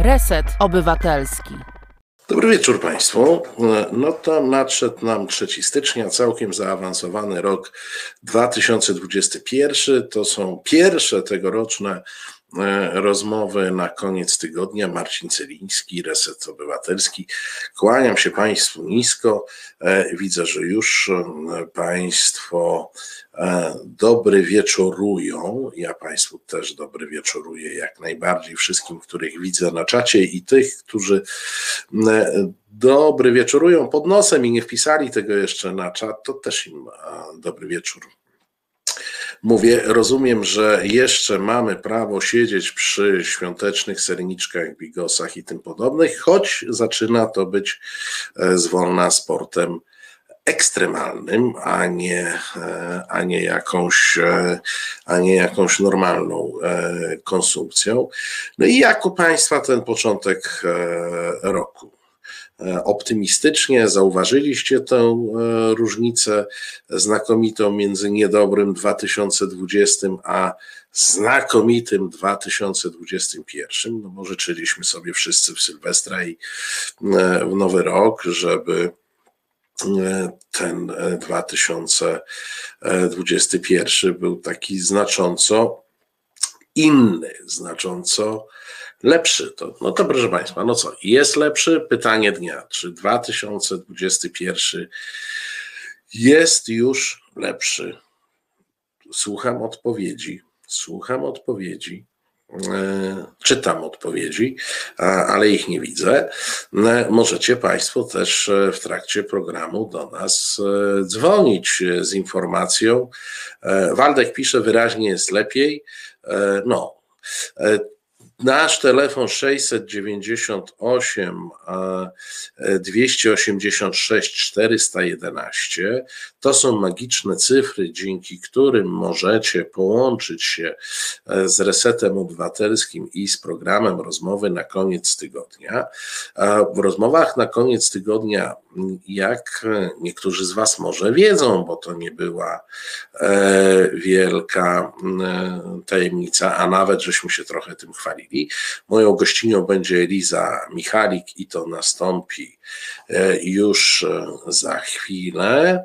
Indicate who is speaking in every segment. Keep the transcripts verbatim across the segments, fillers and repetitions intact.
Speaker 1: Reset Obywatelski.
Speaker 2: Dobry wieczór Państwu. No to nadszedł nam trzeciego stycznia, całkiem zaawansowany rok dwa tysiące dwudziesty pierwszy. To są pierwsze tegoroczne rozmowy na koniec tygodnia. Marcin Celiński, Reset Obywatelski. Kłaniam się Państwu nisko. Widzę, że już Państwo dobry wieczorują. Ja Państwu też dobry wieczoruję jak najbardziej. Wszystkim, których widzę na czacie i tych, którzy dobry wieczorują pod nosem i nie wpisali tego jeszcze na czat, to też im dobry wieczór. Mówię, rozumiem, że jeszcze mamy prawo siedzieć przy świątecznych serniczkach, bigosach i tym podobnych, choć zaczyna to być zwolna sportem ekstremalnym, a nie, a nie jakąś, a nie jakąś normalną konsumpcją. No i jak u Państwa ten początek roku? Optymistycznie zauważyliście tę różnicę znakomitą między niedobrym dwa tysiące dwudziestym a znakomitym dwa tysiące dwudziestym pierwszym. No bo życzyliśmy sobie wszyscy w Sylwestra i w Nowy Rok, żeby ten dwa tysiące dwudziesty pierwszy był taki znacząco inny, znacząco lepszy. To, no to proszę Państwa, no co, jest lepszy? Pytanie dnia. Czy dwa tysiące dwudziesty pierwszy jest już lepszy? Słucham odpowiedzi. Słucham odpowiedzi. Czytam odpowiedzi, ale ich nie widzę. Możecie Państwo też w trakcie programu do nas dzwonić z informacją. Waldek pisze, wyraźnie jest lepiej. No, nasz telefon sześćset dziewięćdziesiąt osiem dwieście osiemdziesiąt sześć czterysta jedenaście to są magiczne cyfry, dzięki którym możecie połączyć się z Resetem Obywatelskim i z programem Rozmowy na koniec tygodnia. W rozmowach na koniec tygodnia, jak niektórzy z Was może wiedzą, bo to nie była wielka tajemnica, a nawet żeśmy się trochę tym chwalili. Moją gościnią będzie Eliza Michalik i to nastąpi już za chwilę.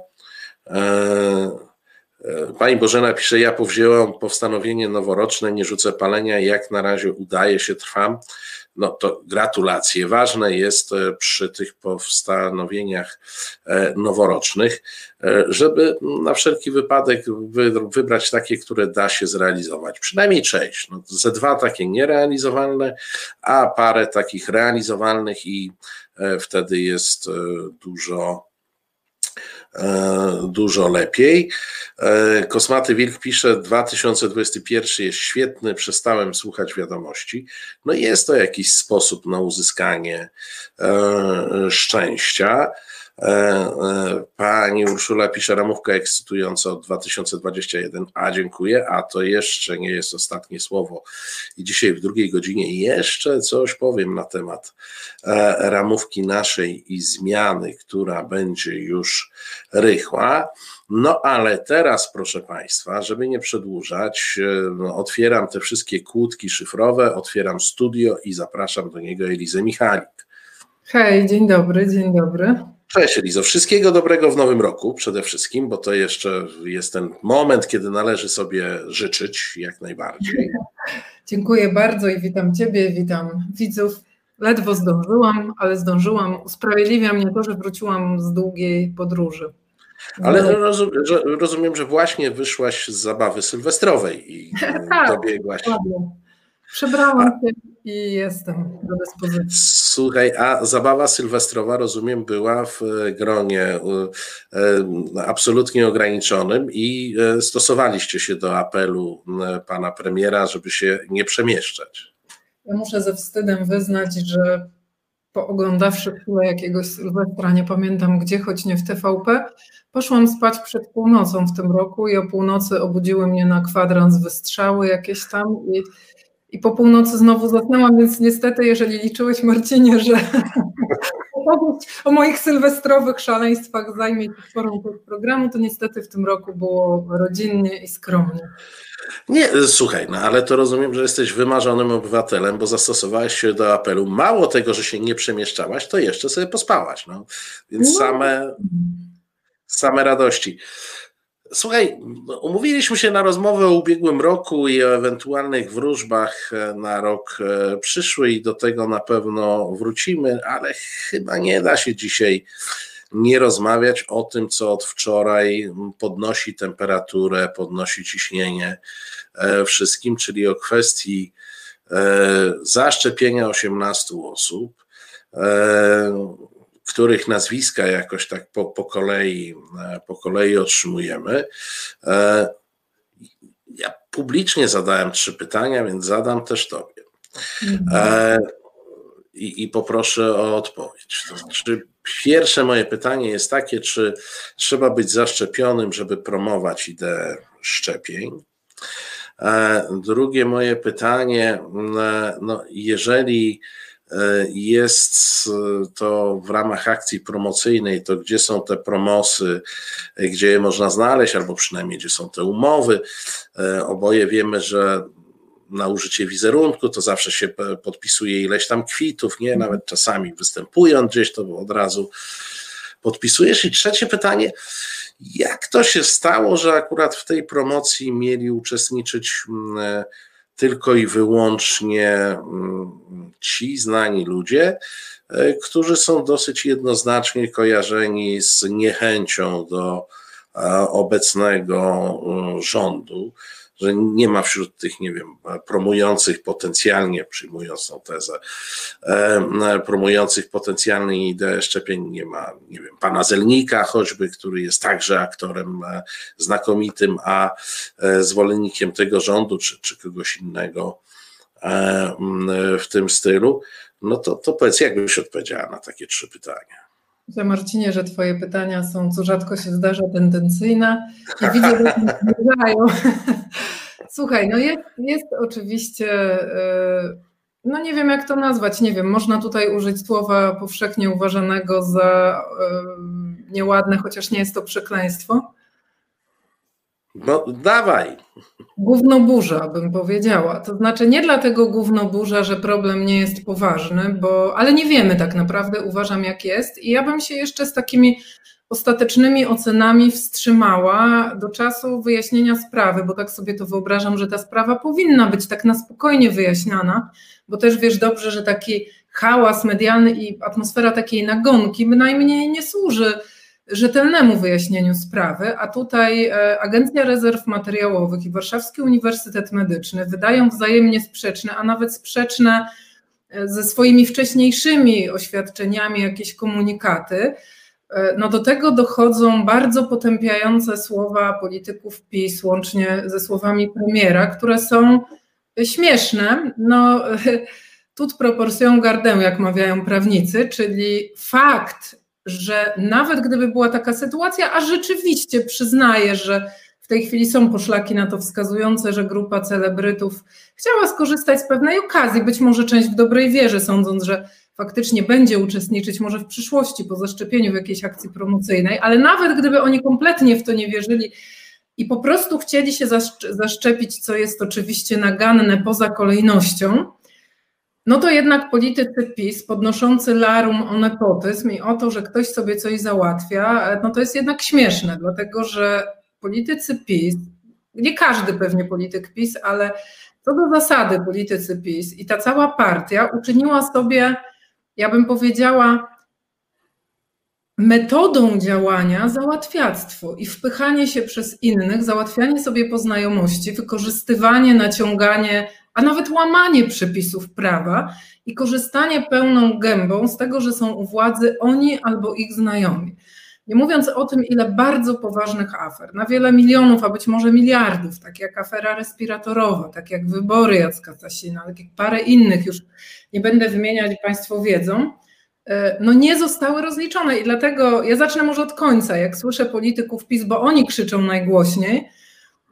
Speaker 2: Pani Bożena pisze, ja powzięłam postanowienie noworoczne, nie rzucę palenia, jak na razie udaje się, trwam. No to gratulacje. Ważne jest przy tych postanowieniach noworocznych, żeby na wszelki wypadek wybrać takie, które da się zrealizować. Przynajmniej część. No, ze dwa takie nierealizowalne, a parę takich realizowalnych i wtedy jest dużo dużo lepiej. Kosmaty Wilk pisze, dwa tysiące dwudziesty pierwszy jest świetny, przestałem słuchać wiadomości. No jest to jakiś sposób na uzyskanie szczęścia. Pani Urszula pisze, ramówka ekscytująca od dwa tysiące dwudziestego pierwszego, a dziękuję, a to jeszcze nie jest ostatnie słowo i dzisiaj w drugiej godzinie jeszcze coś powiem na temat ramówki naszej i zmiany, która będzie już rychła. No ale teraz, proszę Państwa, żeby nie przedłużać, no, otwieram te wszystkie kłódki szyfrowe, otwieram studio i zapraszam do niego Elizę Michalik.
Speaker 3: Hej, dzień dobry, dzień dobry.
Speaker 2: Cześć Elizo, wszystkiego dobrego w nowym roku przede wszystkim, bo to jeszcze jest ten moment, kiedy należy sobie życzyć jak najbardziej.
Speaker 3: Dziękuję bardzo i witam Ciebie, witam widzów. Ledwo zdążyłam, ale zdążyłam. Usprawiedliwia mnie to, że wróciłam z długiej podróży.
Speaker 2: Ale no. rozumiem, że, rozumiem, że właśnie wyszłaś z zabawy sylwestrowej i
Speaker 3: tak,
Speaker 2: dobiegłaś.
Speaker 3: Ładnie. Przebrałam się i jestem do dyspozycji.
Speaker 2: Słuchaj, a zabawa sylwestrowa, rozumiem, była w gronie absolutnie ograniczonym i stosowaliście się do apelu pana premiera, żeby się nie przemieszczać.
Speaker 3: Ja muszę ze wstydem wyznać, że pooglądawszy chwilę jakiegoś Sylwestra, nie pamiętam gdzie, choć nie w T V P, poszłam spać przed północą w tym roku i o północy obudziły mnie na kwadrans wystrzały jakieś tam i I po północy znowu zasnęłam, więc niestety, jeżeli liczyłeś, Marcinie, że opowieść o moich sylwestrowych szaleństwach zajmie ci sporą tego programu, to niestety w tym roku było rodzinnie i skromnie.
Speaker 2: Nie, słuchaj, no ale to rozumiem, że jesteś wymarzonym obywatelem, bo zastosowałeś się do apelu. Mało tego, że się nie przemieszczałaś, to jeszcze sobie pospałaś. No. Więc
Speaker 3: No.
Speaker 2: same, same radości. Słuchaj, umówiliśmy się na rozmowę o ubiegłym roku i o ewentualnych wróżbach na rok przyszły i do tego na pewno wrócimy, ale chyba nie da się dzisiaj nie rozmawiać o tym, co od wczoraj podnosi temperaturę, podnosi ciśnienie wszystkim, czyli o kwestii zaszczepienia osiemnastu osób, których nazwiska jakoś tak po, po, kolei, po kolei otrzymujemy. Ja publicznie zadałem trzy pytania, więc zadam też tobie. I, i poproszę o odpowiedź. To znaczy, pierwsze moje pytanie jest takie, czy trzeba być zaszczepionym, żeby promować ideę szczepień? Drugie moje pytanie, no jeżeli jest to w ramach akcji promocyjnej, to gdzie są te promosy, gdzie je można znaleźć, albo przynajmniej gdzie są te umowy? Oboje wiemy, że na użycie wizerunku to zawsze się podpisuje ileś tam kwitów, nie? Nawet czasami występując gdzieś to od razu podpisujesz. I trzecie pytanie, jak to się stało, że akurat w tej promocji mieli uczestniczyć tylko i wyłącznie ci znani ludzie, którzy są dosyć jednoznacznie kojarzeni z niechęcią do obecnego rządu, że nie ma wśród tych, nie wiem, promujących potencjalnie, przyjmując tą tezę, promujących potencjalnie ideę szczepień, nie ma, nie wiem, pana Zelnika choćby, który jest także aktorem znakomitym, a zwolennikiem tego rządu, czy, czy kogoś innego w tym stylu. No to, to powiedz, jak byś odpowiedziała na takie trzy pytania?
Speaker 3: Myślę, Marcinie, że twoje pytania są, co rzadko się zdarza, tendencyjne i widzę, że się zdarzają. Słuchaj, no jest, jest oczywiście, no nie wiem jak to nazwać, nie wiem, można tutaj użyć słowa powszechnie uważanego za nieładne, chociaż nie jest to przekleństwo.
Speaker 2: No dawaj.
Speaker 3: Gównoburza, bym powiedziała. To znaczy nie dlatego gównoburza, że problem nie jest poważny, bo, ale nie wiemy tak naprawdę, uważam jak jest. I ja bym się jeszcze z takimi ostatecznymi ocenami wstrzymała do czasu wyjaśnienia sprawy, bo tak sobie to wyobrażam, że ta sprawa powinna być tak na spokojnie wyjaśniana, bo też wiesz dobrze, że taki hałas medialny i atmosfera takiej nagonki bynajmniej nie służy rzetelnemu wyjaśnieniu sprawy, a tutaj Agencja Rezerw Materiałowych i Warszawski Uniwersytet Medyczny wydają wzajemnie sprzeczne, a nawet sprzeczne ze swoimi wcześniejszymi oświadczeniami jakieś komunikaty. No do tego dochodzą bardzo potępiające słowa polityków PiS, łącznie ze słowami premiera, które są śmieszne. No, tut proporcją gardę, jak mawiają prawnicy, czyli fakt, że nawet gdyby była taka sytuacja, a rzeczywiście przyznaję, że w tej chwili są poszlaki na to wskazujące, że grupa celebrytów chciała skorzystać z pewnej okazji, być może część w dobrej wierze, sądząc, że faktycznie będzie uczestniczyć może w przyszłości po zaszczepieniu w jakiejś akcji promocyjnej, ale nawet gdyby oni kompletnie w to nie wierzyli i po prostu chcieli się zaszczepić, co jest oczywiście naganne poza kolejnością, no to jednak politycy PiS podnoszący larum o nepotyzm i o to, że ktoś sobie coś załatwia, no to jest jednak śmieszne, dlatego że politycy PiS, nie każdy pewnie polityk PiS, ale co do zasady politycy PiS i ta cała partia uczyniła sobie, ja bym powiedziała, metodą działania załatwiactwo i wpychanie się przez innych, załatwianie sobie poznajomości, wykorzystywanie, naciąganie, a nawet łamanie przepisów prawa i korzystanie pełną gębą z tego, że są u władzy oni albo ich znajomi. Nie mówiąc o tym, ile bardzo poważnych afer, na wiele milionów, a być może miliardów, tak jak afera respiratorowa, tak jak wybory Jacka Sasina, tak jak parę innych, już nie będę wymieniać, Państwo wiedzą, no nie zostały rozliczone i dlatego ja zacznę może od końca, jak słyszę polityków PiS, bo oni krzyczą najgłośniej,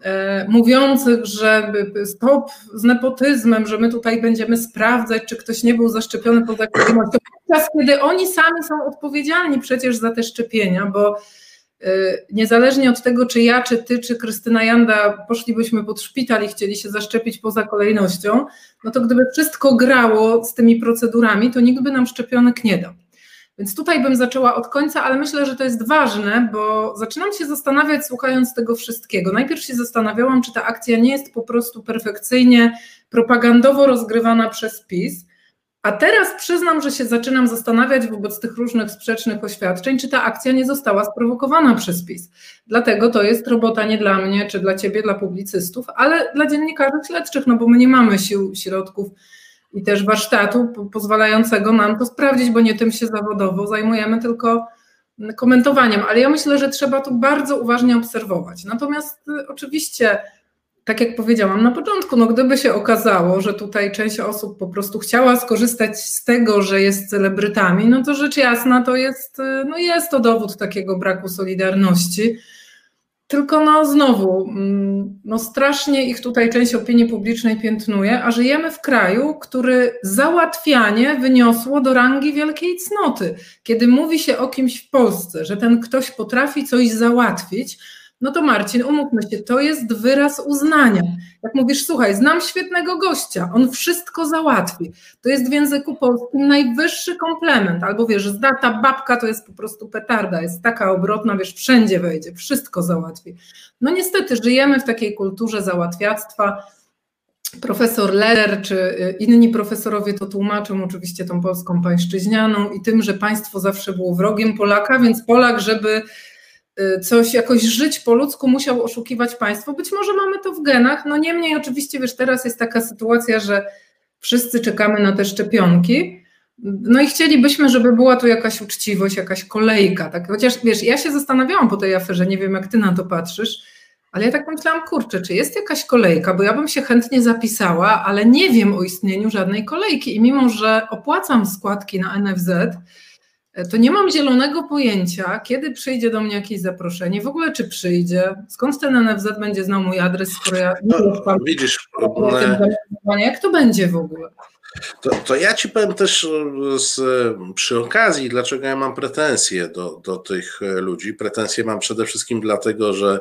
Speaker 3: mówiących, że stop z nepotyzmem, że my tutaj będziemy sprawdzać, czy ktoś nie był zaszczepiony poza kolejnością, podczas kiedy oni sami są odpowiedzialni przecież za te szczepienia, bo niezależnie od tego, czy ja, czy ty, czy Krystyna Janda poszlibyśmy pod szpital i chcieli się zaszczepić poza kolejnością, no to gdyby wszystko grało z tymi procedurami, to nikt by nam szczepionek nie dał. Więc tutaj bym zaczęła od końca, ale myślę, że to jest ważne, bo zaczynam się zastanawiać, słuchając tego wszystkiego. Najpierw się zastanawiałam, czy ta akcja nie jest po prostu perfekcyjnie propagandowo rozgrywana przez PiS, a teraz przyznam, że się zaczynam zastanawiać wobec tych różnych sprzecznych oświadczeń, czy ta akcja nie została sprowokowana przez PiS. Dlatego to jest robota nie dla mnie, czy dla ciebie, dla publicystów, ale dla dziennikarzy śledczych, no bo my nie mamy sił, środków i też warsztatu pozwalającego nam to sprawdzić, bo nie tym się zawodowo zajmujemy, tylko komentowaniem. Ale ja myślę, że trzeba to bardzo uważnie obserwować. Natomiast oczywiście, tak jak powiedziałam na początku, no gdyby się okazało, że tutaj część osób po prostu chciała skorzystać z tego, że jest celebrytami, no to rzecz jasna to jest, no jest to dowód takiego braku solidarności. Tylko no znowu, no strasznie ich tutaj część opinii publicznej piętnuje, a żyjemy w kraju, który załatwianie wyniosło do rangi wielkiej cnoty. Kiedy mówi się o kimś w Polsce, że ten ktoś potrafi coś załatwić, no to Marcin, umówmy się, to jest wyraz uznania. Jak mówisz, słuchaj, znam świetnego gościa, on wszystko załatwi. To jest w języku polskim najwyższy komplement. Albo wiesz, zda ta babka to jest po prostu petarda, jest taka obrotna, wiesz, wszędzie wejdzie, wszystko załatwi. No niestety żyjemy w takiej kulturze załatwiactwa. Profesor Leder czy inni profesorowie to tłumaczą oczywiście tą polską pańszczyźnianą i tym, że państwo zawsze było wrogiem Polaka, więc Polak, żeby coś jakoś żyć po ludzku, musiał oszukiwać państwo. Być może mamy to w genach, no niemniej oczywiście, wiesz, teraz jest taka sytuacja, że wszyscy czekamy na te szczepionki, no i chcielibyśmy, żeby była tu jakaś uczciwość, jakaś kolejka, tak? Chociaż wiesz, ja się zastanawiałam po tej aferze, nie wiem jak ty na to patrzysz, ale ja tak myślałam, kurczę, czy jest jakaś kolejka, bo ja bym się chętnie zapisała, ale nie wiem o istnieniu żadnej kolejki i mimo, że opłacam składki na N F Z, to nie mam zielonego pojęcia, kiedy przyjdzie do mnie jakieś zaproszenie, w ogóle czy przyjdzie, skąd ten N F Z będzie znał mój adres, skoro ja nie
Speaker 2: no, wiem, widzisz,
Speaker 3: jak to będzie w ogóle?
Speaker 2: To, to ja ci powiem też z, przy okazji, dlaczego ja mam pretensje do, do tych ludzi. Pretensje mam przede wszystkim dlatego, że,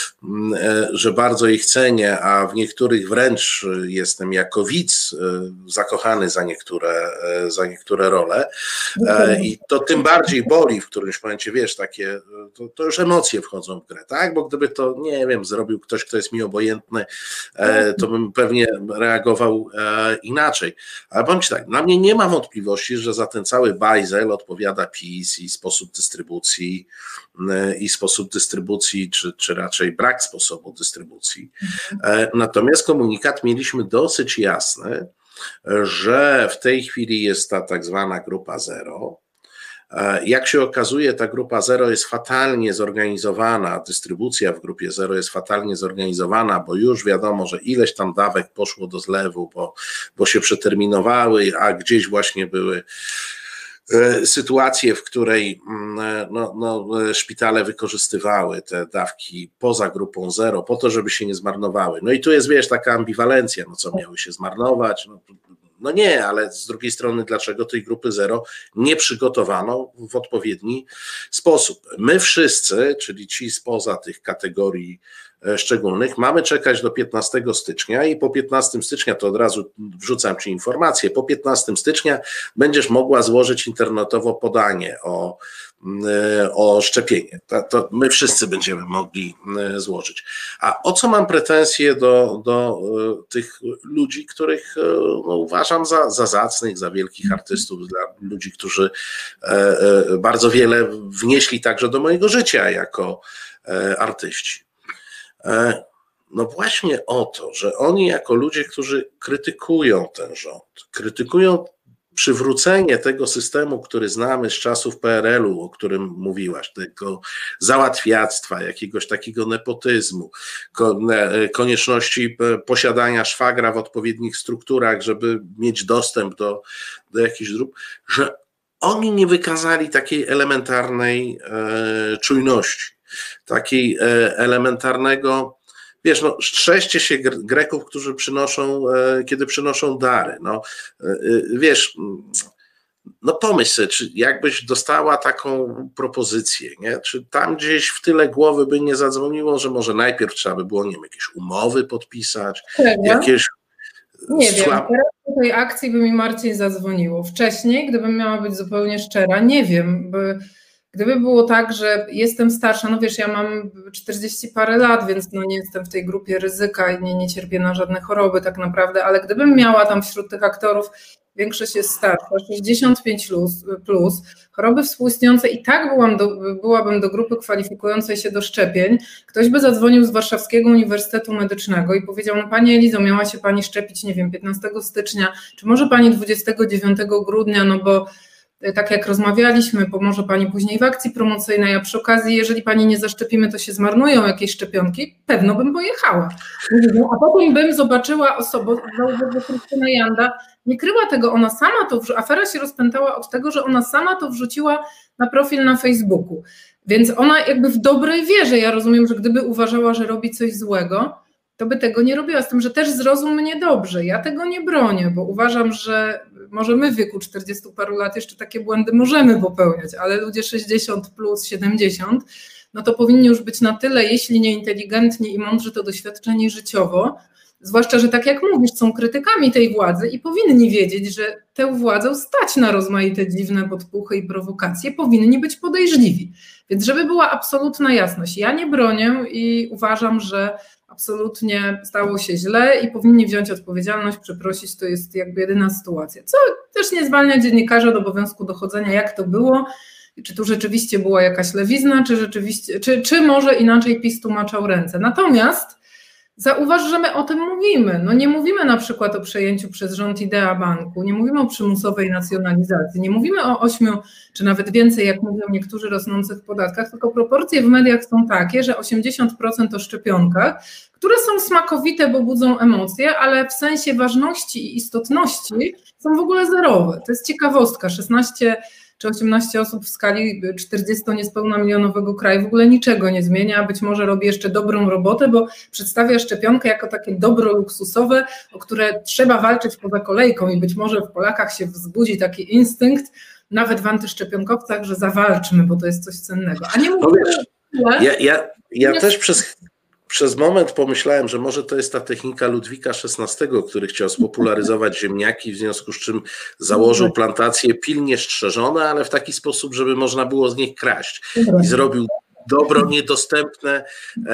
Speaker 2: że bardzo ich cenię, a w niektórych wręcz jestem jako widz zakochany za niektóre, za niektóre role. I to tym bardziej boli w którymś momencie, wiesz, takie, to, to już emocje wchodzą w grę, tak? Bo gdyby to, nie wiem, zrobił ktoś, kto jest mi obojętny, to bym pewnie reagował inaczej. Ale powiem ci tak, dla mnie nie ma wątpliwości, że za ten cały bajzel odpowiada PiS i sposób dystrybucji, i sposób dystrybucji, czy, czy raczej brak sposobu dystrybucji. Natomiast komunikat mieliśmy dosyć jasny, że w tej chwili jest ta tak zwana grupa zero. Jak się okazuje, ta grupa zero jest fatalnie zorganizowana, dystrybucja w grupie zero jest fatalnie zorganizowana, bo już wiadomo, że ileś tam dawek poszło do zlewu, bo, bo się przeterminowały, a gdzieś właśnie były sytuacje, w której no, no, szpitale wykorzystywały te dawki poza grupą zero po to, żeby się nie zmarnowały. No i tu jest, wiesz, taka ambiwalencja, no co miały się zmarnować, no, no nie, ale z drugiej strony dlaczego tej grupy zero nie przygotowano w odpowiedni sposób. My wszyscy, czyli ci spoza tych kategorii szczególnych, mamy czekać do piętnastego stycznia i po piętnastego stycznia, to od razu wrzucam ci informację, po piętnastego stycznia będziesz mogła złożyć internetowo podanie o, o szczepienie. To, to my wszyscy będziemy mogli złożyć. A o co mam pretensje do, do tych ludzi, których no, uważam za, za zacnych, za wielkich artystów, dla ludzi, którzy bardzo wiele wnieśli także do mojego życia jako artyści. No właśnie o to, że oni jako ludzie, którzy krytykują ten rząd, krytykują przywrócenie tego systemu, który znamy z czasów P R L u, o którym mówiłaś, tego załatwiactwa, jakiegoś takiego nepotyzmu, konieczności posiadania szwagra w odpowiednich strukturach, żeby mieć dostęp do, do jakichś dróg, że oni nie wykazali takiej elementarnej e, czujności, takiej e, elementarnego wiesz, no, strzeżcie się Greków, którzy przynoszą, kiedy przynoszą dary. No, wiesz, no pomyśl sobie, czy jakbyś dostała taką propozycję, nie? Czy tam gdzieś w tyle głowy by nie zadzwoniło, że może najpierw trzeba by było, nie wiem, jakieś umowy podpisać,
Speaker 3: Czego?
Speaker 2: jakieś...
Speaker 3: Nie wiem, teraz do tej akcji by mi Marcin zadzwoniło. Wcześniej, gdybym miała być zupełnie szczera, nie wiem, by, gdyby było tak, że jestem starsza, no wiesz, ja mam czterdzieści parę lat, więc no nie jestem w tej grupie ryzyka i nie, nie cierpię na żadne choroby tak naprawdę, ale gdybym miała tam wśród tych aktorów, większość jest starsza, sześćdziesiąt pięć plus, plus choroby współistniejące i tak byłam do, byłabym do grupy kwalifikującej się do szczepień, ktoś by zadzwonił z Warszawskiego Uniwersytetu Medycznego i powiedział, no Pani Elizo, miała się Pani szczepić, nie wiem, piętnastego stycznia, czy może Pani dwudziestego dziewiątego grudnia, no bo tak jak rozmawialiśmy, pomoże Pani później w akcji promocyjnej, a przy okazji, jeżeli Pani nie zaszczepimy, to się zmarnują jakieś szczepionki, pewno bym pojechała. A potem bym zobaczyła osobę, że Krystyna Janda nie kryła tego, ona sama to, afera się rozpętała od tego, że ona sama to wrzuciła na profil na Facebooku, więc ona jakby w dobrej wierze, ja rozumiem, że gdyby uważała, że robi coś złego, to by tego nie robiła, z tym, że też zrozum mnie dobrze, ja tego nie bronię, bo uważam, że może my w wieku czterdziestu paru lat jeszcze takie błędy możemy popełniać, ale ludzie sześćdziesiąt plus, siedemdziesiąt, no to powinni już być na tyle, jeśli nie inteligentni i mądrzy, to doświadczeni życiowo, zwłaszcza, że tak jak mówisz, są krytykami tej władzy i powinni wiedzieć, że tę władzę stać na rozmaite dziwne podpuchy i prowokacje, powinni być podejrzliwi. Więc żeby była absolutna jasność, ja nie bronię i uważam, że absolutnie stało się źle i powinni wziąć odpowiedzialność, przeprosić, to jest jakby jedyna sytuacja. Co też nie zwalnia dziennikarza od obowiązku dochodzenia, jak to było, czy tu rzeczywiście była jakaś lewizna, czy rzeczywiście, czy, czy może inaczej PiS tłumaczał ręce. Natomiast zauważ, że my o tym mówimy. No nie mówimy na przykład o przejęciu przez rząd Idea Banku, nie mówimy o przymusowej nacjonalizacji, nie mówimy o ośmiu, czy nawet więcej, jak mówią niektórzy, rosnących podatkach, tylko proporcje w mediach są takie, że osiemdziesiąt procent o szczepionkach, które są smakowite, bo budzą emocje, ale w sensie ważności i istotności są w ogóle zerowe. To jest ciekawostka, szesnaście czy osiemnaście osób w skali czterdziestu niespełna milionowego kraju w ogóle niczego nie zmienia, a być może robi jeszcze dobrą robotę, bo przedstawia szczepionkę jako takie dobro luksusowe, o które trzeba walczyć poza kolejką i być może w Polakach się wzbudzi taki instynkt, nawet w antyszczepionkowcach, że zawalczmy, bo to jest coś cennego. A nie mówię,
Speaker 2: no wiesz, ja, ja, ja też przez... Przez moment pomyślałem, że może to jest ta technika Ludwika szesnastego, który chciał spopularyzować ziemniaki, w związku z czym założył plantacje pilnie strzeżone, ale w taki sposób, żeby można było z nich kraść. I zrobił dobro niedostępne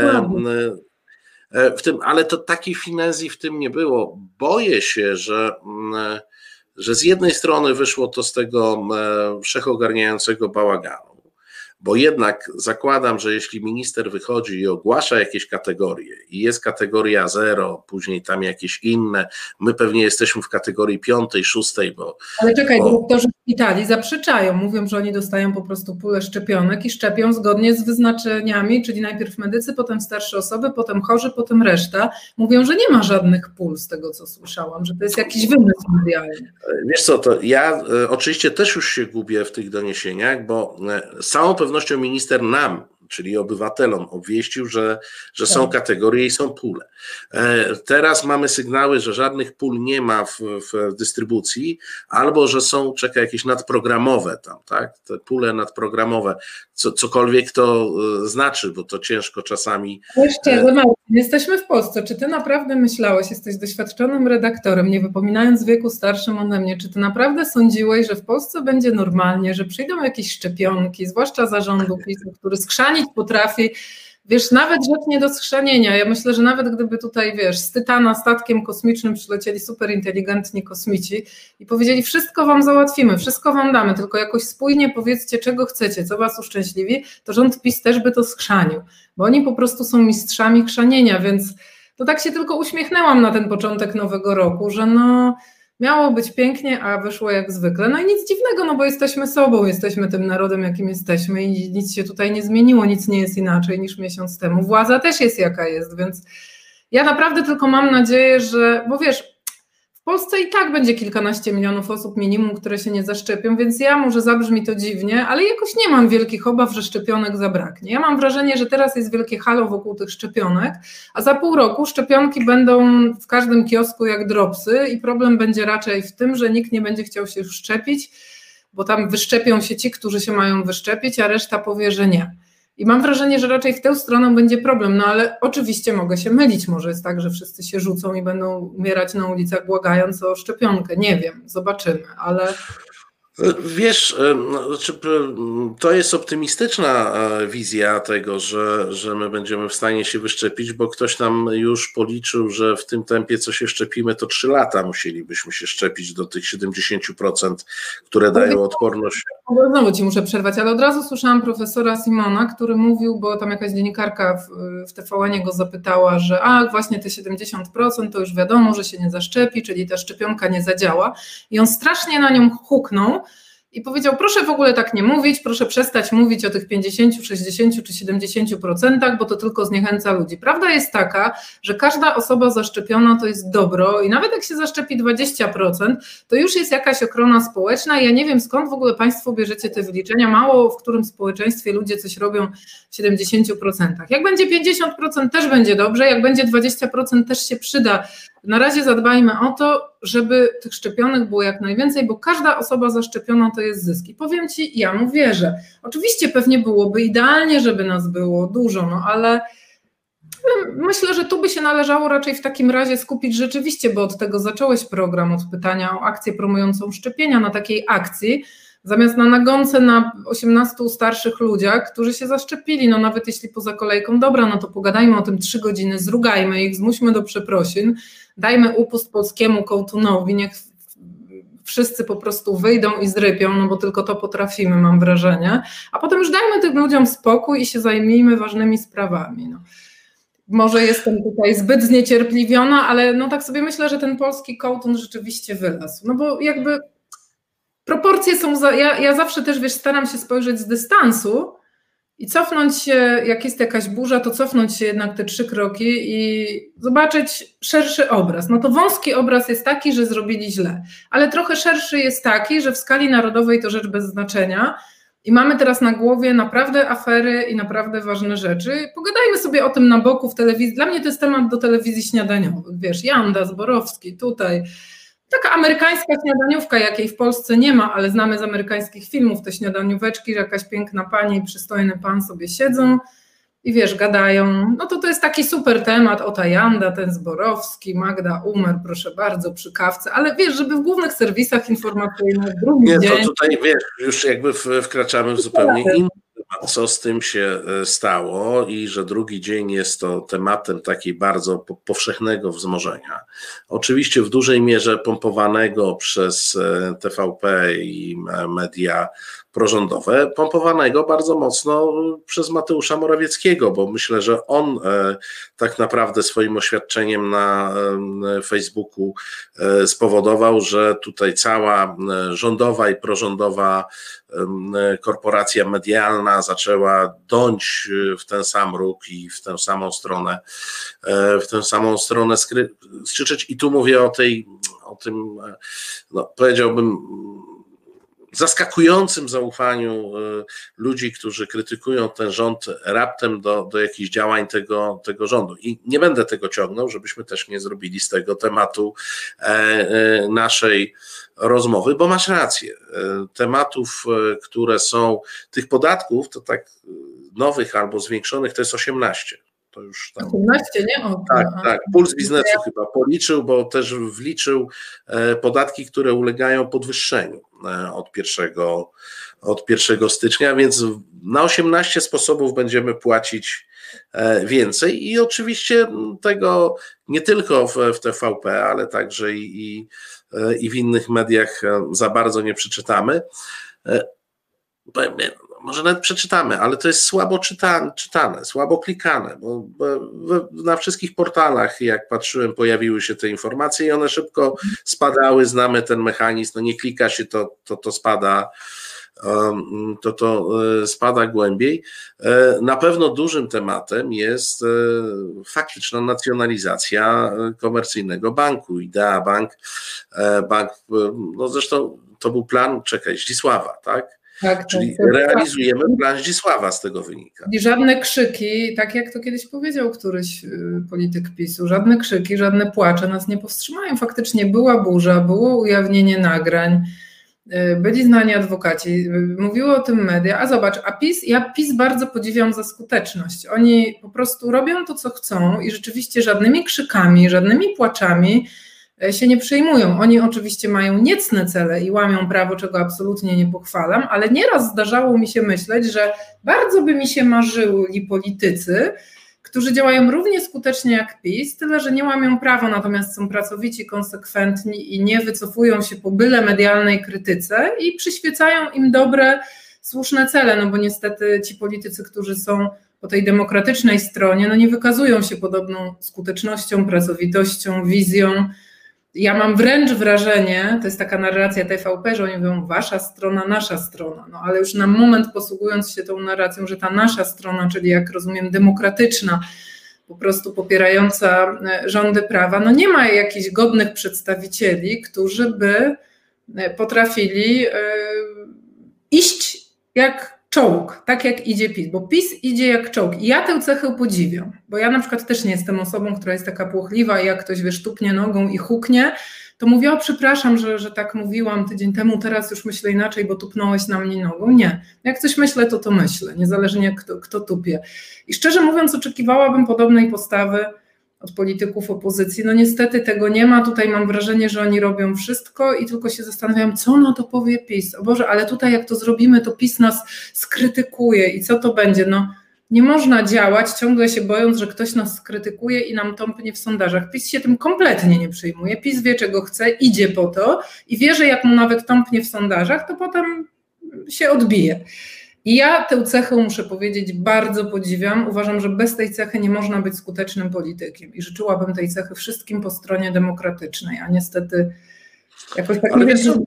Speaker 2: w tym, ale to takiej finezji w tym nie było. Boję się, że, że z jednej strony wyszło to z tego wszechogarniającego bałaganu, bo jednak zakładam, że jeśli minister wychodzi i ogłasza jakieś kategorie i jest kategoria zero, później tam jakieś inne, my pewnie jesteśmy w kategorii piątej, szóstej, bo...
Speaker 3: Ale czekaj,
Speaker 2: bo...
Speaker 3: doktorzy szpitali zaprzeczają, mówią, że oni dostają po prostu pulę szczepionek i szczepią zgodnie z wyznaczeniami, czyli najpierw medycy, potem starsze osoby, potem chorzy, potem reszta. Mówią, że nie ma żadnych pól z tego, co słyszałam, że to jest jakiś wymysł medialny.
Speaker 2: Wiesz co, to ja e, oczywiście też już się gubię w tych doniesieniach, bo e, z całą pewnością minister nam, czyli obywatelom, obwieścił, że, że są kategorie i są pule. Teraz mamy sygnały, że żadnych pól nie ma w, w dystrybucji, albo że są, czeka, jakieś nadprogramowe tam, tak? Te pule nadprogramowe, co, cokolwiek to znaczy, bo to ciężko czasami...
Speaker 3: Jeszcze, Marcin, jesteśmy w Polsce. Czy ty naprawdę myślałeś, jesteś doświadczonym redaktorem, nie wypominając wieku starszym ode mnie, czy ty naprawdę sądziłeś, że w Polsce będzie normalnie, że przyjdą jakieś szczepionki, zwłaszcza zarządu PiS-u, który skrzanić potrafi, wiesz, nawet rzecz nie do skrzanienia. Ja myślę, że nawet gdyby tutaj, wiesz, z Tytana statkiem kosmicznym przylecieli superinteligentni kosmici i powiedzieli, wszystko wam załatwimy, wszystko wam damy, tylko jakoś spójnie powiedzcie, czego chcecie, co was uszczęśliwi, to rząd PiS też by to skrzanił, bo oni po prostu są mistrzami chrzanienia, więc to tak się tylko uśmiechnęłam na ten początek nowego roku, że no... Miało być pięknie, a wyszło jak zwykle. No i nic dziwnego, no bo jesteśmy sobą, jesteśmy tym narodem, jakim jesteśmy i nic się tutaj nie zmieniło, nic nie jest inaczej niż miesiąc temu. Władza też jest jaka jest, więc ja naprawdę tylko mam nadzieję, że, bo wiesz, w Polsce i tak będzie kilkanaście milionów osób minimum, które się nie zaszczepią, więc ja, może zabrzmi to dziwnie, ale jakoś nie mam wielkich obaw, że szczepionek zabraknie. Ja mam wrażenie, że teraz jest wielkie halo wokół tych szczepionek, a za pół roku szczepionki będą w każdym kiosku jak dropsy i problem będzie raczej w tym, że nikt nie będzie chciał się już szczepić, bo tam wyszczepią się ci, którzy się mają wyszczepić, a reszta powie, że nie. I mam wrażenie, że raczej w tę stronę będzie problem, no ale oczywiście mogę się mylić, może jest tak, że wszyscy się rzucą i będą umierać na ulicach błagając o szczepionkę, nie wiem, zobaczymy, ale...
Speaker 2: Wiesz, to jest optymistyczna wizja tego, że, że my będziemy w stanie się wyszczepić, bo ktoś nam już policzył, że w tym tempie, co się szczepimy, to trzy lata musielibyśmy się szczepić do tych siedemdziesiąt procent, które dają odporność.
Speaker 3: Znowu ci muszę przerwać, ale od razu słyszałam profesora Simona, który mówił, bo tam jakaś dziennikarka w, w T V N go zapytała, że a właśnie te siedemdziesiąt procent to już wiadomo, że się nie zaszczepi, czyli ta szczepionka nie zadziała i on strasznie na nią huknął i powiedział, proszę w ogóle tak nie mówić, proszę przestać mówić o tych pięćdziesięciu, sześćdziesięciu czy siedemdziesięciu procentach, bo to tylko zniechęca ludzi. Prawda jest taka, że każda osoba zaszczepiona to jest dobro i nawet jak się zaszczepi dwadzieścia procent, to już jest jakaś ochrona społeczna i ja nie wiem, skąd w ogóle Państwo bierzecie te wyliczenia, mało w którym społeczeństwie ludzie coś robią w siedemdziesięciu procentach. Jak będzie pięćdziesiąt procent też będzie dobrze, jak będzie dwadzieścia procent też się przyda. Na razie zadbajmy o to, żeby tych szczepionek było jak najwięcej, bo każda osoba zaszczepiona to jest zysk. I powiem Ci, ja mu wierzę. Oczywiście pewnie byłoby idealnie, żeby nas było dużo, no ale myślę, że tu by się należało raczej w takim razie skupić rzeczywiście, bo od tego zacząłeś program, od pytania o akcję promującą szczepienia, na takiej akcji, zamiast na nagonce na osiemnastu starszych ludziach, którzy się zaszczepili, no nawet jeśli poza kolejką, dobra, no to pogadajmy o tym trzy godziny, zrugajmy ich, zmuśmy do przeprosin, dajmy upust polskiemu kołtunowi, niech wszyscy po prostu wyjdą i zrypią, no bo tylko to potrafimy, mam wrażenie, a potem już dajmy tym ludziom spokój i się zajmijmy ważnymi sprawami. No. Może jestem tutaj zbyt zniecierpliwiona, ale no tak sobie myślę, że ten polski kołtun rzeczywiście wylasł, no bo jakby proporcje są, za, ja, ja zawsze też, wiesz, staram się spojrzeć z dystansu i cofnąć się, jak jest jakaś burza, to cofnąć się jednak te trzy kroki i zobaczyć szerszy obraz. No to wąski obraz jest taki, że zrobili źle, ale trochę szerszy jest taki, że w skali narodowej to rzecz bez znaczenia i mamy teraz na głowie naprawdę afery i naprawdę ważne rzeczy. Pogadajmy sobie o tym na boku w telewizji. Dla mnie to jest temat do telewizji śniadaniowych, wiesz, Janda, Zborowski, tutaj... Taka amerykańska śniadaniówka, jakiej w Polsce nie ma, ale znamy z amerykańskich filmów te śniadanióweczki, że jakaś piękna pani i przystojny pan sobie siedzą i wiesz, gadają. No to to jest taki super temat, o ta Janda, ten Zborowski, Magda umarł, proszę bardzo, przy kawce, ale wiesz, żeby w głównych serwisach informacyjnych drugi
Speaker 2: nie,
Speaker 3: dzień...
Speaker 2: Nie, to tutaj wiesz, już jakby wkraczamy w zupełnie inny temat, co z tym się stało i że drugi dzień jest to tematem takiej bardzo powszechnego wzmożenia. Oczywiście w dużej mierze pompowanego przez T V P i media prorządowe, pompowanego bardzo mocno przez Mateusza Morawieckiego, bo myślę, że on tak naprawdę swoim oświadczeniem na Facebooku spowodował, że tutaj cała rządowa i prorządowa korporacja medialna zaczęła dąć w ten sam róg i w tę samą stronę, w tę samą stronę skrzyczeć. I tu mówię o tej, o tym, no, powiedziałbym, zaskakującym zaufaniu ludzi, którzy krytykują ten rząd raptem do, do jakichś działań tego, tego rządu. I nie będę tego ciągnął, żebyśmy też nie zrobili z tego tematu naszej rozmowy, bo masz rację. Tematów, które są, tych podatków, to tak nowych albo zwiększonych, to jest osiemnaście. To już tam...
Speaker 3: osiemnaście, nie? O,
Speaker 2: tak, tak. Puls Biznesu chyba policzył, bo też wliczył podatki, które ulegają podwyższeniu od pierwszego, od pierwszego stycznia, więc na osiemnaście sposobów będziemy płacić więcej i oczywiście tego nie tylko w, w T V P, ale także i, i, i w innych mediach za bardzo nie przeczytamy. Może nawet przeczytamy, ale to jest słabo czytane, czytane słabo klikane, bo, bo na wszystkich portalach, jak patrzyłem, pojawiły się te informacje i one szybko spadały, znamy ten mechanizm, no nie klika się, to, to, to spada, to to spada głębiej. Na pewno dużym tematem jest faktyczna nacjonalizacja komercyjnego banku. Idea Bank, bank, no zresztą to był plan, czekaj, Zdzisława, tak?
Speaker 3: Tak,
Speaker 2: Czyli
Speaker 3: tak,
Speaker 2: realizujemy plan Zdzisława, z tego wynika.
Speaker 3: I żadne krzyki, tak jak to kiedyś powiedział któryś polityk PiSu, żadne krzyki, żadne płacze nas nie powstrzymają. Faktycznie była burza, było ujawnienie nagrań, byli znani adwokaci, mówiły o tym media, a zobacz, a PiS, ja PiS bardzo podziwiam za skuteczność. Oni po prostu robią to, co chcą i rzeczywiście żadnymi krzykami, żadnymi płaczami się nie przejmują. Oni oczywiście mają niecne cele i łamią prawo, czego absolutnie nie pochwalam, ale nieraz zdarzało mi się myśleć, że bardzo by mi się marzyli politycy, którzy działają równie skutecznie jak PiS, tyle że nie łamią prawa, natomiast są pracowici, konsekwentni i nie wycofują się po byle medialnej krytyce i przyświecają im dobre, słuszne cele, no bo niestety ci politycy, którzy są po tej demokratycznej stronie, no nie wykazują się podobną skutecznością, pracowitością, wizją. Ja mam wręcz wrażenie, to jest taka narracja T V P, że oni mówią wasza strona, nasza strona, no ale już na moment posługując się tą narracją, że ta nasza strona, czyli jak rozumiem demokratyczna, po prostu popierająca rządy prawa, no nie ma jakichś godnych przedstawicieli, którzy by potrafili iść jak czołg, tak jak idzie PiS, bo PiS idzie jak czołg i ja tę cechę podziwiam, bo ja na przykład też nie jestem osobą, która jest taka płochliwa i jak ktoś wiesz, tupnie nogą i huknie, to mówię, o przepraszam, że, że tak mówiłam tydzień temu, teraz już myślę inaczej, bo tupnąłeś na mnie nogą. Nie, jak coś myślę, to to myślę, niezależnie kto, kto tupie. I szczerze mówiąc oczekiwałabym podobnej postawy od polityków opozycji. No niestety tego nie ma, tutaj mam wrażenie, że oni robią wszystko i tylko się zastanawiam, co na to powie PiS. O Boże, ale tutaj jak to zrobimy, to PiS nas skrytykuje i co to będzie? No nie można działać ciągle się bojąc, że ktoś nas skrytykuje i nam tąpnie w sondażach. PiS się tym kompletnie nie przejmuje, PiS wie czego chce, idzie po to i wie, że jak mu nawet tąpnie w sondażach, to potem się odbije. I ja tę cechę, muszę powiedzieć, bardzo podziwiam. Uważam, że bez tej cechy nie można być skutecznym politykiem i życzyłabym tej cechy wszystkim po stronie demokratycznej, a niestety jakoś tak nie wiem, że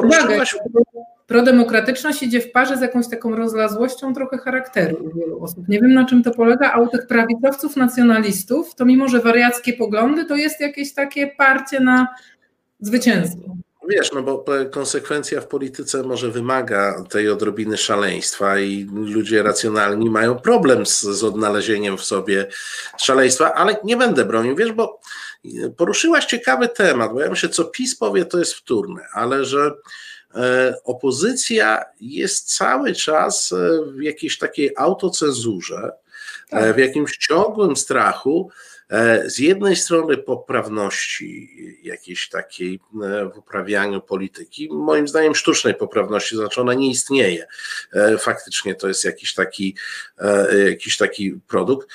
Speaker 3: prodemokratyczność idzie w parze z jakąś taką rozlazłością trochę charakteru u wielu osób. Nie wiem, na czym to polega, a u tych prawicowców, nacjonalistów, to mimo, że wariackie poglądy, to jest jakieś takie parcie na zwycięstwo.
Speaker 2: Wiesz, no bo konsekwencja w polityce może wymaga tej odrobiny szaleństwa i ludzie racjonalni mają problem z, z odnalezieniem w sobie szaleństwa, ale nie będę bronił, wiesz, bo poruszyłaś ciekawy temat, bo ja myślę, co PiS powie, to jest wtórne, ale że e, opozycja jest cały czas w jakiejś takiej autocenzurze, e, w jakimś ciągłym strachu, z jednej strony poprawności jakiejś takiej w uprawianiu polityki, moim zdaniem sztucznej poprawności, znaczy ona nie istnieje. Faktycznie to jest jakiś taki, jakiś taki produkt.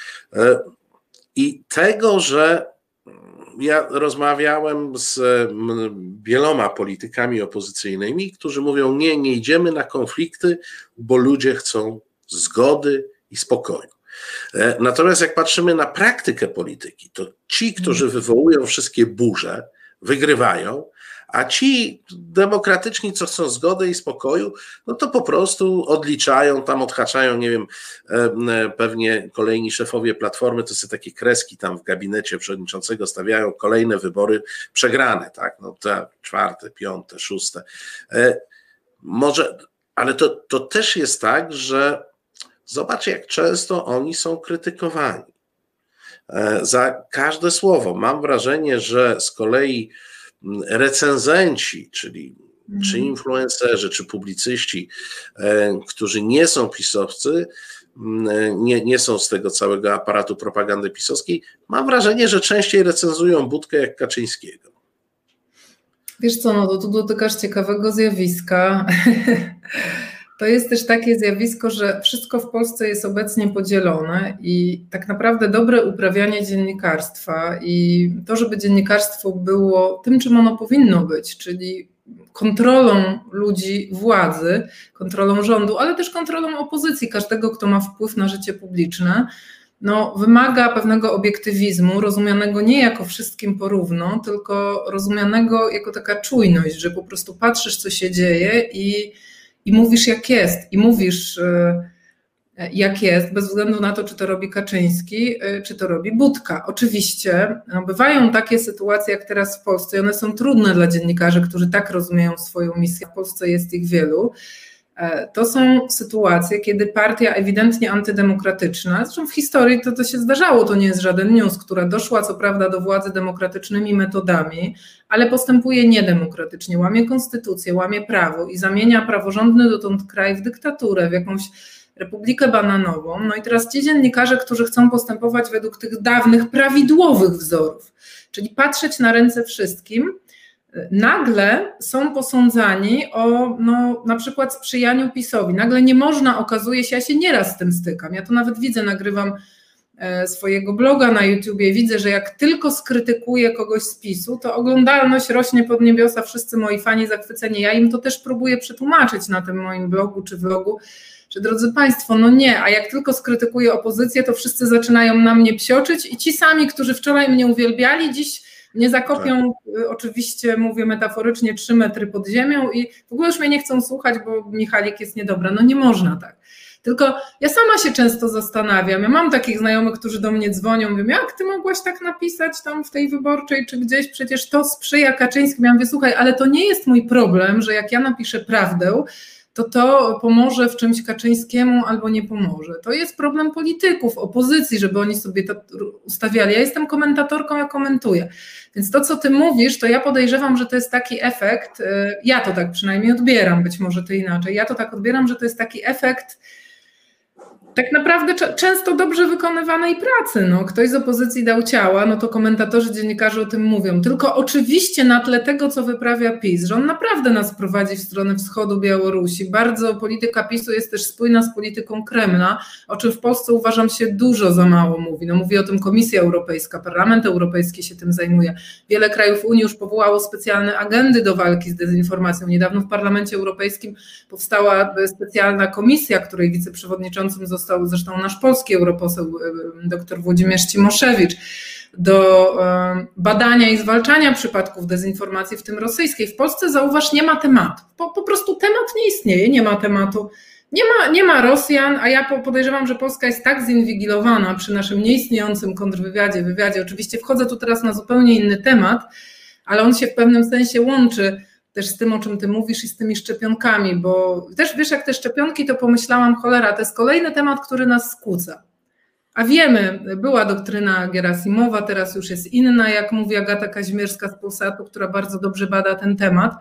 Speaker 2: I tego, że ja rozmawiałem z wieloma politykami opozycyjnymi, którzy mówią, nie, nie idziemy na konflikty, bo ludzie chcą zgody i spokoju. Natomiast jak patrzymy na praktykę polityki, to ci, którzy wywołują wszystkie burze, wygrywają, a ci demokratyczni, co chcą zgody i spokoju, no to po prostu odliczają, tam odhaczają, nie wiem, pewnie kolejni szefowie Platformy, to są takie kreski tam w gabinecie przewodniczącego stawiają, kolejne wybory przegrane, tak, no te czwarte, piąte, szóste. Może, ale to, to też jest tak, że zobacz, jak często oni są krytykowani za każde słowo. Mam wrażenie, że z kolei recenzenci, czyli mm. czy influencerzy, czy publicyści, którzy nie są pisowcy, nie, nie są z tego całego aparatu propagandy pisowskiej, mam wrażenie, że częściej recenzują Budkę jak Kaczyńskiego.
Speaker 3: Wiesz co, no to tu dotykasz ciekawego zjawiska. To jest też takie zjawisko, że wszystko w Polsce jest obecnie podzielone i tak naprawdę dobre uprawianie dziennikarstwa i to, żeby dziennikarstwo było tym, czym ono powinno być, czyli kontrolą ludzi władzy, kontrolą rządu, ale też kontrolą opozycji, każdego, kto ma wpływ na życie publiczne, no, wymaga pewnego obiektywizmu, rozumianego nie jako wszystkim porówno, tylko rozumianego jako taka czujność, że po prostu patrzysz, co się dzieje i i mówisz jak jest, i mówisz jak jest, bez względu na to, czy to robi Kaczyński, czy to robi Budka. Oczywiście no, bywają takie sytuacje jak teraz w Polsce i one są trudne dla dziennikarzy, którzy tak rozumieją swoją misję. W Polsce jest ich wielu. To są sytuacje, kiedy partia ewidentnie antydemokratyczna, zresztą w historii to, to się zdarzało, to nie jest żaden news, która doszła co prawda do władzy demokratycznymi metodami, ale postępuje niedemokratycznie, łamie konstytucję, łamie prawo i zamienia praworządny dotąd kraj w dyktaturę, w jakąś republikę bananową. No i teraz ci dziennikarze, którzy chcą postępować według tych dawnych, prawidłowych wzorów, czyli patrzeć na ręce wszystkim, nagle są posądzani o no, na przykład sprzyjaniu PiS-owi. Nagle nie można, okazuje się, ja się nieraz z tym stykam, ja to nawet widzę, nagrywam swojego bloga na YouTubie, widzę, że jak tylko skrytykuję kogoś z PiS-u, to oglądalność rośnie pod niebiosa, wszyscy moi fani zachwyceni. Ja im to też próbuję przetłumaczyć na tym moim blogu czy vlogu, że drodzy Państwo, no nie, a jak tylko skrytykuję opozycję, to wszyscy zaczynają na mnie psioczyć i ci sami, którzy wczoraj mnie uwielbiali, dziś mnie zakopią, tak. Oczywiście mówię metaforycznie, trzy metry pod ziemią i w ogóle już mnie nie chcą słuchać, bo Michalik jest niedobra. No nie można tak. Tylko ja sama się często zastanawiam, ja mam takich znajomych, którzy do mnie dzwonią, mówią, jak ty mogłaś tak napisać tam w tej Wyborczej czy gdzieś, przecież to sprzyja Kaczyńskim. Ja mówię, słuchaj, ale to nie jest mój problem, że jak ja napiszę prawdę, to to pomoże w czymś Kaczyńskiemu albo nie pomoże. To jest problem polityków, opozycji, żeby oni sobie to ustawiali. Ja jestem komentatorką, ja komentuję. Więc to, co ty mówisz, to ja podejrzewam, że to jest taki efekt, ja to tak przynajmniej odbieram, być może ty inaczej, ja to tak odbieram, że to jest taki efekt tak naprawdę często dobrze wykonywanej pracy. No, ktoś z opozycji dał ciała, no to komentatorzy, dziennikarze o tym mówią. Tylko oczywiście na tle tego, co wyprawia PiS, że on naprawdę nas prowadzi w stronę wschodu Białorusi. Bardzo polityka PiSu jest też spójna z polityką Kremla, o czym w Polsce uważam się dużo za mało mówi. No, mówi o tym Komisja Europejska, Parlament Europejski się tym zajmuje. Wiele krajów Unii już powołało specjalne agendy do walki z dezinformacją. Niedawno w Parlamencie Europejskim powstała specjalna komisja, której wiceprzewodniczącym został Został zresztą nasz polski europoseł dr Włodzimierz Cimoszewicz do badania i zwalczania przypadków dezinformacji, w tym rosyjskiej. W Polsce, zauważ, nie ma tematu. Po, po prostu temat nie istnieje, nie ma tematu. Nie ma, nie ma Rosjan, a ja podejrzewam, że Polska jest tak zinwigilowana przy naszym nieistniejącym kontrwywiadzie, wywiadzie. Oczywiście wchodzę tu teraz na zupełnie inny temat, ale on się w pewnym sensie łączy też z tym, o czym ty mówisz i z tymi szczepionkami, bo też wiesz, jak te szczepionki, to pomyślałam, cholera, to jest kolejny temat, który nas skłóca. A wiemy, była doktryna Gerasimowa, teraz już jest inna, jak mówi Agata Kazimierska z Polsatu, która bardzo dobrze bada ten temat.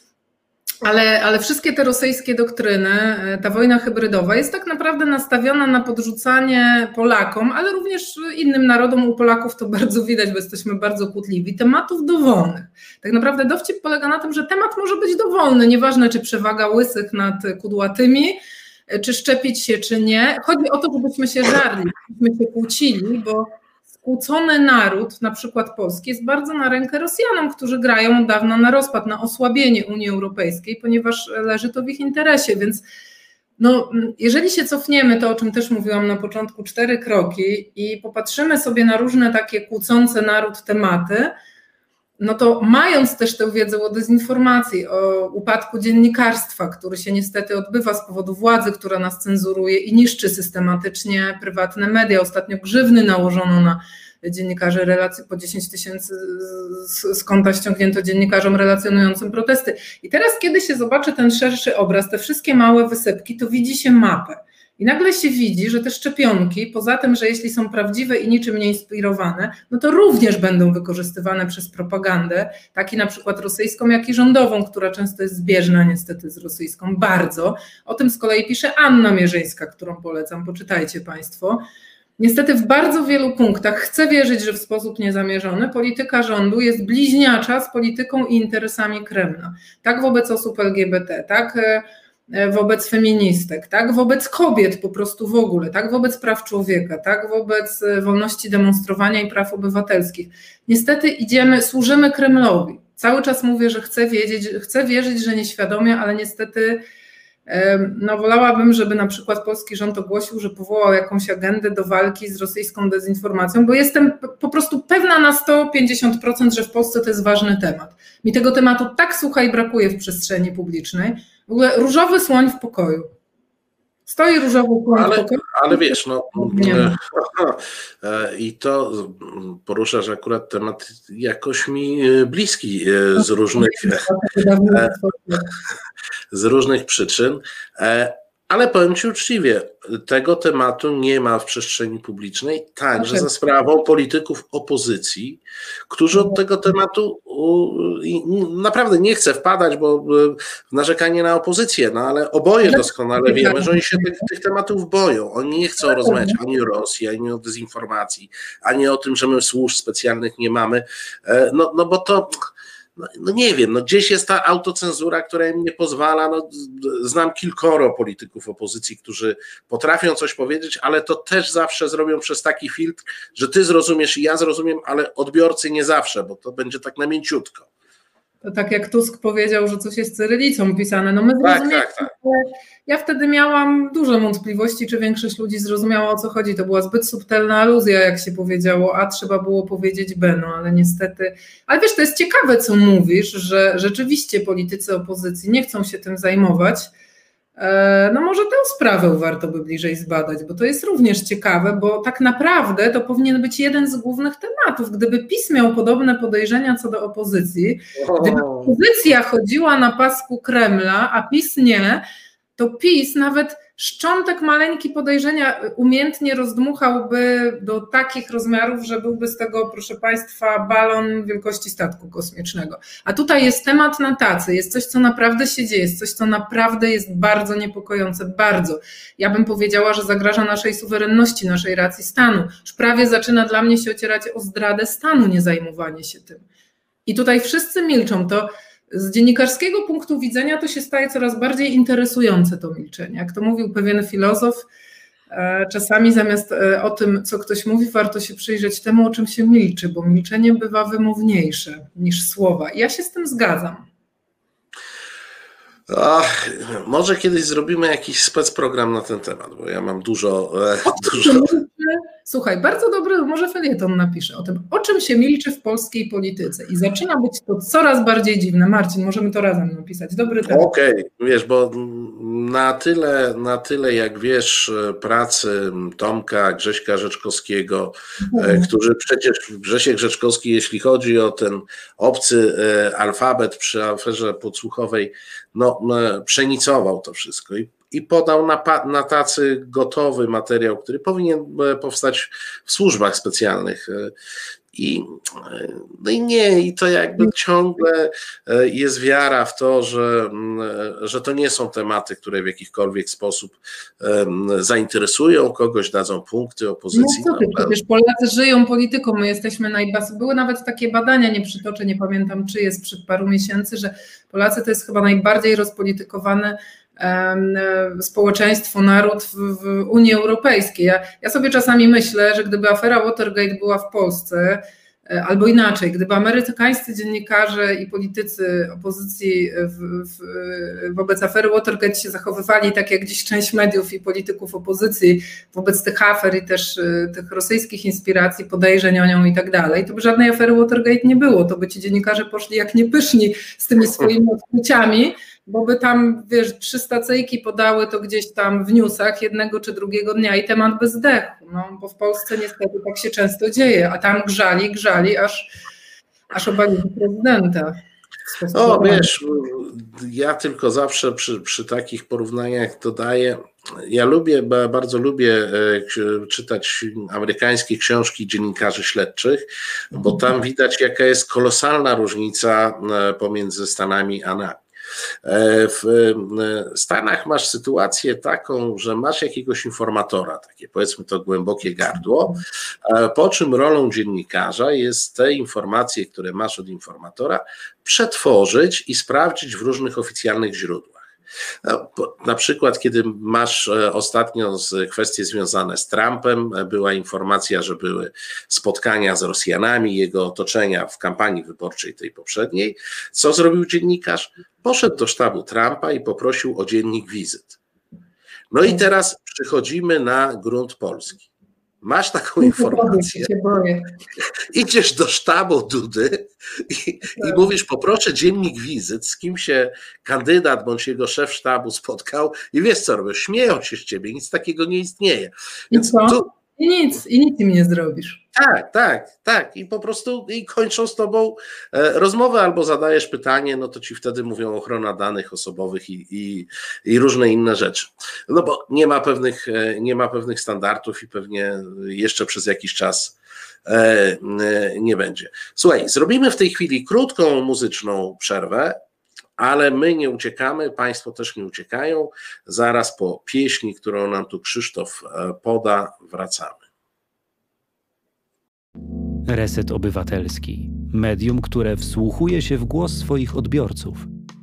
Speaker 3: Ale, ale wszystkie te rosyjskie doktryny, ta wojna hybrydowa jest tak naprawdę nastawiona na podrzucanie Polakom, ale również innym narodom. U Polaków to bardzo widać, bo jesteśmy bardzo kłótliwi, tematów dowolnych. Tak naprawdę dowcip polega na tym, że temat może być dowolny, nieważne czy przewaga łysych nad kudłatymi, czy szczepić się, czy nie. Chodzi o to, żebyśmy się żarli, żebyśmy się kłócili, bo skłócony naród, na przykład polski, jest bardzo na rękę Rosjanom, którzy grają od dawna na rozpad, na osłabienie Unii Europejskiej, ponieważ leży to w ich interesie, więc no, jeżeli się cofniemy, to o czym też mówiłam na początku, cztery kroki i popatrzymy sobie na różne takie kłócące naród tematy, no to mając też tę wiedzę o dezinformacji, o upadku dziennikarstwa, który się niestety odbywa z powodu władzy, która nas cenzuruje i niszczy systematycznie prywatne media. Ostatnio grzywny nałożono na dziennikarzy relacji, po dziesięć tysięcy z konta ściągnięto dziennikarzom relacjonującym protesty. I teraz, kiedy się zobaczy ten szerszy obraz, te wszystkie małe wysypki, to widzi się mapę. I nagle się widzi, że te szczepionki, poza tym, że jeśli są prawdziwe i niczym nie inspirowane, no to również będą wykorzystywane przez propagandę, tak i na przykład rosyjską, jak i rządową, która często jest zbieżna niestety z rosyjską, bardzo. O tym z kolei pisze Anna Mierzyńska, którą polecam, poczytajcie Państwo. Niestety w bardzo wielu punktach, chcę wierzyć, że w sposób niezamierzony, polityka rządu jest bliźniacza z polityką i interesami Kremla. Tak wobec osób L G B T, tak wobec feministek, tak wobec kobiet po prostu w ogóle, tak wobec praw człowieka, tak wobec wolności demonstrowania i praw obywatelskich. Niestety idziemy, służymy Kremlowi. Cały czas mówię, że chcę wiedzieć, chcę wierzyć, że nieświadomie, ale niestety No wolałabym, żeby na przykład polski rząd ogłosił, że powołał jakąś agendę do walki z rosyjską dezinformacją, bo jestem po prostu pewna na sto pięćdziesiąt procent, że w Polsce to jest ważny temat. Mi tego tematu tak, słuchaj, brakuje w przestrzeni publicznej. W ogóle różowy słoń w pokoju. Stoi różowy słoń
Speaker 2: ale,
Speaker 3: w pokoju.
Speaker 2: ale wiesz, no i to poruszasz akurat temat jakoś mi bliski z różnych z różnych przyczyn, ale powiem Ci uczciwie, tego tematu nie ma w przestrzeni publicznej, także okay. za sprawą polityków opozycji, którzy od tego tematu naprawdę nie chcę wpadać, bo w narzekanie na opozycję, no ale oboje doskonale wiemy, że oni się tych, tych tematów boją. Oni nie chcą rozmawiać ani o Rosji, ani o dezinformacji, ani o tym, że my służb specjalnych nie mamy, no, no bo to... No, no nie wiem, no gdzieś jest ta autocenzura, która im nie pozwala. No, znam kilkoro polityków opozycji, którzy potrafią coś powiedzieć, ale to też zawsze zrobią przez taki filtr, że ty zrozumiesz i ja zrozumiem, ale odbiorcy nie zawsze, bo to będzie tak na mięciutko.
Speaker 3: To tak jak Tusk powiedział, że coś jest cyrylicą pisane. No my
Speaker 2: tak, tak, tak.
Speaker 3: Ja wtedy miałam duże wątpliwości, czy większość ludzi zrozumiała, o co chodzi. To była zbyt subtelna aluzja, jak się powiedziało A, trzeba było powiedzieć B, no ale niestety... Ale wiesz, to jest ciekawe, co mówisz, że rzeczywiście politycy opozycji nie chcą się tym zajmować. No może tę sprawę warto by bliżej zbadać, bo to jest również ciekawe, bo tak naprawdę to powinien być jeden z głównych tematów. Gdyby PiS miał podobne podejrzenia co do opozycji, gdyby opozycja chodziła na pasku Kremla, a PiS nie, to PiS nawet szczątek maleńki podejrzenia umiejętnie rozdmuchałby do takich rozmiarów, że byłby z tego, proszę Państwa, balon wielkości statku kosmicznego. A tutaj jest temat na tacy, jest coś, co naprawdę się dzieje, jest coś, co naprawdę jest bardzo niepokojące, bardzo. Ja bym powiedziała, że zagraża naszej suwerenności, naszej racji stanu. Już prawie zaczyna dla mnie się ocierać o zdradę stanu, nie zajmowanie się tym. I tutaj wszyscy milczą, to z dziennikarskiego punktu widzenia to się staje coraz bardziej interesujące to milczenie. Jak to mówił pewien filozof, czasami zamiast o tym, co ktoś mówi, warto się przyjrzeć temu, o czym się milczy, bo milczenie bywa wymowniejsze niż słowa. I ja się z tym zgadzam.
Speaker 2: Ach, może kiedyś zrobimy jakiś specprogram na ten temat, bo ja mam dużo... dużo...
Speaker 3: Słuchaj, bardzo dobry, może felieton napiszę o tym, o czym się milczy w polskiej polityce i zaczyna być to coraz bardziej dziwne. Marcin, możemy to razem napisać, dobry temat.
Speaker 2: Okej, okay. Wiesz, bo na tyle, na tyle jak wiesz pracy Tomka, Grześka Rzeczkowskiego, mhm. którzy przecież, Grzesiek Rzeczkowski, jeśli chodzi o ten obcy alfabet przy aferze podsłuchowej, no przenicował to wszystko i i podał na, na tacy gotowy materiał, który powinien powstać w służbach specjalnych. I, no i nie, i to jakby ciągle jest wiara w to, że, że to nie są tematy, które w jakikolwiek sposób zainteresują kogoś, dadzą punkty opozycji.
Speaker 3: No co ty, przecież Polacy żyją polityką, my jesteśmy najbardziej, były nawet takie badania, nie przytoczę, nie pamiętam czy jest, sprzed paru miesięcy, że Polacy to jest chyba najbardziej rozpolitykowane społeczeństwo, naród w, w Unii Europejskiej. Ja, ja sobie czasami myślę, że gdyby afera Watergate była w Polsce, albo inaczej, gdyby amerykańscy dziennikarze i politycy opozycji w, w, wobec afery Watergate się zachowywali tak jak dziś część mediów i polityków opozycji wobec tych afer i też tych rosyjskich inspiracji, podejrzeń o nią i tak dalej, to by żadnej afery Watergate nie było, to by ci dziennikarze poszli jak niepyszni z tymi swoimi odkryciami, bo by tam, wiesz, trzy stacyjki podały to gdzieś tam w newsach jednego czy drugiego dnia i temat by zdechł, no, bo w Polsce niestety tak się często dzieje, a tam grzali, grzali, aż, aż obalili prezydenta.
Speaker 2: O, wiesz, ja tylko zawsze przy, przy takich porównaniach dodaję, ja lubię, bardzo lubię czytać amerykańskie książki dziennikarzy śledczych, bo tam widać, jaka jest kolosalna różnica pomiędzy Stanami a nami. W Stanach masz sytuację taką, że masz jakiegoś informatora, takie powiedzmy to głębokie gardło, po czym rolą dziennikarza jest te informacje, które masz od informatora, przetworzyć i sprawdzić w różnych oficjalnych źródłach. Na przykład, kiedy masz ostatnio kwestie związane z Trumpem, była informacja, że były spotkania z Rosjanami, jego otoczenia w kampanii wyborczej tej poprzedniej. Co zrobił dziennikarz? Poszedł do sztabu Trumpa i poprosił o dziennik wizyt. No i teraz przychodzimy na grunt polski. Masz taką informację, idziesz do sztabu Dudy i, i mówisz, poproszę dziennik wizyt, z kim się kandydat bądź jego szef sztabu spotkał i wiesz co robią, śmieją się z ciebie, nic takiego nie istnieje.
Speaker 3: Więc tu, I nic, i nic im nie zrobisz.
Speaker 2: Tak, tak, tak. I po prostu i kończą z tobą e, rozmowę albo zadajesz pytanie, no to ci wtedy mówią ochrona danych osobowych i, i, i różne inne rzeczy. No bo nie ma pewnych, e, nie ma pewnych standardów i pewnie jeszcze przez jakiś czas e, e, nie będzie. Słuchaj, zrobimy w tej chwili krótką muzyczną przerwę, ale my nie uciekamy, państwo też nie uciekają. Zaraz po pieśni, którą nam tu Krzysztof poda, wracamy.
Speaker 4: Reset Obywatelski. Medium, które wsłuchuje się w głos swoich odbiorców.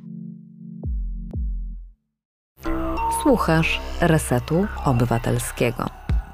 Speaker 1: Słuchasz Resetu Obywatelskiego.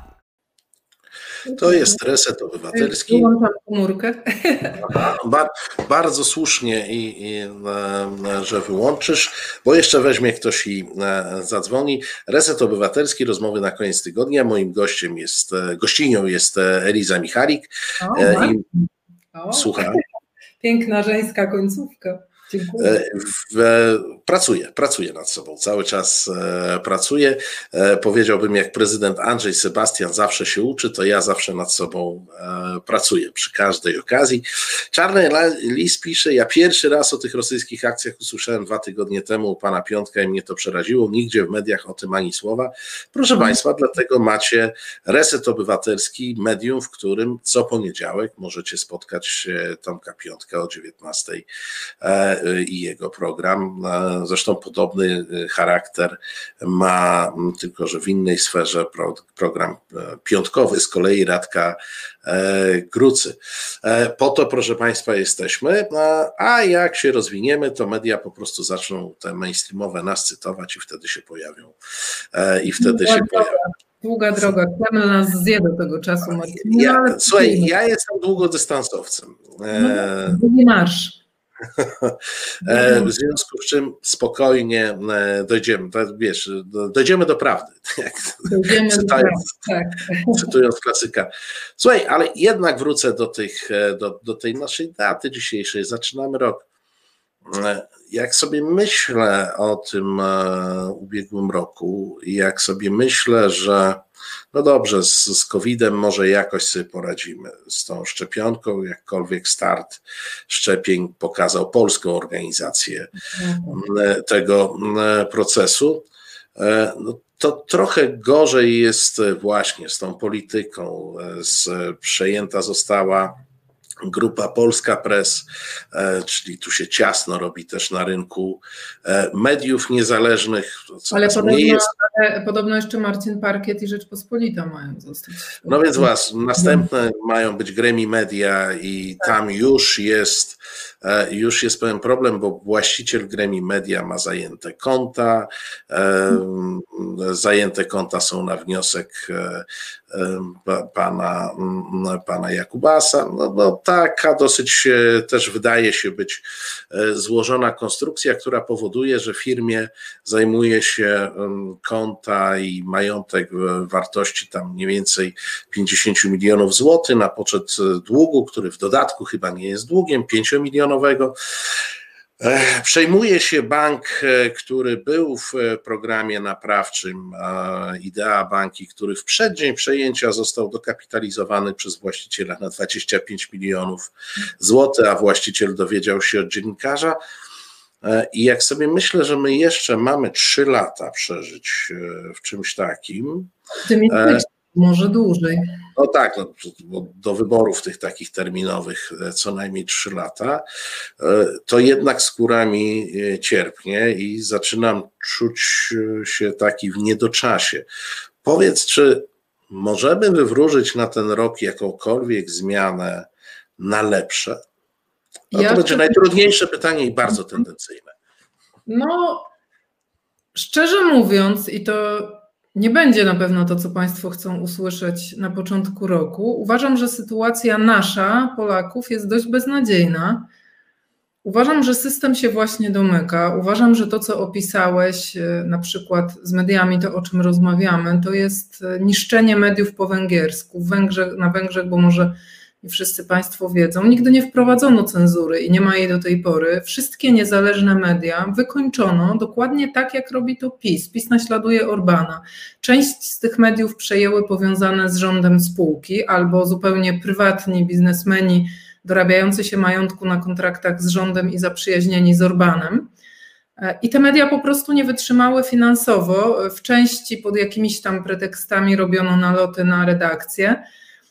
Speaker 2: To jest Reset Obywatelski.
Speaker 3: Wyłączam komórkę.
Speaker 2: Bar, bardzo słusznie, i, i, że wyłączysz, bo jeszcze weźmie ktoś i zadzwoni. Reset Obywatelski, rozmowy na koniec tygodnia. Moim gościem jest, gościnią jest Eliza Michalik.
Speaker 3: O,
Speaker 2: I,
Speaker 3: o,
Speaker 2: słucham.
Speaker 3: Piękna żeńska końcówka. Dziękuję.
Speaker 2: Pracuję, pracuję nad sobą, cały czas pracuję. Powiedziałbym, jak prezydent Andrzej Sebastian zawsze się uczy, to ja zawsze nad sobą pracuję przy każdej okazji. Czarny Lis pisze, ja pierwszy raz o tych rosyjskich akcjach usłyszałem dwa tygodnie temu u pana Piątka i mnie to przeraziło, nigdzie w mediach o tym ani słowa. Proszę państwa, dlatego macie Reset Obywatelski, medium, w którym co poniedziałek możecie spotkać Tomka Piątka o dziewiętnastej i jego program. Zresztą podobny charakter ma, tylko że w innej sferze, program piątkowy z kolei Radka Grucy. Po to, proszę państwa, jesteśmy, a jak się rozwiniemy, to media po prostu zaczną te mainstreamowe nas cytować i wtedy się pojawią. I wtedy
Speaker 3: Długa
Speaker 2: się
Speaker 3: droga.
Speaker 2: pojawią.
Speaker 3: Długa droga, Kreml nas zje do tego czasu, Marcin.
Speaker 2: Ja,
Speaker 3: ale
Speaker 2: słuchaj, ja jestem długodystansowcem.
Speaker 3: Drugi marsz.
Speaker 2: W związku z czym spokojnie dojdziemy, wiesz, dojdziemy do prawdy,
Speaker 3: Dojdziemy
Speaker 2: cytując,
Speaker 3: do tak.
Speaker 2: cytując klasyka. Słuchaj, ale jednak wrócę do, tych, do, do tej naszej daty dzisiejszej. Zaczynamy rok. Jak sobie myślę o tym ubiegłym roku i jak sobie myślę, że no dobrze, z, z kowidem może jakoś sobie poradzimy, z tą szczepionką, jakkolwiek start szczepień pokazał polską organizację mhm. tego procesu, no to trochę gorzej jest właśnie z tą polityką. Z, przejęta została Grupa Polska Press, czyli tu się ciasno robi też na rynku mediów niezależnych. Co
Speaker 3: ale podobno,
Speaker 2: nie jest.
Speaker 3: ale podobno jeszcze Marcin Parkiet i Rzeczpospolita mają zostać.
Speaker 2: No więc was, następne mają być Gremi Media i tak. Tam już jest, już jest pewien problem, bo właściciel Gremi Media ma zajęte konta. Hmm. Zajęte konta są na wniosek pana, pana Jakubasa. No, no taka dosyć też wydaje się być złożona konstrukcja, która powoduje, że firmie zajmuje się konta i majątek wartości tam mniej więcej pięćdziesiąt milionów złotych na poczet długu, który w dodatku chyba nie jest długiem, pięciomilionowego. Przejmuje się bank, który był w programie naprawczym Idea Banki, który w przeddzień przejęcia został dokapitalizowany przez właściciela na dwadzieścia pięć milionów złotych, a właściciel dowiedział się od dziennikarza. I jak sobie myślę, że my jeszcze mamy trzy lata przeżyć w czymś takim.
Speaker 3: Może dłużej.
Speaker 2: No tak, no, do wyborów tych takich terminowych co najmniej trzy lata, to jednak skóra mi cierpnie i zaczynam czuć się taki w niedoczasie. Powiedz, czy możemy wywróżyć na ten rok jakąkolwiek zmianę na lepsze? No to ja będzie to... najtrudniejsze pytanie i bardzo tendencyjne.
Speaker 3: No, Szczerze mówiąc, i to nie będzie na pewno to, co Państwo chcą usłyszeć na początku roku, uważam, że sytuacja nasza, Polaków, jest dość beznadziejna. Uważam, że system się właśnie domyka. Uważam, że to, co opisałeś, na przykład z mediami, to o czym rozmawiamy, to jest niszczenie mediów po węgiersku. W Węgrzech, na Węgrzech, bo może nie wszyscy Państwo wiedzą, nigdy nie wprowadzono cenzury i nie ma jej do tej pory. Wszystkie niezależne media wykończono dokładnie tak, jak robi to PiS. PiS naśladuje Orbana. Część z tych mediów przejęły powiązane z rządem spółki albo zupełnie prywatni biznesmeni dorabiający się majątku na kontraktach z rządem i zaprzyjaźnieni z Orbanem. I te media po prostu nie wytrzymały finansowo. W części pod jakimiś tam pretekstami robiono naloty na redakcje.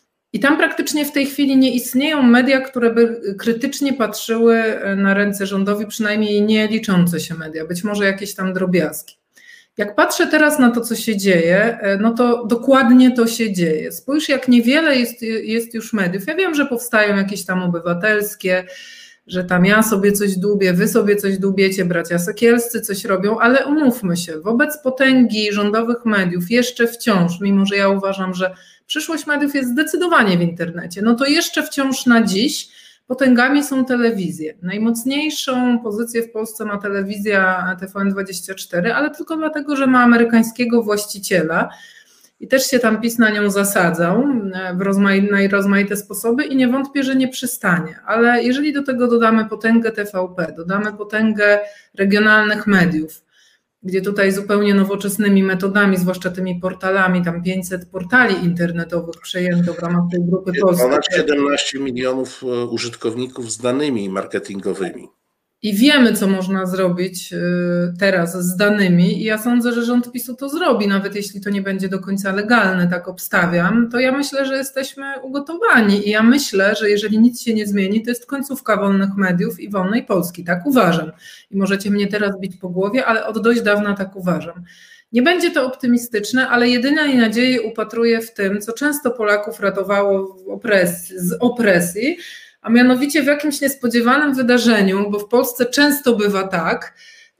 Speaker 3: I tam praktycznie w tej chwili nie istnieją media, które by krytycznie patrzyły na ręce rządowi, przynajmniej nie liczące się media, być może jakieś tam drobiazgi. Jak patrzę teraz na to, co się dzieje, no to dokładnie to się dzieje. Spójrz, jak niewiele jest, jest już mediów. Ja wiem, że powstają jakieś tam obywatelskie, że tam ja sobie coś dłubię, wy sobie coś dłubiecie, bracia Sekielscy coś robią, ale umówmy się, wobec potęgi rządowych mediów jeszcze wciąż, mimo że ja uważam, że przyszłość mediów jest zdecydowanie w internecie, no to jeszcze wciąż na dziś potęgami są telewizje. Najmocniejszą pozycję w Polsce ma telewizja T V N dwadzieścia cztery, ale tylko dlatego, że ma amerykańskiego właściciela i też się tam PiS na nią zasadzał w rozmaite, najrozmaite sposoby i nie wątpię, że nie przystanie. Ale jeżeli do tego dodamy potęgę T V P, dodamy potęgę regionalnych mediów, gdzie tutaj zupełnie nowoczesnymi metodami, zwłaszcza tymi portalami, tam pięćset portali internetowych przejęto w ramach tej grupy polskiej.
Speaker 2: Ponad siedemnaście milionów użytkowników z danymi marketingowymi.
Speaker 3: I wiemy, co można zrobić teraz z danymi i ja sądzę, że rząd PiSu to zrobi, nawet jeśli to nie będzie do końca legalne, tak obstawiam, to ja myślę, że jesteśmy ugotowani i ja myślę, że jeżeli nic się nie zmieni, to jest końcówka wolnych mediów i wolnej Polski, tak uważam. I możecie mnie teraz bić po głowie, ale od dość dawna tak uważam. Nie będzie to optymistyczne, ale jedynej nadziei upatruję w tym, co często Polaków ratowało w opresji, z opresji, a mianowicie w jakimś niespodziewanym wydarzeniu, bo w Polsce często bywa tak,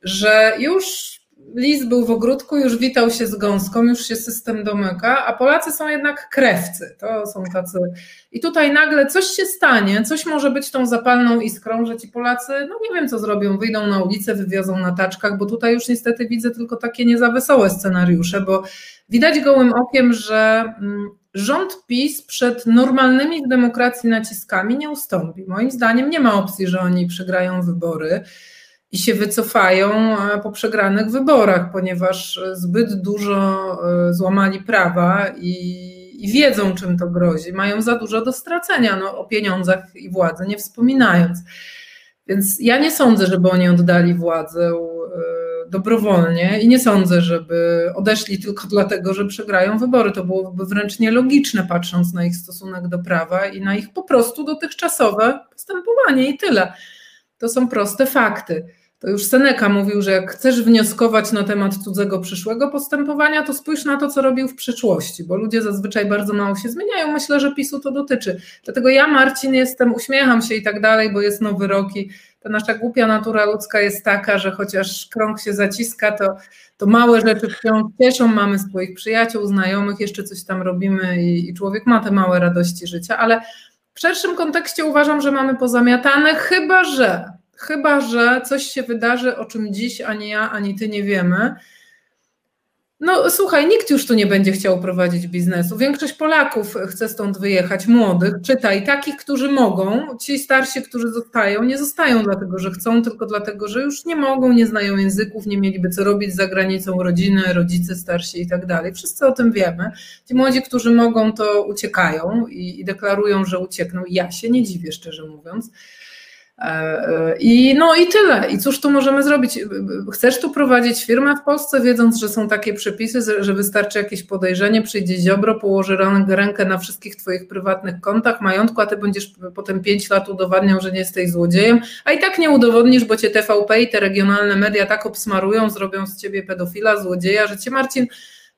Speaker 3: że już lis był w ogródku, już witał się z gąską, już się system domyka, a Polacy są jednak krewcy, to są tacy. I tutaj nagle coś się stanie, coś może być tą zapalną iskrą, że ci Polacy, no nie wiem co zrobią, wyjdą na ulicę, wywiozą na taczkach, bo tutaj już niestety widzę tylko takie nie za wesołe scenariusze, bo widać gołym okiem, że rząd PiS przed normalnymi w demokracji naciskami nie ustąpi. Moim zdaniem nie ma opcji, że oni przegrają wybory i się wycofają po przegranych wyborach, ponieważ zbyt dużo złamali prawa i, i wiedzą, czym to grozi. Mają za dużo do stracenia, no, o pieniądzach i władzy nie wspominając. Więc ja nie sądzę, żeby oni oddali władzę dobrowolnie i nie sądzę, żeby odeszli tylko dlatego, że przegrają wybory. To byłoby wręcz nielogiczne, patrząc na ich stosunek do prawa i na ich po prostu dotychczasowe postępowanie i tyle. To są proste fakty. To już Seneca mówił, że jak chcesz wnioskować na temat cudzego przyszłego postępowania, to spójrz na to, co robił w przyszłości, bo ludzie zazwyczaj bardzo mało się zmieniają. Myślę, że PiSu to dotyczy. Dlatego ja, Marcin, jestem, uśmiecham się i tak dalej, bo jest nowy rok i ta nasza głupia natura ludzka jest taka, że chociaż krąg się zaciska, to, to małe rzeczy wciąż cieszą, mamy swoich przyjaciół, znajomych, jeszcze coś tam robimy i, i człowiek ma te małe radości życia, ale w szerszym kontekście uważam, że mamy pozamiatane, chyba że, chyba że coś się wydarzy, o czym dziś ani ja, ani ty nie wiemy. No słuchaj, nikt już tu nie będzie chciał prowadzić biznesu. Większość Polaków chce stąd wyjechać, młodych, czytaj, takich, którzy mogą. Ci starsi, którzy zostają, nie zostają dlatego, że chcą, tylko dlatego, że już nie mogą, nie znają języków, nie mieliby co robić za granicą, rodziny, rodzice starsi i tak dalej. Wszyscy o tym wiemy. Ci młodzi, którzy mogą, to uciekają i, i deklarują, że uciekną. Ja się nie dziwię, szczerze mówiąc. I no i tyle. I cóż tu możemy zrobić? Chcesz tu prowadzić firmę w Polsce, wiedząc, że są takie przepisy, że wystarczy jakieś podejrzenie, przyjdzie Ziobro, położy rękę na wszystkich twoich prywatnych kontach, majątku, a ty będziesz potem pięć lat udowadniał, że nie jesteś złodziejem, a i tak nie udowodnisz, bo cię T V P i te regionalne media tak obsmarują, zrobią z ciebie pedofila, złodzieja, że cię, Marcin,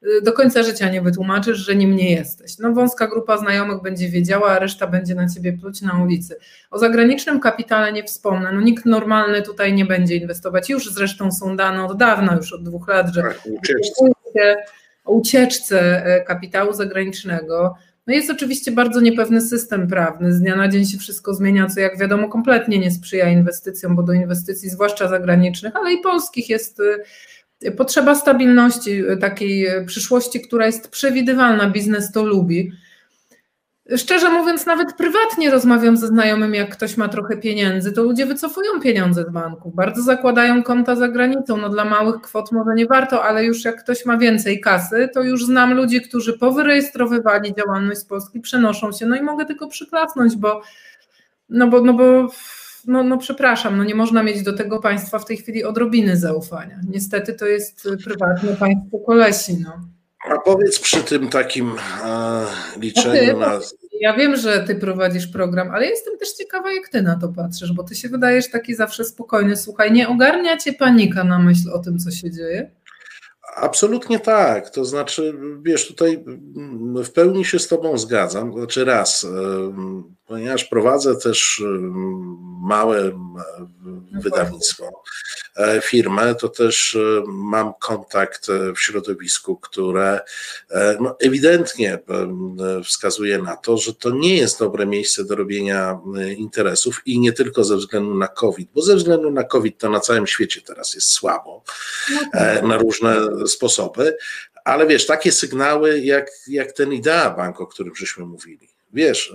Speaker 3: do końca życia nie wytłumaczysz, że nim nie jesteś. No wąska grupa znajomych będzie wiedziała, a reszta będzie na ciebie pluć na ulicy. O zagranicznym kapitale nie wspomnę, no nikt normalny tutaj nie będzie inwestować. Już zresztą są dane od dawna, już od dwóch lat, że o ucieczce kapitału zagranicznego. No jest oczywiście bardzo niepewny system prawny, z dnia na dzień się wszystko zmienia, co jak wiadomo kompletnie nie sprzyja inwestycjom, bo do inwestycji zwłaszcza zagranicznych, ale i polskich jest potrzeba stabilności, takiej przyszłości, która jest przewidywalna, biznes to lubi. Szczerze mówiąc, nawet prywatnie rozmawiam ze znajomymi, jak ktoś ma trochę pieniędzy, to ludzie wycofują pieniądze z banków, bardzo zakładają konta za granicą, no dla małych kwot może nie warto, ale już jak ktoś ma więcej kasy, to już znam ludzi, którzy powyrejestrowywali działalność z Polski, przenoszą się, no i mogę tylko przyklasnąć, bo no bo, no bo no, no przepraszam, no nie można mieć do tego państwa w tej chwili odrobiny zaufania. Niestety to jest prywatne państwo kolesi, no.
Speaker 2: A powiedz przy tym takim e, liczeniu na...
Speaker 3: Ja wiem, że ty prowadzisz program, ale jestem też ciekawa, jak ty na to patrzysz, bo ty się wydajesz taki zawsze spokojny. Słuchaj, nie ogarnia cię panika na myśl o tym, co się dzieje?
Speaker 2: Absolutnie tak, to znaczy, wiesz, tutaj w pełni się z tobą zgadzam, znaczy raz, ponieważ prowadzę też małe wydawnictwo, firmę, to też mam kontakt w środowisku, które no, ewidentnie wskazuje na to, że to nie jest dobre miejsce do robienia interesów i nie tylko ze względu na COVID, bo ze względu na COVID to na całym świecie teraz jest słabo, na różne sposoby, ale wiesz, takie sygnały jak, jak ten Idea Bank, o którym żeśmy mówili, wiesz,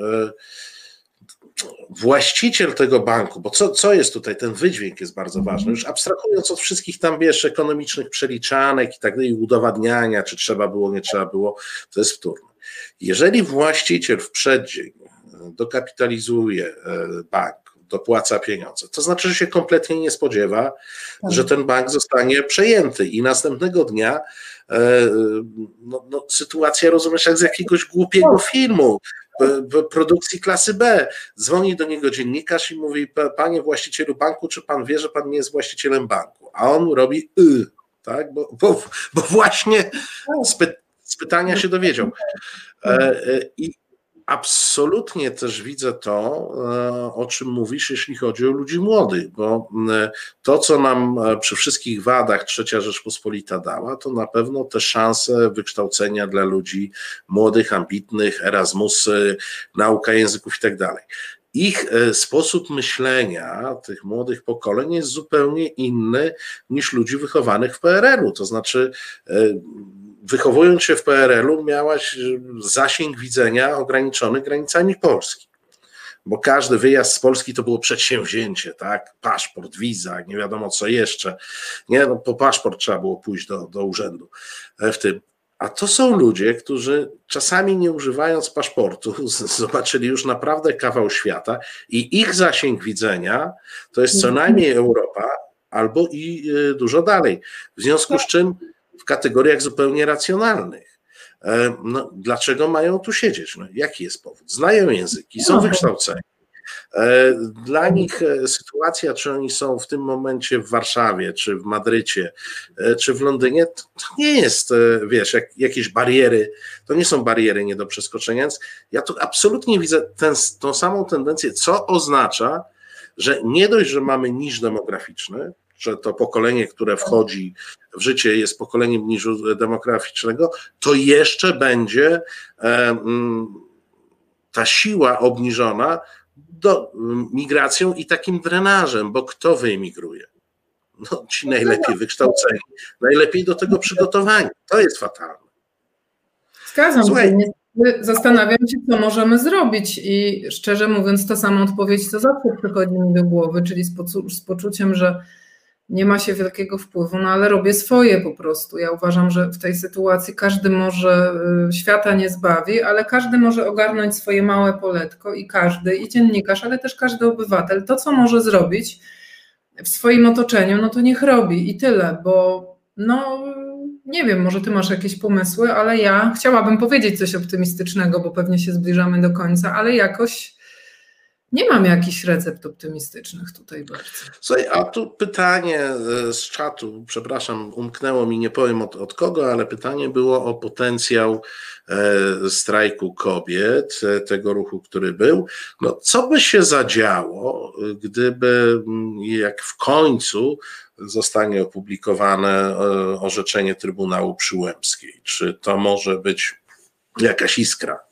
Speaker 2: właściciel tego banku, bo co, co jest tutaj, ten wydźwięk jest bardzo ważny, już abstrahując od wszystkich tam, wiesz, ekonomicznych przeliczanek i tak dalej, udowadniania, czy trzeba było, nie trzeba było, to jest wtórne. Jeżeli właściciel w przeddzień dokapitalizuje bank, dopłaca pieniądze, to znaczy, że się kompletnie nie spodziewa, tak, że ten bank zostanie przejęty i następnego dnia no, no, sytuacja, rozumiesz, jak z jakiegoś głupiego filmu, produkcji klasy B. Dzwoni do niego dziennikarz i mówi: panie właścicielu banku, czy pan wie, że pan nie jest właścicielem banku? A on robi y, tak, bo, bo, bo właśnie z, py, z pytania się dowiedział. I absolutnie też widzę to, o czym mówisz, jeśli chodzi o ludzi młodych, bo to, co nam przy wszystkich wadach Trzecia Rzeczpospolita dała, to na pewno te szanse wykształcenia dla ludzi młodych, ambitnych, Erasmusy, nauka języków i tak dalej. Ich sposób myślenia, tych młodych pokoleń, jest zupełnie inny niż ludzi wychowanych w P R L u, to znaczy wychowując się w P R L u miałaś zasięg widzenia ograniczony granicami Polski, bo każdy wyjazd z Polski to było przedsięwzięcie, tak, paszport, wiza, nie wiadomo co jeszcze, nie, no po paszport trzeba było pójść do, do urzędu w tym. A to są ludzie, którzy czasami nie używając paszportu zobaczyli już naprawdę kawał świata i ich zasięg widzenia to jest co najmniej Europa albo i dużo dalej, w związku z czym w kategoriach zupełnie racjonalnych. No, dlaczego mają tu siedzieć? No, jaki jest powód? Znają języki, są wykształceni. Dla nich sytuacja, czy oni są w tym momencie w Warszawie, czy w Madrycie, czy w Londynie, to nie jest, wiesz, jak, jakieś bariery, to nie są bariery nie do przeskoczenia, więc ja tu absolutnie widzę ten, tą samą tendencję, co oznacza, że nie dość, że mamy niż demograficzny, że to pokolenie, które wchodzi w życie, jest pokoleniem niżu demograficznego, to jeszcze będzie ta siła obniżona do migracją i takim drenażem, bo kto wyemigruje? No ci najlepiej wykształceni, najlepiej do tego przygotowani. To jest fatalne.
Speaker 3: Zgadzam się. Zastanawiam się, co możemy zrobić i szczerze mówiąc, to sama odpowiedź, co zawsze przychodzi mi do głowy, czyli z, poczu- z poczuciem, że nie ma się wielkiego wpływu, no ale robię swoje po prostu. Ja uważam, że w tej sytuacji każdy może, świata nie zbawi, ale każdy może ogarnąć swoje małe poletko i każdy, i dziennikarz, ale też każdy obywatel, to co może zrobić w swoim otoczeniu, no to niech robi i tyle, bo no nie wiem, może ty masz jakieś pomysły, ale ja chciałabym powiedzieć coś optymistycznego, bo pewnie się zbliżamy do końca, ale jakoś Nie mam jakichś recept optymistycznych tutaj bardzo.
Speaker 2: Słuchaj, a tu pytanie z czatu, przepraszam, umknęło mi, nie powiem od, od kogo, ale pytanie było o potencjał e, strajku kobiet, e, tego ruchu, który był. No, co by się zadziało, gdyby, jak w końcu zostanie opublikowane e, orzeczenie Trybunału Przyłębskiej? Czy to może być jakaś iskra?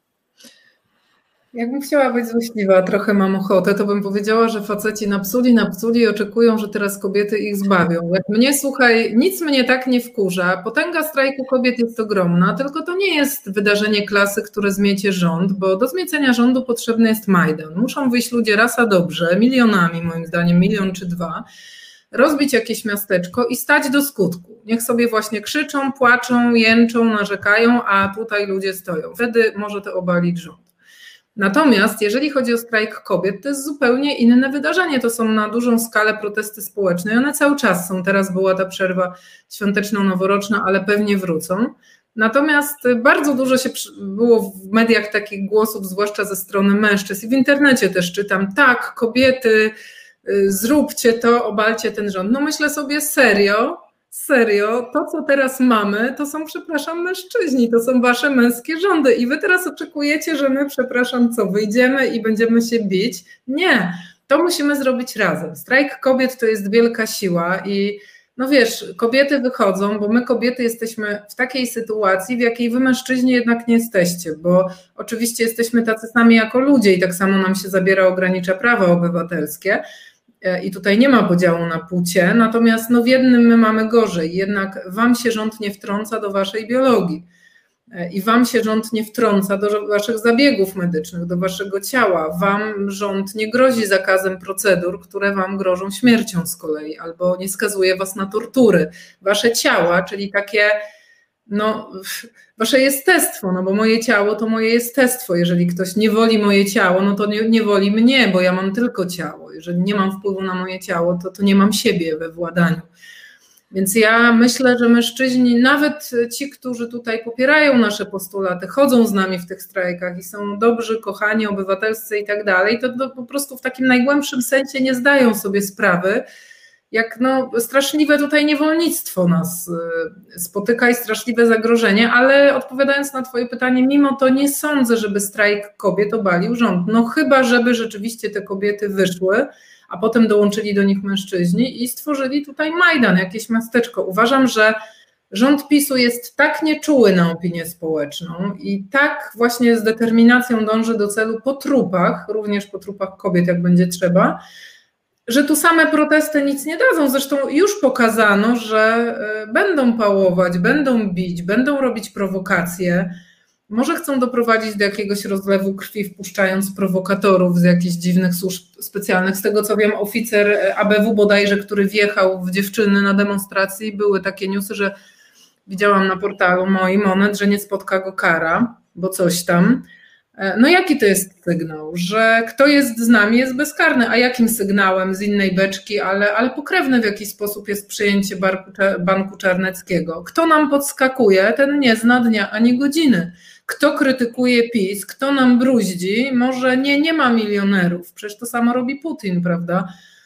Speaker 3: Jakbym chciała być złośliwa, trochę mam ochotę, to bym powiedziała, że faceci napsuli, napsuli i oczekują, że teraz kobiety ich zbawią. Jak mnie, słuchaj, nic mnie tak nie wkurza. Potęga strajku kobiet jest ogromna, tylko to nie jest wydarzenie klasy, które zmiecie rząd, bo do zmiecenia rządu potrzebny jest Majdan. Muszą wyjść ludzie raz a dobrze, milionami moim zdaniem, milion czy dwa, rozbić jakieś miasteczko i stać do skutku. Niech sobie właśnie krzyczą, płaczą, jęczą, narzekają, a tutaj ludzie stoją. Wtedy może to obalić rząd. Natomiast jeżeli chodzi o strajk kobiet, to jest zupełnie inne wydarzenie. To są na dużą skalę protesty społeczne i one cały czas są. Teraz była ta przerwa świąteczno-noworoczna, ale pewnie wrócą. Natomiast bardzo dużo się było w mediach takich głosów, zwłaszcza ze strony mężczyzn i w internecie też czytam, tak, kobiety, zróbcie to, obalcie ten rząd. No myślę sobie serio, Serio, to co teraz mamy, to są, przepraszam, mężczyźni, to są wasze męskie rządy i wy teraz oczekujecie, że my, przepraszam, co, wyjdziemy i będziemy się bić? Nie, to musimy zrobić razem. Strajk kobiet to jest wielka siła i no wiesz, kobiety wychodzą, bo my kobiety jesteśmy w takiej sytuacji, w jakiej wy mężczyźni jednak nie jesteście, bo oczywiście jesteśmy tacy sami jako ludzie i tak samo nam się zabiera, ogranicza prawa obywatelskie, i tutaj nie ma podziału na płcie, natomiast no w jednym my mamy gorzej, jednak wam się rząd nie wtrąca do waszej biologii i wam się rząd nie wtrąca do waszych zabiegów medycznych, do waszego ciała, wam rząd nie grozi zakazem procedur, które wam grożą śmiercią z kolei, albo nie skazuje was na tortury. Wasze ciała, czyli takie no, wasze jestestwo, no bo moje ciało to moje jestestwo. Jeżeli ktoś nie woli moje ciało, no to nie, nie woli mnie, bo ja mam tylko ciało. Jeżeli nie mam wpływu na moje ciało, to, to nie mam siebie we władaniu. Więc ja myślę, że mężczyźni, nawet ci, którzy tutaj popierają nasze postulaty, chodzą z nami w tych strajkach i są dobrzy, kochani, obywatelscy i tak dalej, to, to po prostu w takim najgłębszym sensie nie zdają sobie sprawy, jak no, straszliwe tutaj niewolnictwo nas spotyka i straszliwe zagrożenie, ale odpowiadając na twoje pytanie, mimo to nie sądzę, żeby strajk kobiet obalił rząd. No chyba, żeby rzeczywiście te kobiety wyszły, a potem dołączyli do nich mężczyźni i stworzyli tutaj Majdan, jakieś miasteczko. Uważam, że rząd PiSu jest tak nieczuły na opinię społeczną i tak właśnie z determinacją dąży do celu po trupach, również po trupach kobiet, jak będzie trzeba, że tu same protesty nic nie dadzą. Zresztą już pokazano, że będą pałować, będą bić, będą robić prowokacje. Może chcą doprowadzić do jakiegoś rozlewu krwi, wpuszczając prowokatorów z jakichś dziwnych służb specjalnych. Z tego co wiem, oficer A B W bodajże, który wjechał w dziewczyny na demonstracji, były takie newsy, że widziałam na portalu moim Onet, że nie spotka go kara, bo coś tam. No jaki to jest sygnał? Że kto jest z nami, jest bezkarny. A jakim sygnałem z innej beczki, ale, ale pokrewne w jakiś sposób jest przyjęcie Banku, Banku Czarneckiego? Kto nam podskakuje, ten nie zna dnia ani godziny. Kto krytykuje PiS, kto nam bruździ, może nie, nie ma milionerów. Przecież to samo robi Putin, prawda?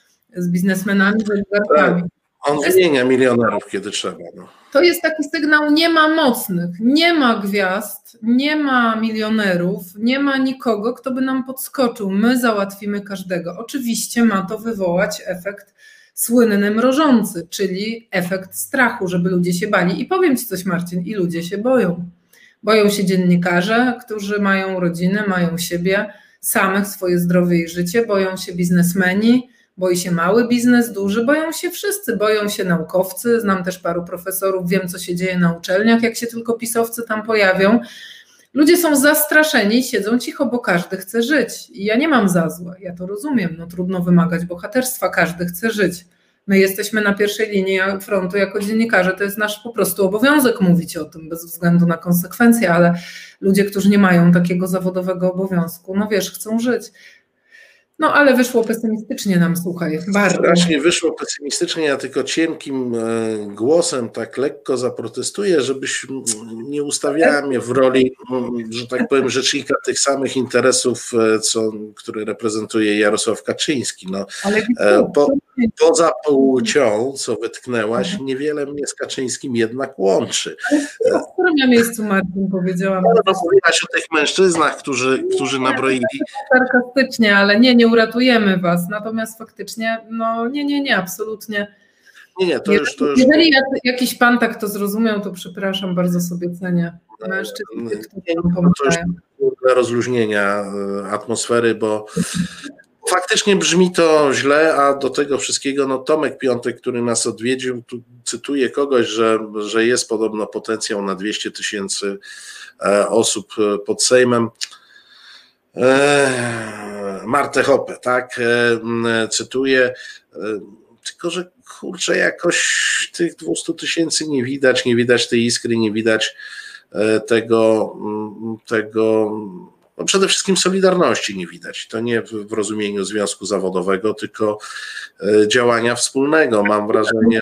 Speaker 3: Z biznesmenami, z oligarchami.
Speaker 2: On wymienia milionerów, kiedy trzeba. No.
Speaker 3: To jest taki sygnał, nie ma mocnych, nie ma gwiazd, nie ma milionerów, nie ma nikogo, kto by nam podskoczył. My załatwimy każdego. Oczywiście ma to wywołać efekt słynny mrożący, czyli efekt strachu, żeby ludzie się bali. I powiem ci coś, Marcin, i ludzie się boją. Boją się dziennikarze, którzy mają rodzinę, mają siebie, samych, swoje zdrowie i życie, boją się biznesmeni, boi się mały biznes, duży, boją się wszyscy, boją się naukowcy, znam też paru profesorów, wiem co się dzieje na uczelniach, jak się tylko pisowcy tam pojawią. Ludzie są zastraszeni i siedzą cicho, bo każdy chce żyć i ja nie mam za złe, ja to rozumiem, no trudno wymagać bohaterstwa, każdy chce żyć. My jesteśmy na pierwszej linii frontu jako dziennikarze, to jest nasz po prostu obowiązek mówić o tym bez względu na konsekwencje, ale ludzie, którzy nie mają takiego zawodowego obowiązku, no wiesz, chcą żyć. No ale wyszło pesymistycznie nam, słuchaj, bardzo.
Speaker 2: Strasznie wyszło pesymistycznie, ja tylko cienkim głosem tak lekko zaprotestuję, żebyś nie ustawiała mnie w roli, że tak powiem, rzecznika tych samych interesów, co, które reprezentuje Jarosław Kaczyński. No, po, poza płcią, co wytknęłaś, niewiele mnie z Kaczyńskim jednak łączy.
Speaker 3: Ale w którym ja miejscu, Marcin, powiedziałam?
Speaker 2: No, no mówiłaś o tych mężczyznach, którzy, którzy nabroili.
Speaker 3: Sarkastycznie, ale nie, nie uratujemy was. Natomiast faktycznie, no nie, nie, nie, absolutnie.
Speaker 2: Nie, nie, to
Speaker 3: jeżeli,
Speaker 2: już... To już...
Speaker 3: jeżeli jakiś pan tak to zrozumiał, to przepraszam, bardzo sobie cenię mężczyzn, którzy nam pomagają.
Speaker 2: To już dla rozluźnienia atmosfery, bo faktycznie brzmi to źle, a do tego wszystkiego, no Tomek Piątek, który nas odwiedził, tu cytuję kogoś, że, że jest podobno potencjał na dwieście tysięcy osób pod Sejmem. Martę Hopę, tak, cytuję, tylko że kurczę, jakoś tych dwieście tysięcy nie widać, nie widać tej iskry, nie widać tego, tego no przede wszystkim solidarności nie widać. To nie w, w rozumieniu związku zawodowego, tylko działania wspólnego. Mam wrażenie,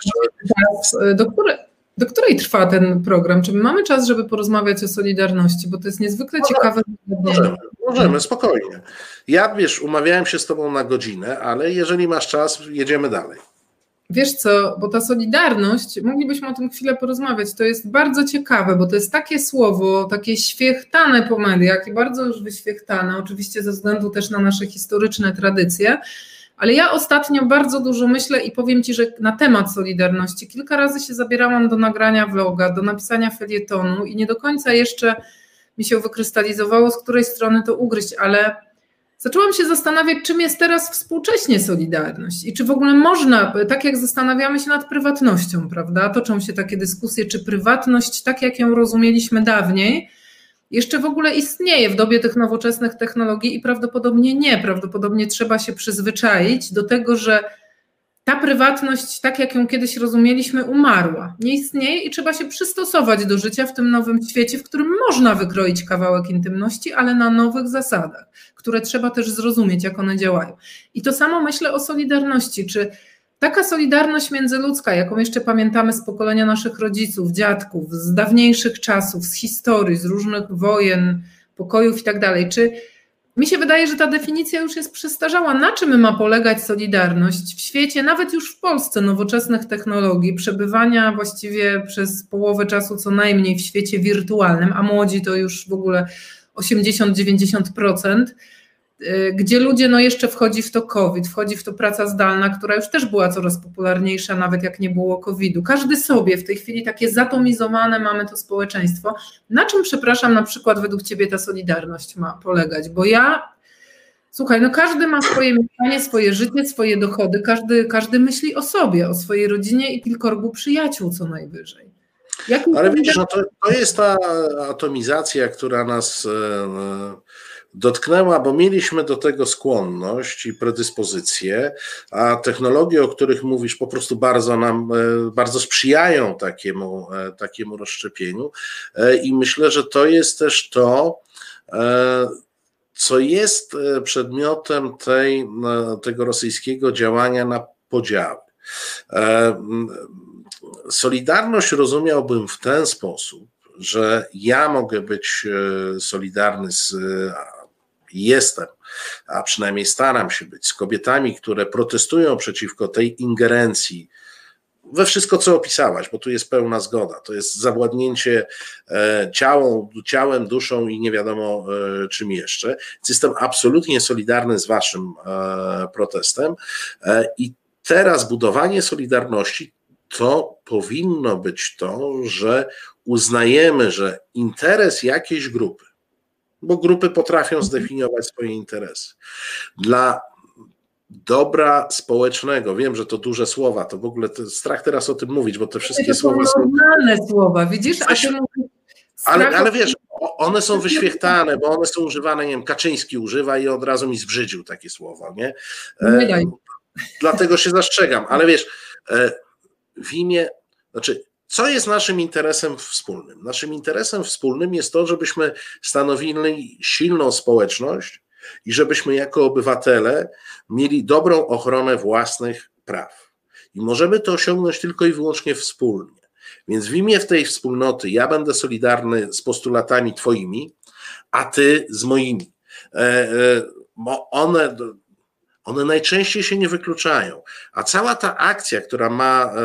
Speaker 2: że...
Speaker 3: Do której, do której trwa ten program? Czy my mamy czas, żeby porozmawiać o solidarności? Bo to jest niezwykle
Speaker 2: możemy,
Speaker 3: ciekawe.
Speaker 2: Możemy, możemy, spokojnie. Ja, wiesz, umawiałem się z tobą na godzinę, ale jeżeli masz czas, jedziemy dalej.
Speaker 3: Wiesz co, bo ta solidarność, moglibyśmy o tym chwilę porozmawiać, to jest bardzo ciekawe, bo to jest takie słowo, takie świechtane po mediach i bardzo już wyświechtane, oczywiście ze względu też na nasze historyczne tradycje, ale ja ostatnio bardzo dużo myślę i powiem Ci, że na temat solidarności kilka razy się zabierałam do nagrania vloga, do napisania felietonu i nie do końca jeszcze mi się wykrystalizowało, z której strony to ugryźć, ale zaczęłam się zastanawiać, czym jest teraz współcześnie solidarność i czy w ogóle można, tak jak zastanawiamy się nad prywatnością, prawda, toczą się takie dyskusje, czy prywatność, tak jak ją rozumieliśmy dawniej, jeszcze w ogóle istnieje w dobie tych nowoczesnych technologii i prawdopodobnie nie, prawdopodobnie trzeba się przyzwyczaić do tego, że ta prywatność, tak jak ją kiedyś rozumieliśmy, umarła, nie istnieje i trzeba się przystosować do życia w tym nowym świecie, w którym można wykroić kawałek intymności, ale na nowych zasadach, które trzeba też zrozumieć, jak one działają. I to samo myślę o solidarności, czy taka solidarność międzyludzka, jaką jeszcze pamiętamy z pokolenia naszych rodziców, dziadków, z dawniejszych czasów, z historii, z różnych wojen, pokojów i tak dalej, czy mi się wydaje, że ta definicja już jest przestarzała. Na czym ma polegać solidarność w świecie, nawet już w Polsce, nowoczesnych technologii, przebywania właściwie przez połowę czasu co najmniej w świecie wirtualnym, a młodzi to już w ogóle osiemdziesiąt do dziewięćdziesięciu procent, gdzie ludzie, no jeszcze wchodzi w to COVID, wchodzi w to praca zdalna, która już też była coraz popularniejsza, nawet jak nie było kowidu. Każdy sobie w tej chwili takie zatomizowane mamy to społeczeństwo. Na czym, przepraszam, na przykład według Ciebie ta solidarność ma polegać? Bo ja, słuchaj, no każdy ma swoje mieszkanie, swoje życie, swoje dochody, każdy, każdy myśli o sobie, o swojej rodzinie i kilkorgu przyjaciół co najwyżej. Jakim
Speaker 2: Ale widzisz, no to, to jest ta atomizacja, która nas dotknęła, bo mieliśmy do tego skłonność i predyspozycję, a technologie, o których mówisz, po prostu bardzo nam, bardzo sprzyjają takiemu, takiemu rozszczepieniu i myślę, że to jest też to, co jest przedmiotem tej, tego rosyjskiego działania na podziały. Solidarność rozumiałbym w ten sposób, że ja mogę być solidarny z, jestem, a przynajmniej staram się być, z kobietami, które protestują przeciwko tej ingerencji we wszystko, co opisałaś, bo tu jest pełna zgoda. To jest zawładnięcie ciałem, ciałem, duszą i nie wiadomo czym jeszcze. Więc jestem absolutnie solidarny z waszym protestem i teraz budowanie solidarności to powinno być to, że uznajemy, że interes jakiejś grupy, bo grupy potrafią zdefiniować swoje interesy, dla dobra społecznego, wiem, że to duże słowa, to w ogóle to strach teraz o tym mówić, bo te wszystkie
Speaker 3: to
Speaker 2: słowa są...
Speaker 3: normalne słowa, widzisz? A ty mówisz,
Speaker 2: ale, ale wiesz, one są wyświechtane, bo one są używane, nie wiem, Kaczyński używa i od razu mi zbrzydził takie słowo, nie?
Speaker 3: Nie daj.
Speaker 2: Dlatego się zastrzegam, ale wiesz, w imię, znaczy, co jest naszym interesem wspólnym? Naszym interesem wspólnym jest to, żebyśmy stanowili silną społeczność, i żebyśmy jako obywatele mieli dobrą ochronę własnych praw. I możemy to osiągnąć tylko i wyłącznie wspólnie. Więc w imię tej wspólnoty ja będę solidarny z postulatami twoimi, a ty z moimi. One, one najczęściej się nie wykluczają, a cała ta akcja, która ma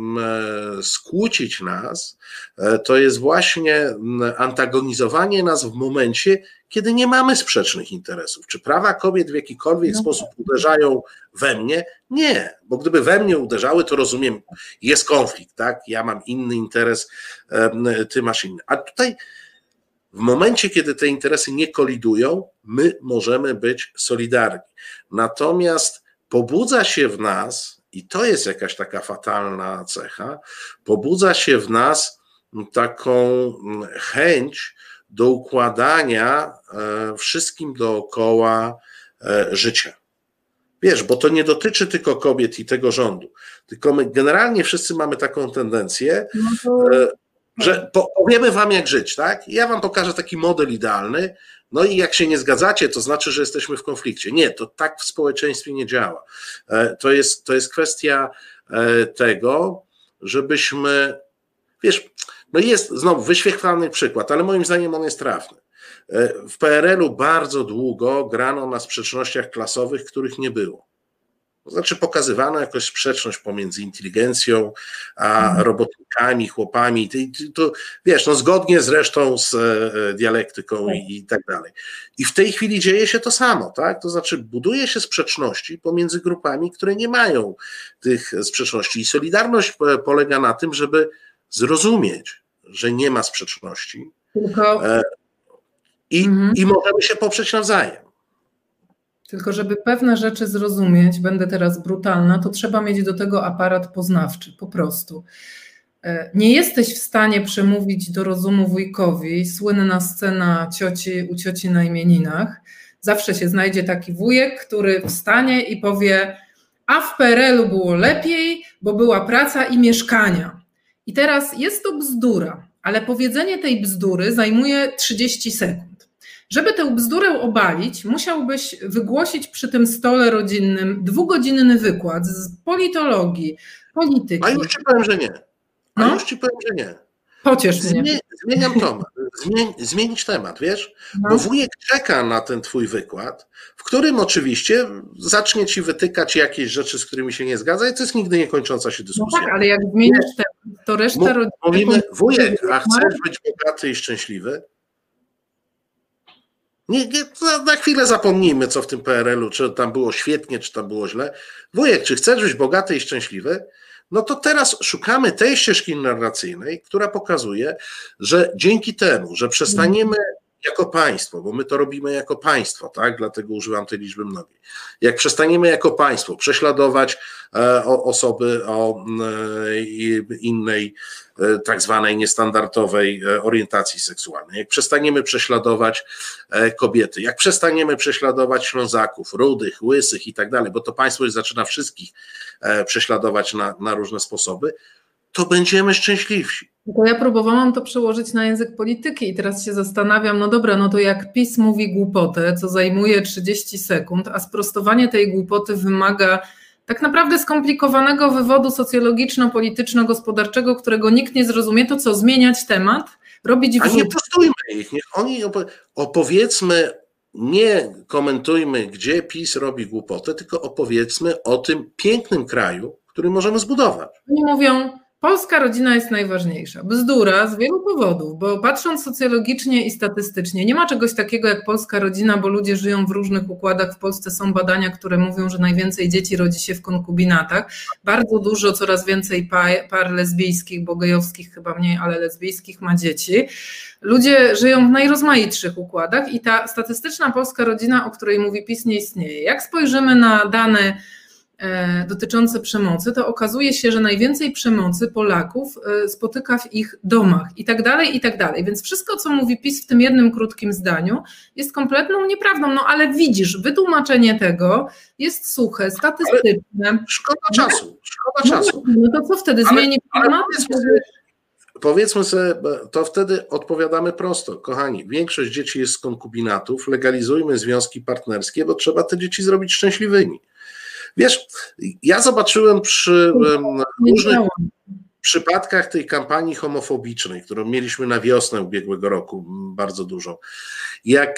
Speaker 2: skłócić nas, to jest właśnie antagonizowanie nas w momencie, kiedy nie mamy sprzecznych interesów. Czy prawa kobiet w jakikolwiek no. sposób uderzają we mnie? Nie, bo gdyby we mnie uderzały, to rozumiem, jest konflikt, tak? Ja mam inny interes, ty masz inny. A tutaj w momencie, kiedy te interesy nie kolidują, my możemy być solidarni. Natomiast pobudza się w nas, i to jest jakaś taka fatalna cecha, pobudza się w nas taką chęć do układania wszystkim dookoła życia. Wiesz, bo to nie dotyczy tylko kobiet i tego rządu, tylko my generalnie wszyscy mamy taką tendencję, no to... że powiemy wam jak żyć, tak? Ja wam pokażę taki model idealny, no i jak się nie zgadzacie, to znaczy, że jesteśmy w konflikcie. Nie, to tak w społeczeństwie nie działa. To jest, to jest kwestia tego, żebyśmy, wiesz, no jest znowu wyświetlany przykład, ale moim zdaniem on jest trafny. W P R L-u bardzo długo grano na sprzecznościach klasowych, których nie było. To znaczy pokazywano jakąś sprzeczność pomiędzy inteligencją a robotnikami, chłopami, to, wiesz, no zgodnie zresztą z dialektyką i, i tak dalej. I w tej chwili dzieje się to samo, tak? To znaczy buduje się sprzeczności pomiędzy grupami, które nie mają tych sprzeczności. I solidarność polega na tym, żeby zrozumieć, że nie ma sprzeczności Tylko... i, mhm. i możemy się poprzeć nawzajem.
Speaker 3: Tylko żeby pewne rzeczy zrozumieć, będę teraz brutalna, to trzeba mieć do tego aparat poznawczy, po prostu. Nie jesteś w stanie przemówić do rozumu wujkowi, słynna scena cioci u cioci na imieninach. Zawsze się znajdzie taki wujek, który wstanie i powie, a w P R L-u było lepiej, bo była praca i mieszkania. I teraz jest to bzdura, ale powiedzenie tej bzdury zajmuje trzydzieści sekund. Żeby tę bzdurę obalić, musiałbyś wygłosić przy tym stole rodzinnym dwugodzinny wykład z politologii, polityki.
Speaker 2: A już ci powiem, że nie. A
Speaker 3: no?
Speaker 2: już ci powiem, że nie.
Speaker 3: Pociesz mnie.
Speaker 2: Zmie- zmieniam temat. Zmień, zmienić temat, wiesz? No. Bo wujek czeka na ten twój wykład, w którym oczywiście zacznie ci wytykać jakieś rzeczy, z którymi się nie zgadza i to jest nigdy niekończąca się dyskusja.
Speaker 3: No tak, ale jak zmienisz temat, to reszta rodziny...
Speaker 2: Mówimy, wujek, a chcesz być bogaty i szczęśliwy? Nie, nie, na chwilę zapomnijmy, co w tym P R L-u, czy tam było świetnie, czy tam było źle. Wujek, czy chcesz być bogaty i szczęśliwy? No to teraz szukamy tej ścieżki narracyjnej, która pokazuje, że dzięki temu, że przestaniemy jako państwo, bo my to robimy jako państwo, tak? Dlatego używam tej liczby mnogiej. Jak przestaniemy jako państwo prześladować e, o, osoby o e, innej e, tak zwanej niestandardowej orientacji seksualnej, jak przestaniemy prześladować e, kobiety, jak przestaniemy prześladować Ślązaków, rudych, łysych i tak dalej, bo to państwo już zaczyna wszystkich e, prześladować na, na różne sposoby, to będziemy szczęśliwsi.
Speaker 3: To ja próbowałam to przełożyć na język polityki i teraz się zastanawiam, no dobra, no to jak PiS mówi głupotę, co zajmuje trzydzieści sekund, a sprostowanie tej głupoty wymaga tak naprawdę skomplikowanego wywodu socjologiczno-polityczno-gospodarczego, którego nikt nie zrozumie, to co, zmieniać temat? Robić
Speaker 2: wrzut? A nie prostujmy ich, niech oni opo- opowiedzmy, nie komentujmy, gdzie PiS robi głupotę, tylko opowiedzmy o tym pięknym kraju, który możemy zbudować.
Speaker 3: Oni mówią, polska rodzina jest najważniejsza. Bzdura z wielu powodów, bo patrząc socjologicznie i statystycznie, nie ma czegoś takiego jak polska rodzina, bo ludzie żyją w różnych układach. W Polsce są badania, które mówią, że najwięcej dzieci rodzi się w konkubinatach. Bardzo dużo, coraz więcej par, par lesbijskich, bo gejowskich chyba mniej, ale lesbijskich ma dzieci. Ludzie żyją w najrozmaitszych układach i ta statystyczna polska rodzina, o której mówi PiS, nie istnieje. Jak spojrzymy na dane dotyczące przemocy, to okazuje się, że najwięcej przemocy Polaków spotyka w ich domach i tak dalej, i tak dalej. Więc wszystko, co mówi PiS w tym jednym krótkim zdaniu, jest kompletną nieprawdą. No ale widzisz, wytłumaczenie tego jest suche, statystyczne.
Speaker 2: Ale szkoda czasu, szkoda
Speaker 3: no,
Speaker 2: czasu.
Speaker 3: No to co wtedy? Zmieni
Speaker 2: ale, ale powiedzmy, sobie, powiedzmy sobie, to wtedy odpowiadamy prosto. Kochani, większość dzieci jest z konkubinatów, legalizujmy związki partnerskie, bo trzeba te dzieci zrobić szczęśliwymi. Wiesz, ja zobaczyłem przy różnych przypadkach tej kampanii homofobicznej, którą mieliśmy na wiosnę ubiegłego roku, bardzo dużą, jak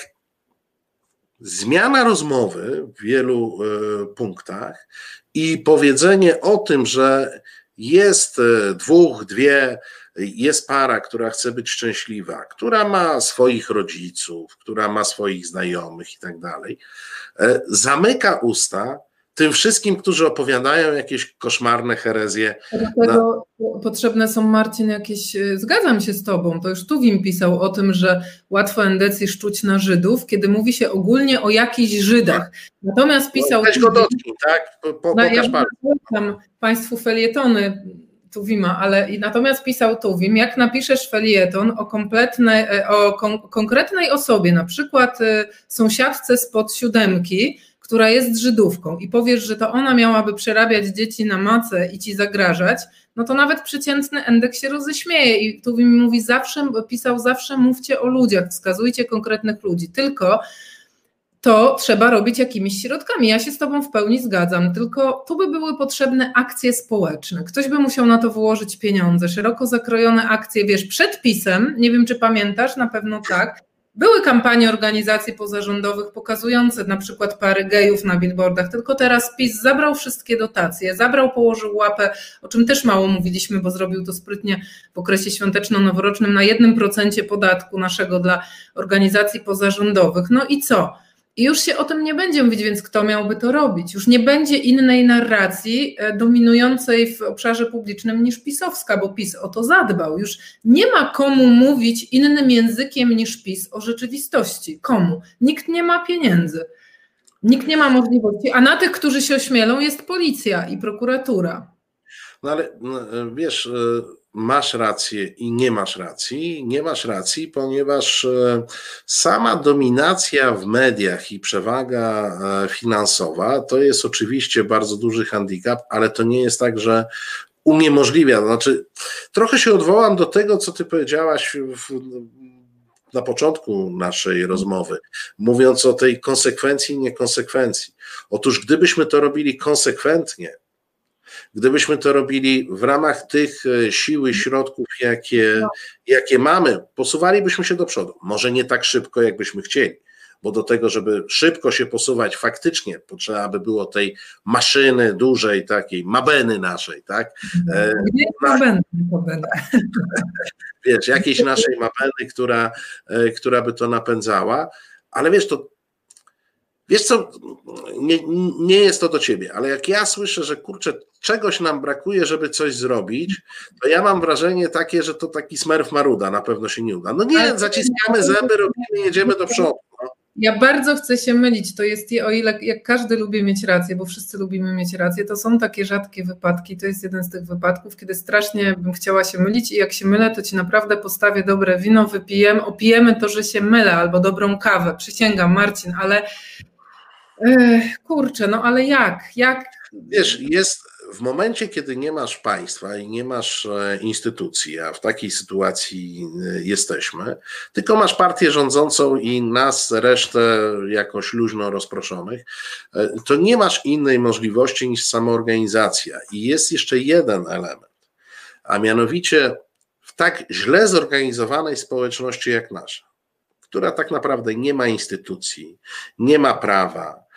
Speaker 2: zmiana rozmowy w wielu punktach i powiedzenie o tym, że jest dwóch, dwie, jest para, która chce być szczęśliwa, która ma swoich rodziców, która ma swoich znajomych i tak dalej, zamyka usta tym wszystkim, którzy opowiadają jakieś koszmarne herezje.
Speaker 3: Dlatego na... potrzebne są, Marcin, jakieś, zgadzam się z tobą, to już Tuwim pisał o tym, że łatwo endecję szczuć na Żydów, kiedy mówi się ogólnie o jakichś Żydach. Natomiast pisał...
Speaker 2: Weź go dotknij, tak? Po, po,
Speaker 3: no, ja
Speaker 2: polecam
Speaker 3: Państwu felietony Tuwima, ale natomiast pisał Tuwim, jak napiszesz felieton o, kompletne, o kon, konkretnej osobie, na przykład sąsiadce spod siódemki, która jest Żydówką i powiesz, że to ona miałaby przerabiać dzieci na macę i ci zagrażać, no to nawet przeciętny endek się roześmieje i tu mi mówi zawsze, pisał zawsze mówcie o ludziach, wskazujcie konkretnych ludzi, tylko to trzeba robić jakimiś środkami. Ja się z tobą w pełni zgadzam, tylko tu by były potrzebne akcje społeczne. Ktoś by musiał na to wyłożyć pieniądze, szeroko zakrojone akcje, wiesz, przed PiS-em, nie wiem czy pamiętasz, na pewno tak, były kampanie organizacji pozarządowych pokazujące na przykład pary gejów na billboardach, tylko teraz PiS zabrał wszystkie dotacje, zabrał, położył łapę, o czym też mało mówiliśmy, bo zrobił to sprytnie w okresie świąteczno-noworocznym na jednym procencie podatku naszego dla organizacji pozarządowych. No i co? I już się o tym nie będzie mówić, więc kto miałby to robić? Już nie będzie innej narracji dominującej w obszarze publicznym niż pisowska, bo PiS o to zadbał. Już nie ma komu mówić innym językiem niż PiS o rzeczywistości. Komu? Nikt nie ma pieniędzy. Nikt nie ma możliwości, a na tych, którzy się ośmielą, jest policja i prokuratura.
Speaker 2: No ale wiesz, masz rację i nie masz racji. Nie masz racji, ponieważ sama dominacja w mediach i przewaga finansowa to jest oczywiście bardzo duży handicap, ale to nie jest tak, że uniemożliwia. Znaczy, trochę się odwołam do tego, co ty powiedziałaś w, na początku naszej rozmowy, mówiąc o tej konsekwencji i niekonsekwencji. Otóż gdybyśmy to robili konsekwentnie, gdybyśmy to robili w ramach tych sił i środków, jakie, jakie mamy, posuwalibyśmy się do przodu. Może nie tak szybko, jakbyśmy chcieli, bo do tego, żeby szybko się posuwać faktycznie, potrzeba by było tej maszyny dużej, takiej mabeny naszej, tak?
Speaker 3: Gdzie jest mabena?
Speaker 2: Wiesz, jakiejś naszej mabeny, która, która by to napędzała, ale wiesz, to Wiesz co, nie, nie jest to do ciebie, ale jak ja słyszę, że kurczę, czegoś nam brakuje, żeby coś zrobić, to ja mam wrażenie takie, że to taki Smerf Maruda, na pewno się nie uda. No nie, zaciskamy zęby, robimy, jedziemy do przodu. No.
Speaker 3: Ja bardzo chcę się mylić, to jest, o ile jak każdy lubi mieć rację, bo wszyscy lubimy mieć rację, to są takie rzadkie wypadki, to jest jeden z tych wypadków, kiedy strasznie bym chciała się mylić i jak się mylę, to ci naprawdę postawię dobre wino, wypijemy, opijemy to, że się mylę, albo dobrą kawę, przysięgam, Marcin, ale Ech, kurczę, no ale jak? jak?
Speaker 2: Wiesz, jest w momencie, kiedy nie masz państwa i nie masz instytucji, a w takiej sytuacji jesteśmy, tylko masz partię rządzącą i nas, resztę jakoś luźno rozproszonych, to nie masz innej możliwości niż samoorganizacja. I jest jeszcze jeden element, a mianowicie w tak źle zorganizowanej społeczności jak nasza, która tak naprawdę nie ma instytucji, nie ma prawa,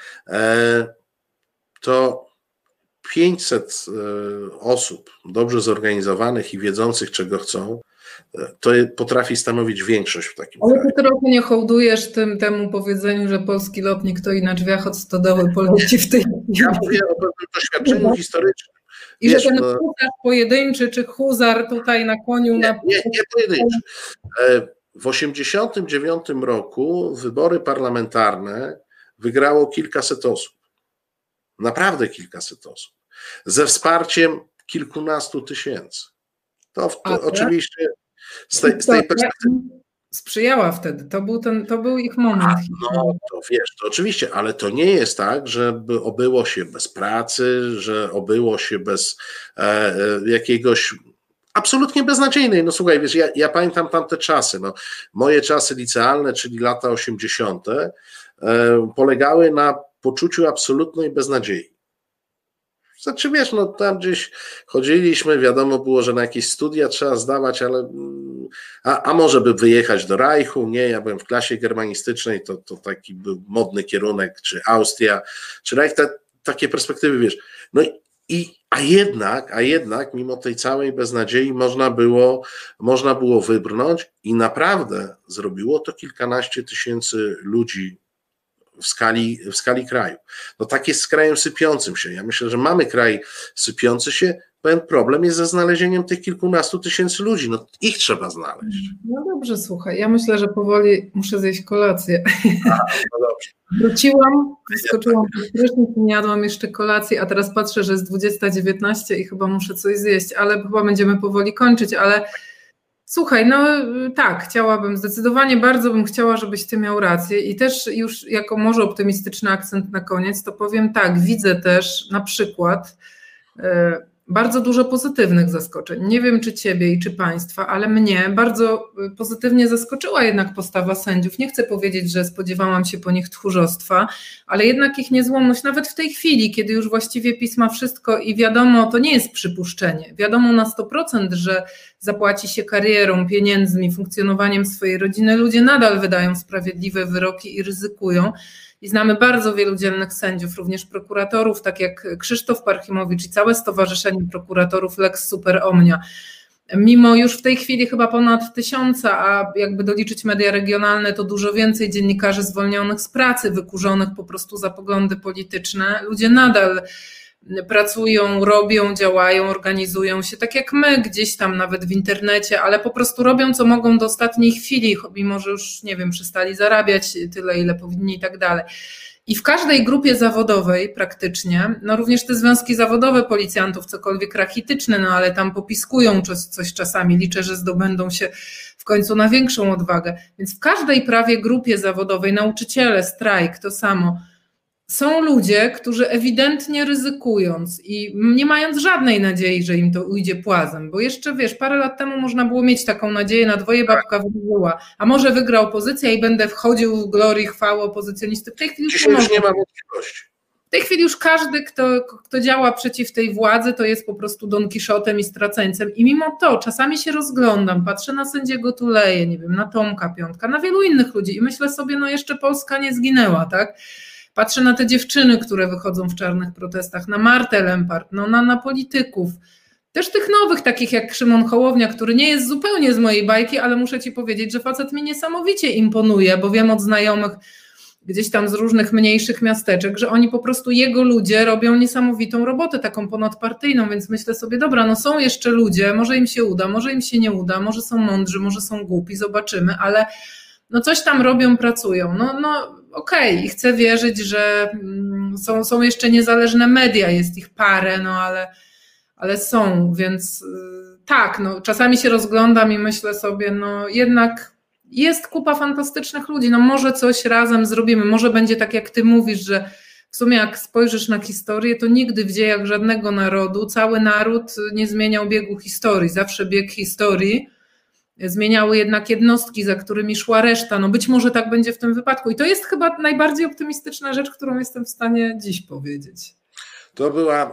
Speaker 2: to pięćset osób dobrze zorganizowanych i wiedzących, czego chcą, to potrafi stanowić większość w takim
Speaker 3: Ale
Speaker 2: kraju.
Speaker 3: ty trochę nie hołdujesz tym, temu powiedzeniu, że polski lotnik to i na drzwiach od stodoły poleci w tej...
Speaker 2: Ja mówię o pewnym doświadczeniu historycznym.
Speaker 3: I
Speaker 2: Wiesz,
Speaker 3: że ten
Speaker 2: no,
Speaker 3: huzar pojedynczy, czy huzar tutaj na koniu...
Speaker 2: Nie,
Speaker 3: na...
Speaker 2: nie, nie pojedynczy. W osiemdziesiątym dziewiątym roku wybory parlamentarne wygrało kilkaset osób. Naprawdę kilkaset osób. Ze wsparciem kilkunastu tysięcy. To, to
Speaker 3: A,
Speaker 2: oczywiście z tej, z tej perspektywy...
Speaker 3: Sprzyjała wtedy, to był, ten, to był ich moment.
Speaker 2: A, no to wiesz, to oczywiście, ale to nie jest tak, żeby obyło się bez pracy, że obyło się bez e, jakiegoś absolutnie beznadziejnej. No słuchaj, wiesz, ja, ja pamiętam tamte czasy, no, moje czasy licealne, czyli lata osiemdziesiąte, e, polegały na poczuciu absolutnej beznadziei. Znaczy wiesz, no tam gdzieś chodziliśmy, wiadomo było, że na jakieś studia trzeba zdawać, ale a, a może by wyjechać do Reichu, nie, ja byłem w klasie germanistycznej, to, to taki był modny kierunek, czy Austria, czy Reich, ta, takie perspektywy, wiesz, no i, a jednak, a jednak mimo tej całej beznadziei można było, można było wybrnąć i naprawdę zrobiło to kilkanaście tysięcy ludzi w skali, w skali kraju. No tak jest z krajem sypiącym się. Ja myślę, że mamy kraj sypiący się, pewien problem jest ze znalezieniem tych kilkunastu tysięcy ludzi. No ich trzeba znaleźć.
Speaker 3: No dobrze, słuchaj, ja myślę, że powoli muszę zjeść kolację.
Speaker 2: A, no dobrze.
Speaker 3: Wróciłam, wyskoczyłam pod prysznic, nie jadłam jeszcze kolacji, a teraz patrzę, że jest dwudziesta dziewiętnaście i chyba muszę coś zjeść, ale chyba będziemy powoli kończyć, ale słuchaj, no tak, chciałabym, zdecydowanie bardzo bym chciała, żebyś ty miał rację i też już jako może optymistyczny akcent na koniec, to powiem tak, widzę też na przykład y, bardzo dużo pozytywnych zaskoczeń. Nie wiem, czy ciebie i czy państwa, ale mnie bardzo pozytywnie zaskoczyła jednak postawa sędziów. Nie chcę powiedzieć, że spodziewałam się po nich tchórzostwa, ale jednak ich niezłomność, nawet w tej chwili, kiedy już właściwie PiS ma wszystko i wiadomo, to nie jest przypuszczenie. Wiadomo na sto procent, że zapłaci się karierą, pieniędzmi, funkcjonowaniem swojej rodziny. Ludzie nadal wydają sprawiedliwe wyroki i ryzykują. I znamy bardzo wielu dzielnych sędziów, również prokuratorów, tak jak Krzysztof Parchimowicz i całe Stowarzyszenie Prokuratorów Lex Super Omnia. Mimo już w tej chwili chyba ponad tysiąca, a jakby doliczyć media regionalne, to dużo więcej dziennikarzy zwolnionych z pracy, wykurzonych po prostu za poglądy polityczne. Ludzie nadal pracują, robią, działają, organizują się, tak jak my gdzieś tam nawet w internecie, ale po prostu robią co mogą do ostatniej chwili, mimo że już, nie wiem, przestali zarabiać tyle, ile powinni i tak dalej. I w każdej grupie zawodowej praktycznie, no również te związki zawodowe policjantów, cokolwiek rachityczne, no ale tam popiskują coś, coś czasami, liczę, że zdobędą się w końcu na większą odwagę. Więc w każdej prawie grupie zawodowej, nauczyciele, strajk, to samo, są ludzie, którzy ewidentnie ryzykując i nie mając żadnej nadziei, że im to ujdzie płazem, bo jeszcze wiesz, parę lat temu można było mieć taką nadzieję na dwoje babka wróżyła, a może wygra opozycja i będę wchodził w glorię, chwałę opozycjonisty. W tej chwili już,
Speaker 2: już nie ma wątpliwości.
Speaker 3: W tej chwili już każdy, kto, kto działa przeciw tej władzy, to jest po prostu Don Kiszotem i straceńcem. I mimo to czasami się rozglądam, patrzę na sędziego Tuleję, nie wiem, na Tomka Piątka, na wielu innych ludzi i myślę sobie, no jeszcze Polska nie zginęła, tak? Patrzę na te dziewczyny, które wychodzą w czarnych protestach, na Martę Lempart, no na, na polityków, też tych nowych, takich jak Szymon Hołownia, który nie jest zupełnie z mojej bajki, ale muszę ci powiedzieć, że facet mi niesamowicie imponuje, bo wiem od znajomych gdzieś tam z różnych mniejszych miasteczek, że oni po prostu, jego ludzie robią niesamowitą robotę, taką ponadpartyjną, więc myślę sobie, dobra, no są jeszcze ludzie, może im się uda, może im się nie uda, może są mądrzy, może są głupi, zobaczymy, ale no coś tam robią, pracują, no, no okej, okay. I chcę wierzyć, że są, są jeszcze niezależne media, jest ich parę, no ale, ale są, więc tak, no czasami się rozglądam i myślę sobie, no jednak jest kupa fantastycznych ludzi, no może coś razem zrobimy, może będzie tak jak ty mówisz, że w sumie jak spojrzysz na historię, to nigdy w dziejach żadnego narodu cały naród nie zmieniał biegu historii, zawsze bieg historii zmieniały jednak jednostki, za którymi szła reszta. No być może tak będzie w tym wypadku. I to jest chyba najbardziej optymistyczna rzecz, którą jestem w stanie dziś powiedzieć.
Speaker 2: To była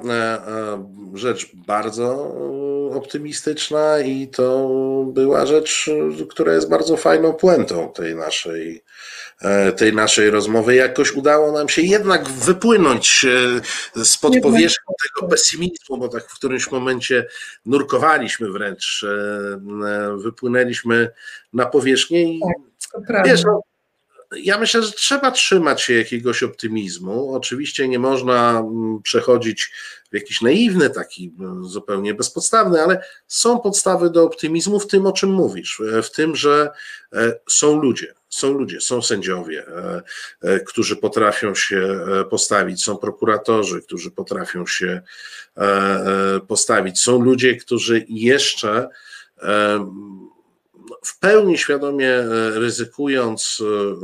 Speaker 2: rzecz bardzo optymistyczna i to była rzecz, która jest bardzo fajną puentą tej naszej, tej naszej rozmowy. Jakoś udało nam się jednak wypłynąć spod jednak powierzchni tego pesymizmu, bo tak w którymś momencie nurkowaliśmy wręcz, wypłynęliśmy na powierzchnię i
Speaker 3: tak,
Speaker 2: wiesz, no, ja myślę, że trzeba trzymać się jakiegoś optymizmu. Oczywiście nie można przechodzić w jakiś naiwny, taki zupełnie bezpodstawny, ale są podstawy do optymizmu w tym, o czym mówisz, w tym, że są ludzie, są ludzie, są sędziowie, którzy potrafią się postawić, są prokuratorzy, którzy potrafią się postawić, są ludzie, którzy jeszcze w pełni świadomie ryzykując,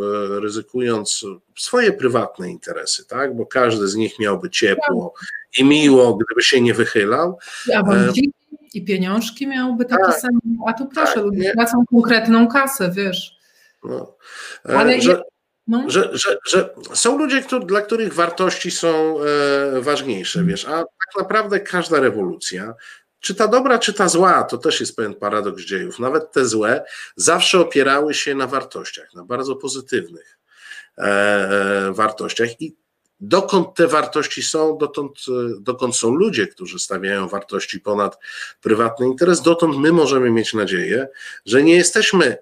Speaker 2: ryzykując swoje prywatne interesy, tak? Bo każdy z nich miałby ciepło i miło, gdyby się nie wychylał.
Speaker 3: I awansiki, i pieniążki miałby takie
Speaker 2: tak,
Speaker 3: same, a tu proszę,
Speaker 2: tak,
Speaker 3: ludzie
Speaker 2: nie?
Speaker 3: płacą konkretną kasę, wiesz.
Speaker 2: No.
Speaker 3: Ale
Speaker 2: że,
Speaker 3: je, no.
Speaker 2: że, że, że są ludzie, którzy, dla których wartości są e, ważniejsze, wiesz, a tak naprawdę każda rewolucja, czy ta dobra, czy ta zła, to też jest pewien paradoks dziejów, nawet te złe zawsze opierały się na wartościach, na bardzo pozytywnych e, e, wartościach i dokąd te wartości są, dotąd, dokąd są ludzie, którzy stawiają wartości ponad prywatny interes, dotąd my możemy mieć nadzieję, że nie jesteśmy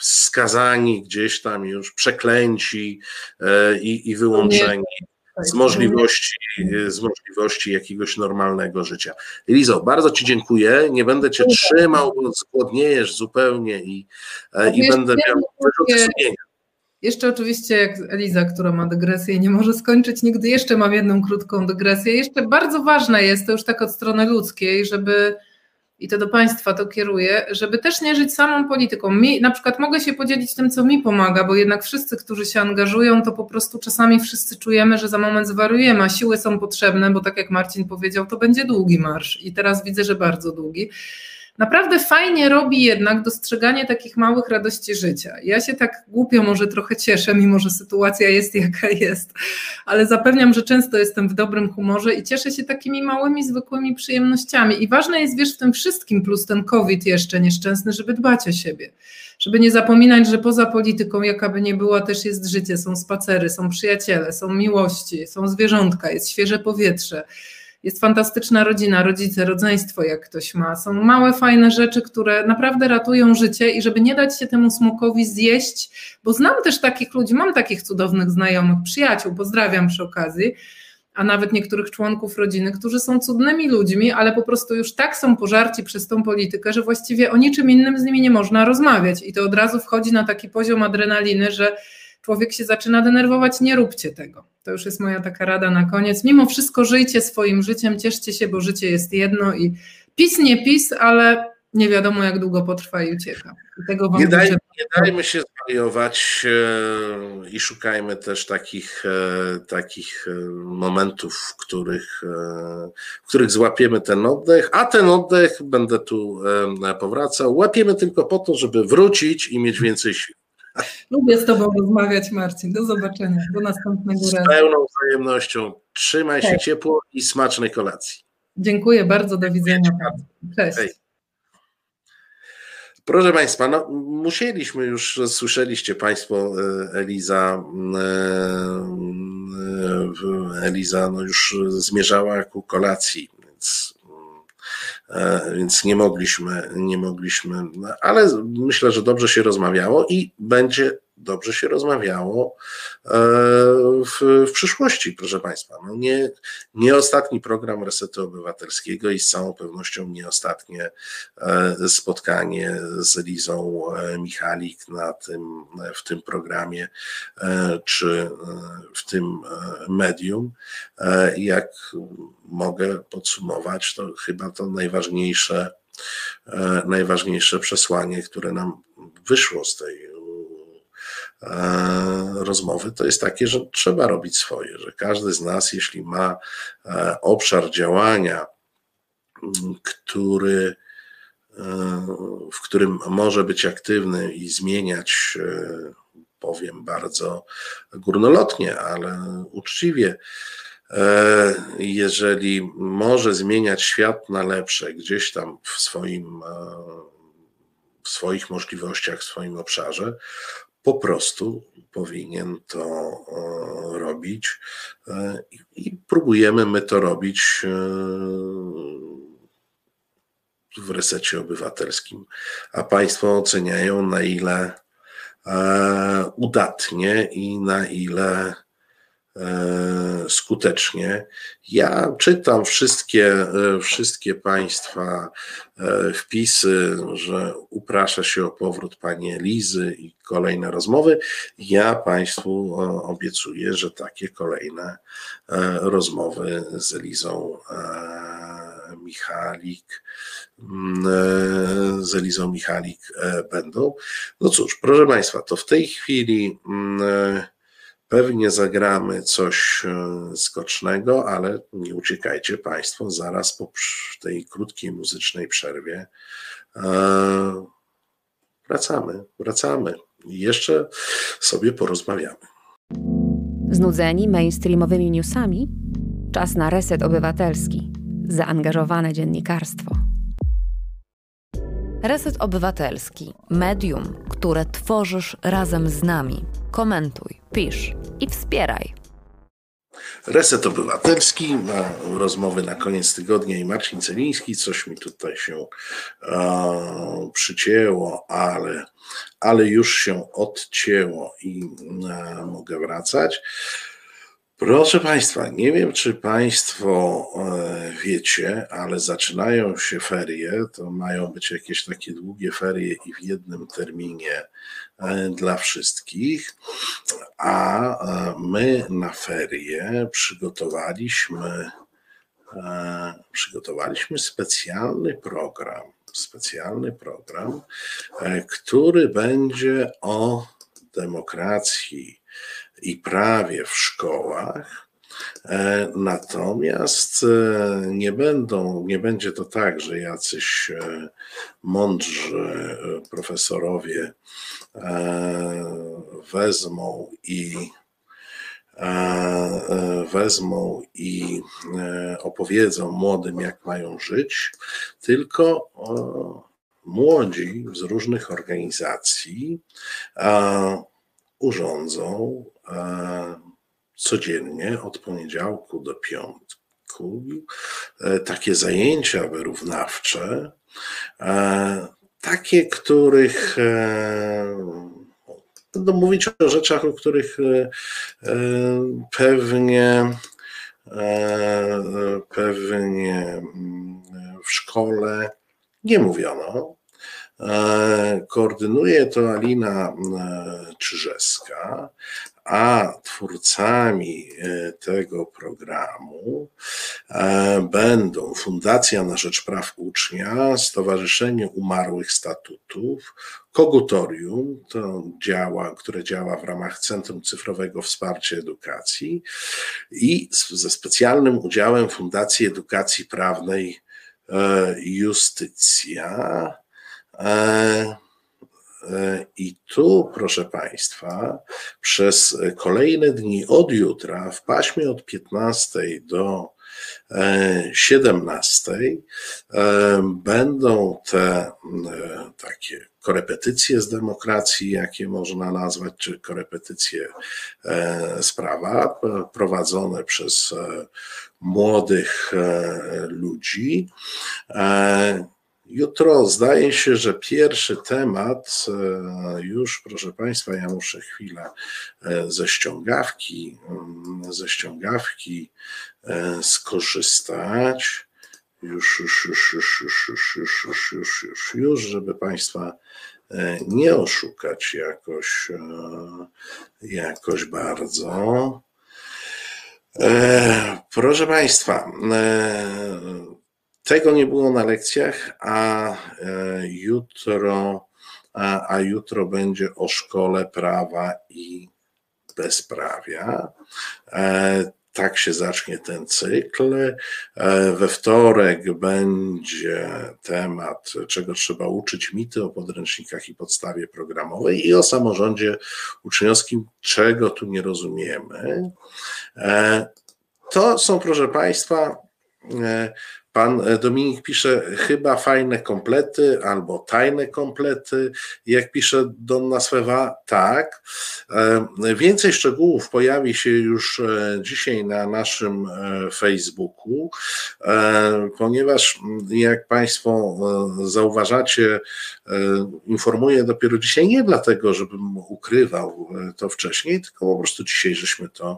Speaker 2: skazani gdzieś tam już, przeklęci e, i, i wyłączeni z możliwości, z możliwości jakiegoś normalnego życia. Elizo, bardzo Ci dziękuję, nie będę Cię trzymał, bo zgłodniejesz zupełnie i, e, i będę miał wyrzuty sumienia.
Speaker 3: Jeszcze oczywiście jak Eliza, która ma dygresję, nie może skończyć nigdy, jeszcze mam jedną krótką dygresję. Jeszcze bardzo ważne jest, to już tak od strony ludzkiej, żeby, i to do Państwa to kieruję, żeby też nie żyć samą polityką. Mi, na przykład mogę się podzielić tym, co mi pomaga, bo jednak wszyscy, którzy się angażują, to po prostu czasami wszyscy czujemy, że za moment zwariujemy, a siły są potrzebne, bo tak jak Marcin powiedział, to będzie długi marsz i teraz widzę, że bardzo długi. Naprawdę fajnie robi jednak dostrzeganie takich małych radości życia. Ja się tak głupio może trochę cieszę, mimo że sytuacja jest jaka jest, ale zapewniam, że często jestem w dobrym humorze i cieszę się takimi małymi, zwykłymi przyjemnościami. I ważne jest, wiesz, w tym wszystkim, plus ten COVID jeszcze nieszczęsny, żeby dbać o siebie. Żeby nie zapominać, że poza polityką, jaka by nie była, też jest życie, są spacery, są przyjaciele, są miłości, są zwierzątka, jest świeże powietrze. Jest fantastyczna rodzina, rodzice, rodzeństwo, jak ktoś ma. Są małe, fajne rzeczy, które naprawdę ratują życie i żeby nie dać się temu smokowi zjeść, bo znam też takich ludzi, mam takich cudownych znajomych, przyjaciół, pozdrawiam przy okazji, a nawet niektórych członków rodziny, którzy są cudnymi ludźmi, ale po prostu już tak są pożarci przez tą politykę, że właściwie o niczym innym z nimi nie można rozmawiać i to od razu wchodzi na taki poziom adrenaliny, że człowiek się zaczyna denerwować, nie róbcie tego. To już jest moja taka rada na koniec. Mimo wszystko żyjcie swoim życiem, cieszcie się, bo życie jest jedno i PiS nie PiS, ale nie wiadomo jak długo potrwa i ucieka. I tego wam
Speaker 2: nie, daj,
Speaker 3: życzę.
Speaker 2: nie dajmy się zwariować e, i szukajmy też takich, e, takich momentów, w których, e, w których złapiemy ten oddech, a ten oddech, będę tu e, powracał, łapiemy tylko po to, żeby wrócić i mieć więcej sił.
Speaker 3: Lubię z Tobą rozmawiać, Marcin. Do zobaczenia. Do następnego razu.
Speaker 2: Z pełną wzajemnością. Trzymaj się
Speaker 3: Hej.
Speaker 2: ciepło i smacznej kolacji.
Speaker 3: Dziękuję bardzo. Do widzenia. Cześć. Hej.
Speaker 2: Proszę Państwa, no, musieliśmy już, słyszeliście Państwo, Eliza, Eliza no już zmierzała ku kolacji, więc, więc nie mogliśmy, nie mogliśmy, ale myślę, że dobrze się rozmawiało i będzie dobrze się rozmawiało w, w przyszłości, proszę Państwa. No nie, nie ostatni program Resetu Obywatelskiego i z całą pewnością nie ostatnie spotkanie z Elizą Michalik na tym, w tym programie czy w tym medium. Jak mogę podsumować, to chyba to najważniejsze, najważniejsze przesłanie, które nam wyszło z tej rozmowy, to jest takie, że trzeba robić swoje, że każdy z nas, jeśli ma obszar działania, który, w którym może być aktywny i zmieniać, powiem bardzo górnolotnie, ale uczciwie, jeżeli może zmieniać świat na lepsze gdzieś tam w swoim, w swoich możliwościach, w swoim obszarze, po prostu powinien to robić i próbujemy my to robić w Resecie Obywatelskim, a Państwo oceniają, na ile udatnie i na ile skutecznie. Ja czytam wszystkie, wszystkie Państwa wpisy, że uprasza się o powrót pani Elizy i kolejne rozmowy. Ja Państwu obiecuję, że takie kolejne rozmowy z Elizą Michalik, z Elizą Michalik będą. No cóż, proszę Państwa, to w tej chwili pewnie zagramy coś skocznego, ale nie uciekajcie Państwo, zaraz po tej krótkiej muzycznej przerwie wracamy, wracamy i jeszcze sobie porozmawiamy.
Speaker 1: Znudzeni mainstreamowymi newsami? Czas na reset obywatelski. Zaangażowane dziennikarstwo. Reset Obywatelski. Medium, które tworzysz razem z nami. Komentuj, pisz i wspieraj.
Speaker 2: Reset Obywatelski, rozmowy na koniec tygodnia i Marcin Celiński. Coś mi tutaj się e, przycięło, ale, ale już się odcięło i e, mogę wracać. Proszę Państwa, nie wiem, czy Państwo wiecie, ale zaczynają się ferie, to mają być jakieś takie długie ferie i w jednym terminie dla wszystkich, a my na ferie przygotowaliśmy, przygotowaliśmy specjalny program, specjalny program, który będzie o demokracji i prawie w szkołach, natomiast nie będą, nie będzie to tak, że jacyś mądrzy profesorowie wezmą i wezmą i opowiedzą młodym, jak mają żyć, tylko młodzi z różnych organizacji urządzą codziennie od poniedziałku do piątku takie zajęcia wyrównawcze, takie, których będą mówić o rzeczach, o których pewnie pewnie w szkole nie mówiono. Koordynuje to Alina Czyżewska, a twórcami tego programu będą Fundacja na Rzecz Praw Ucznia, Stowarzyszenie Umarłych Statutów, Kogutorium, to działa, które działa w ramach Centrum Cyfrowego Wsparcia Edukacji i ze specjalnym udziałem Fundacji Edukacji Prawnej Justycja. I tu, proszę Państwa, przez kolejne dni od jutra w paśmie od piętnastej do siedemnastej będą te takie korepetycje z demokracji, jakie można nazwać, czy korepetycje z prawa, prowadzone przez młodych ludzi. Jutro zdaje się, że pierwszy temat już, proszę Państwa, ja muszę chwilę ze ściągawki, ze ściągawki skorzystać. Już, już, już, już, już, już, już, już, już, już, już, żeby Państwa nie oszukać jakoś, jakoś bardzo. Proszę Państwa, tego nie było na lekcjach, a jutro, a, a jutro będzie o szkole prawa i bezprawia. Tak się zacznie ten cykl. We wtorek będzie temat, czego trzeba uczyć, mity o podręcznikach i podstawie programowej i o samorządzie uczniowskim, czego tu nie rozumiemy. To są, proszę Państwa, pan Dominik pisze, chyba fajne komplety albo tajne komplety. Jak pisze Donna Swewa, tak. Więcej szczegółów pojawi się już dzisiaj na naszym Facebooku, ponieważ jak Państwo zauważacie, informuję dopiero dzisiaj nie dlatego, żebym ukrywał to wcześniej, tylko po prostu dzisiaj żeśmy to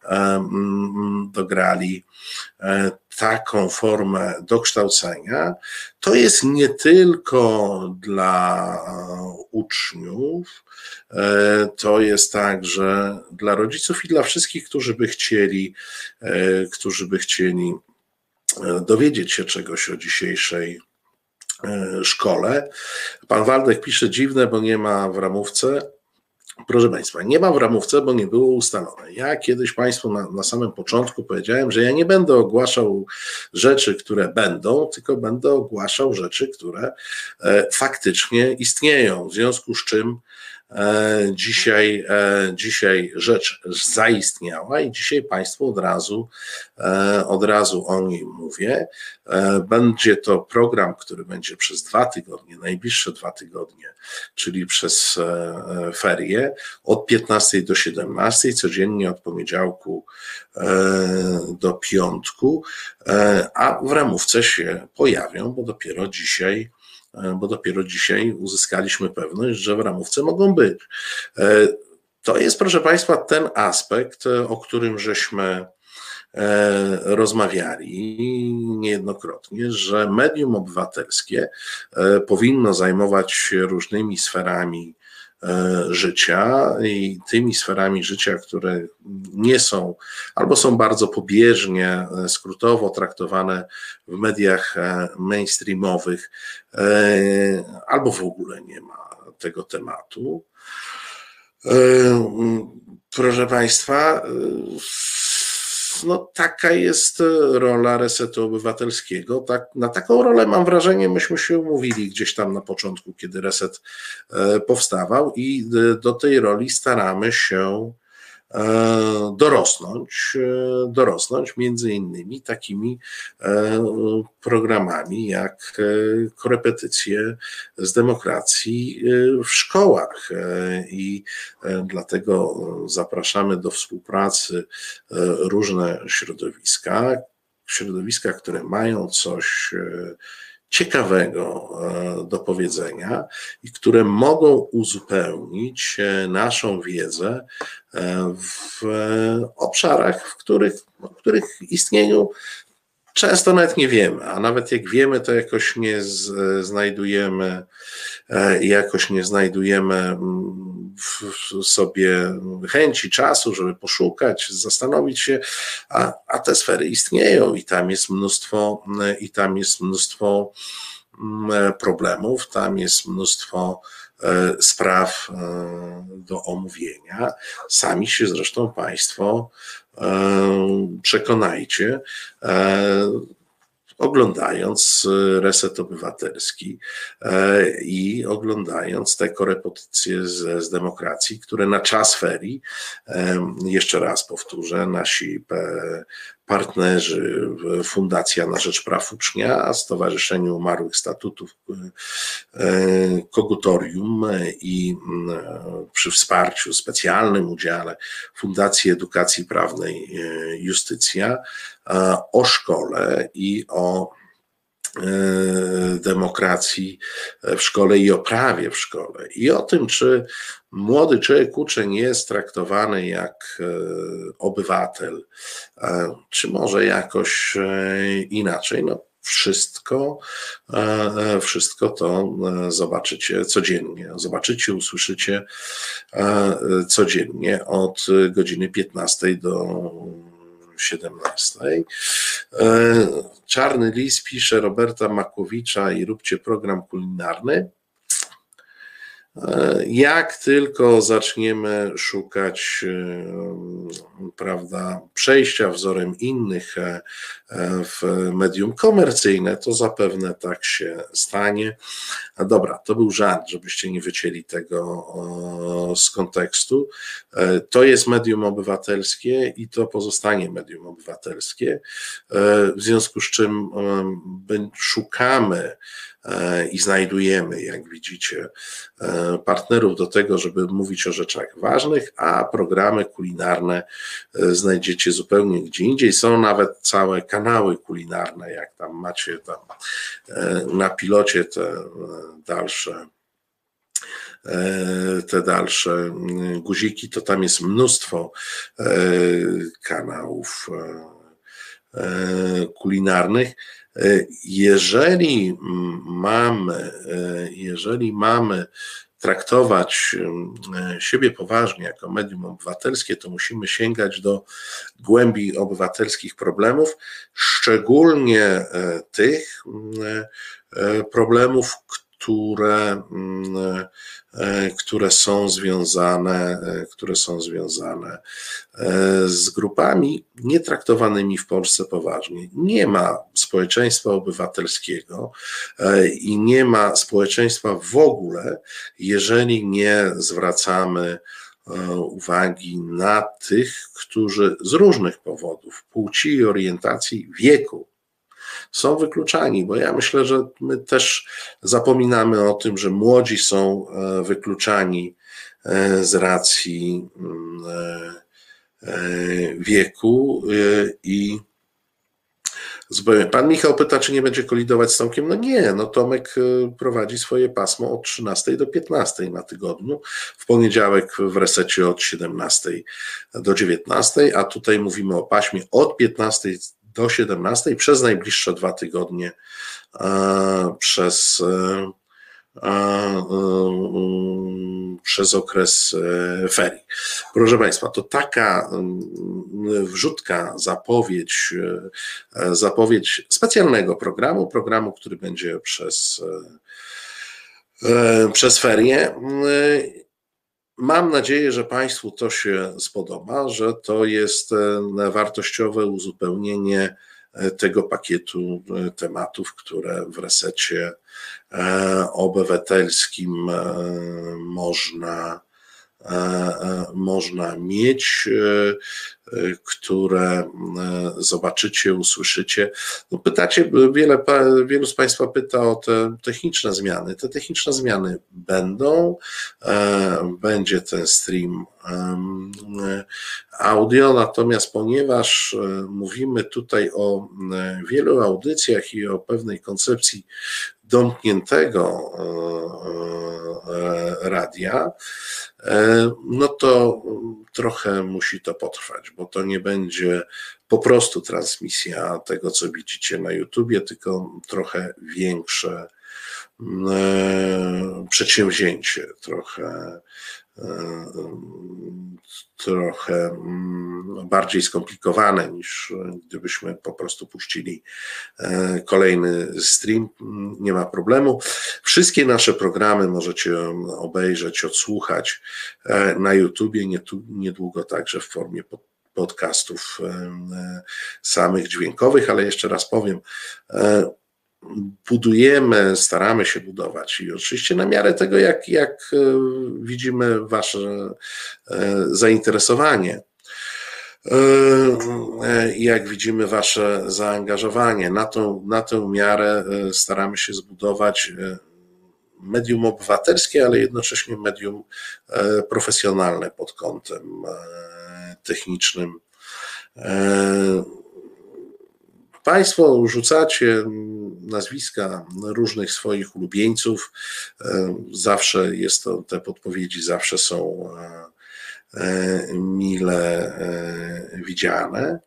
Speaker 2: dograli taką formę dokształcenia. To jest nie tylko dla uczniów, to jest także dla rodziców i dla wszystkich, którzy by chcieli, którzy by chcieli dowiedzieć się czegoś o dzisiejszej szkole. Pan Waldek pisze, dziwne, bo nie ma w ramówce. Proszę Państwa, nie ma w ramówce, bo nie było ustalone. Ja kiedyś Państwu na, na samym początku powiedziałem, że ja nie będę ogłaszał rzeczy, które będą, tylko będę ogłaszał rzeczy, które e, faktycznie istnieją, w związku z czym e, dzisiaj, e, dzisiaj rzecz zaistniała i dzisiaj Państwu od razu, e, od razu o niej mówię. E, będzie to program, który będzie przez dwa tygodnie, najbliższe dwa tygodnie, czyli przez e, ferie, od piętnastej do siedemnastej, codziennie od poniedziałku e, do piątku, e, a w ramówce się pojawią, bo dopiero dzisiaj, e, bo dopiero dzisiaj uzyskaliśmy pewność, że w ramówce mogą być. E, to jest, proszę Państwa, ten aspekt, o którym żeśmy rozmawiali niejednokrotnie, że medium obywatelskie powinno zajmować się różnymi sferami życia i tymi sferami życia, które nie są albo są bardzo pobieżnie, skrótowo traktowane w mediach mainstreamowych, albo w ogóle nie ma tego tematu. Proszę Państwa, no taka jest rola Resetu Obywatelskiego. Tak, na taką rolę, mam wrażenie, myśmy się umówili gdzieś tam na początku, kiedy Reset powstawał i do tej roli staramy się dorosnąć, dorosnąć między innymi takimi programami jak korepetycje z demokracji w szkołach i dlatego zapraszamy do współpracy różne środowiska, środowiska, które mają coś ciekawego do powiedzenia i które mogą uzupełnić naszą wiedzę w obszarach, w których, w których istnieniu często nawet nie wiemy, a nawet jak wiemy, to jakoś nie z, znajdujemy, jakoś nie znajdujemy w sobie chęci, czasu, żeby poszukać, zastanowić się, a, a te sfery istnieją i tam jest mnóstwo, i tam jest mnóstwo problemów, tam jest mnóstwo spraw do omówienia. Sami się zresztą Państwo przekonajcie, oglądając Reset Obywatelski i oglądając te korepetycje z, z demokracji, które na czas ferii, jeszcze raz powtórzę, nasi partnerzy, Fundacja na Rzecz Praw Ucznia, Stowarzyszenie Umarłych Statutów, Kogutorium i przy wsparciu, specjalnym udziale Fundacji Edukacji Prawnej Justycja o szkole i o demokracji w szkole i o prawie w szkole i o tym, czy młody człowiek, uczeń jest traktowany jak obywatel, czy może jakoś inaczej. No, wszystko, wszystko to zobaczycie codziennie. Zobaczycie, usłyszycie codziennie od godziny piętnastej do siedemnastej. Czarny Lis pisze Roberta Makłowicza i róbcie program kulinarny. Jak tylko zaczniemy szukać, prawda, przejścia wzorem innych w medium komercyjne, to zapewne tak się stanie. A dobra, to był żart, żebyście nie wycięli tego z kontekstu. To jest medium obywatelskie i to pozostanie medium obywatelskie, w związku z czym szukamy i znajdujemy, jak widzicie, partnerów do tego, żeby mówić o rzeczach ważnych, a programy kulinarne znajdziecie zupełnie gdzie indziej. Są nawet całe kanały kulinarne, jak tam macie tam na pilocie te dalsze te dalsze guziki, to tam jest mnóstwo kanałów kulinarnych. Jeżeli mamy, jeżeli mamy traktować siebie poważnie jako medium obywatelskie, to musimy sięgać do głębi obywatelskich problemów, szczególnie tych problemów, które, które są związane, które są związane z grupami nietraktowanymi w Polsce poważnie. Nie ma społeczeństwa obywatelskiego i nie ma społeczeństwa w ogóle, jeżeli nie zwracamy uwagi na tych, którzy z różnych powodów, płci i orientacji, wieku, są wykluczani, bo ja myślę, że my też zapominamy o tym, że młodzi są wykluczani z racji wieku i pan Michał pyta, czy nie będzie kolidować z Tomkiem. No nie, no Tomek prowadzi swoje pasmo od trzynastej do piętnastej na tygodniu, w poniedziałek w Resecie od siedemnastej do dziewiętnastej, a tutaj mówimy o paśmie od piętnastej do siedemnastej przez najbliższe dwa tygodnie e, przez, e, e, przez okres ferii. Proszę Państwa, to taka wrzutka, zapowiedź, zapowiedź specjalnego programu, programu, który będzie przez, e, przez ferie. Mam nadzieję, że Państwu to się spodoba, że to jest wartościowe uzupełnienie tego pakietu tematów, które w Resecie Obywatelskim można, można mieć, które zobaczycie, usłyszycie. No pytacie, wiele, wielu z Państwa pyta o te techniczne zmiany. Te techniczne zmiany będą, będzie ten stream audio, natomiast ponieważ mówimy tutaj o wielu audycjach i o pewnej koncepcji domkniętego radia, no to trochę musi to potrwać, bo to nie będzie po prostu transmisja tego, co widzicie na YouTubie, tylko trochę większe przedsięwzięcie, trochę trochę bardziej skomplikowane niż gdybyśmy po prostu puścili kolejny stream, nie ma problemu. Wszystkie nasze programy możecie obejrzeć, odsłuchać na YouTubie, niedługo także w formie podcastów samych dźwiękowych, ale jeszcze raz powiem, budujemy, staramy się budować i oczywiście na miarę tego, jak, jak widzimy Wasze zainteresowanie, jak widzimy Wasze zaangażowanie. Na tą, na tę miarę staramy się zbudować medium obywatelskie, ale jednocześnie medium profesjonalne pod kątem technicznym. Państwo rzucacie nazwiska różnych swoich ulubieńców, zawsze jest to, te podpowiedzi zawsze są mile widziane.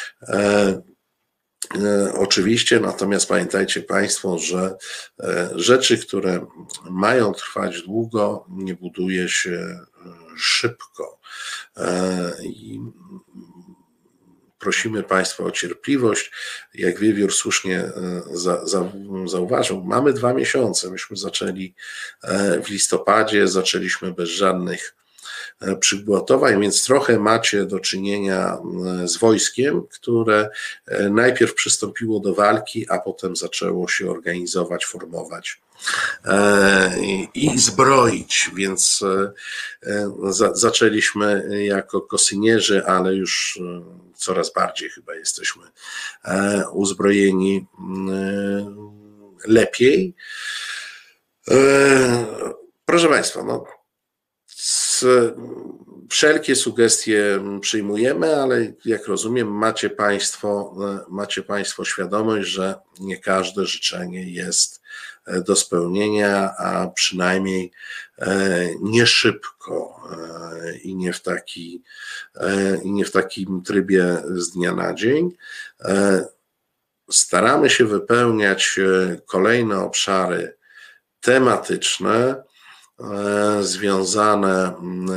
Speaker 2: Oczywiście, natomiast pamiętajcie Państwo, że rzeczy, które mają trwać długo, nie buduje się szybko. I prosimy Państwa o cierpliwość. Jak Wiewiór słusznie za, za, zauważył, mamy dwa miesiące. Myśmy zaczęli w listopadzie, zaczęliśmy bez żadnych przygotowań, więc trochę macie do czynienia z wojskiem, które najpierw przystąpiło do walki, a potem zaczęło się organizować, formować i zbroić, więc za, zaczęliśmy jako kosynierzy, ale już coraz bardziej chyba jesteśmy uzbrojeni lepiej. Proszę Państwa, no, wszelkie sugestie przyjmujemy, ale jak rozumiem, macie Państwo, macie Państwo świadomość, że nie każde życzenie jest do spełnienia, a przynajmniej nie szybko i nie w taki, i nie w takim trybie z dnia na dzień. Staramy się wypełniać kolejne obszary tematyczne związane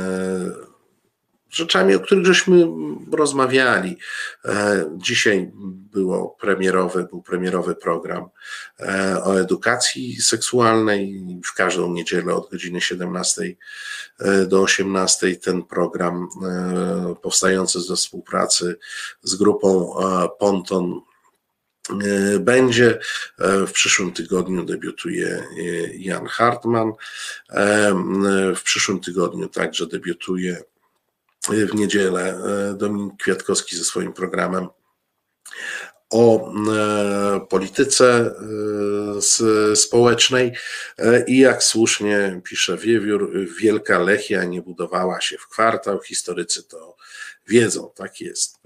Speaker 2: z rzeczami, o których żeśmy rozmawiali. Dzisiaj było premierowy, był premierowy program o edukacji seksualnej. W każdą niedzielę od godziny siedemnastej do osiemnastej ten program powstający ze współpracy z grupą Ponton będzie. W przyszłym tygodniu debiutuje Jan Hartman. W przyszłym tygodniu także debiutuje w niedzielę Dominik Kwiatkowski ze swoim programem o polityce społecznej i jak słusznie pisze Wiewiór, Wielka Lechia nie budowała się w kwartał, historycy to wiedzą, tak jest.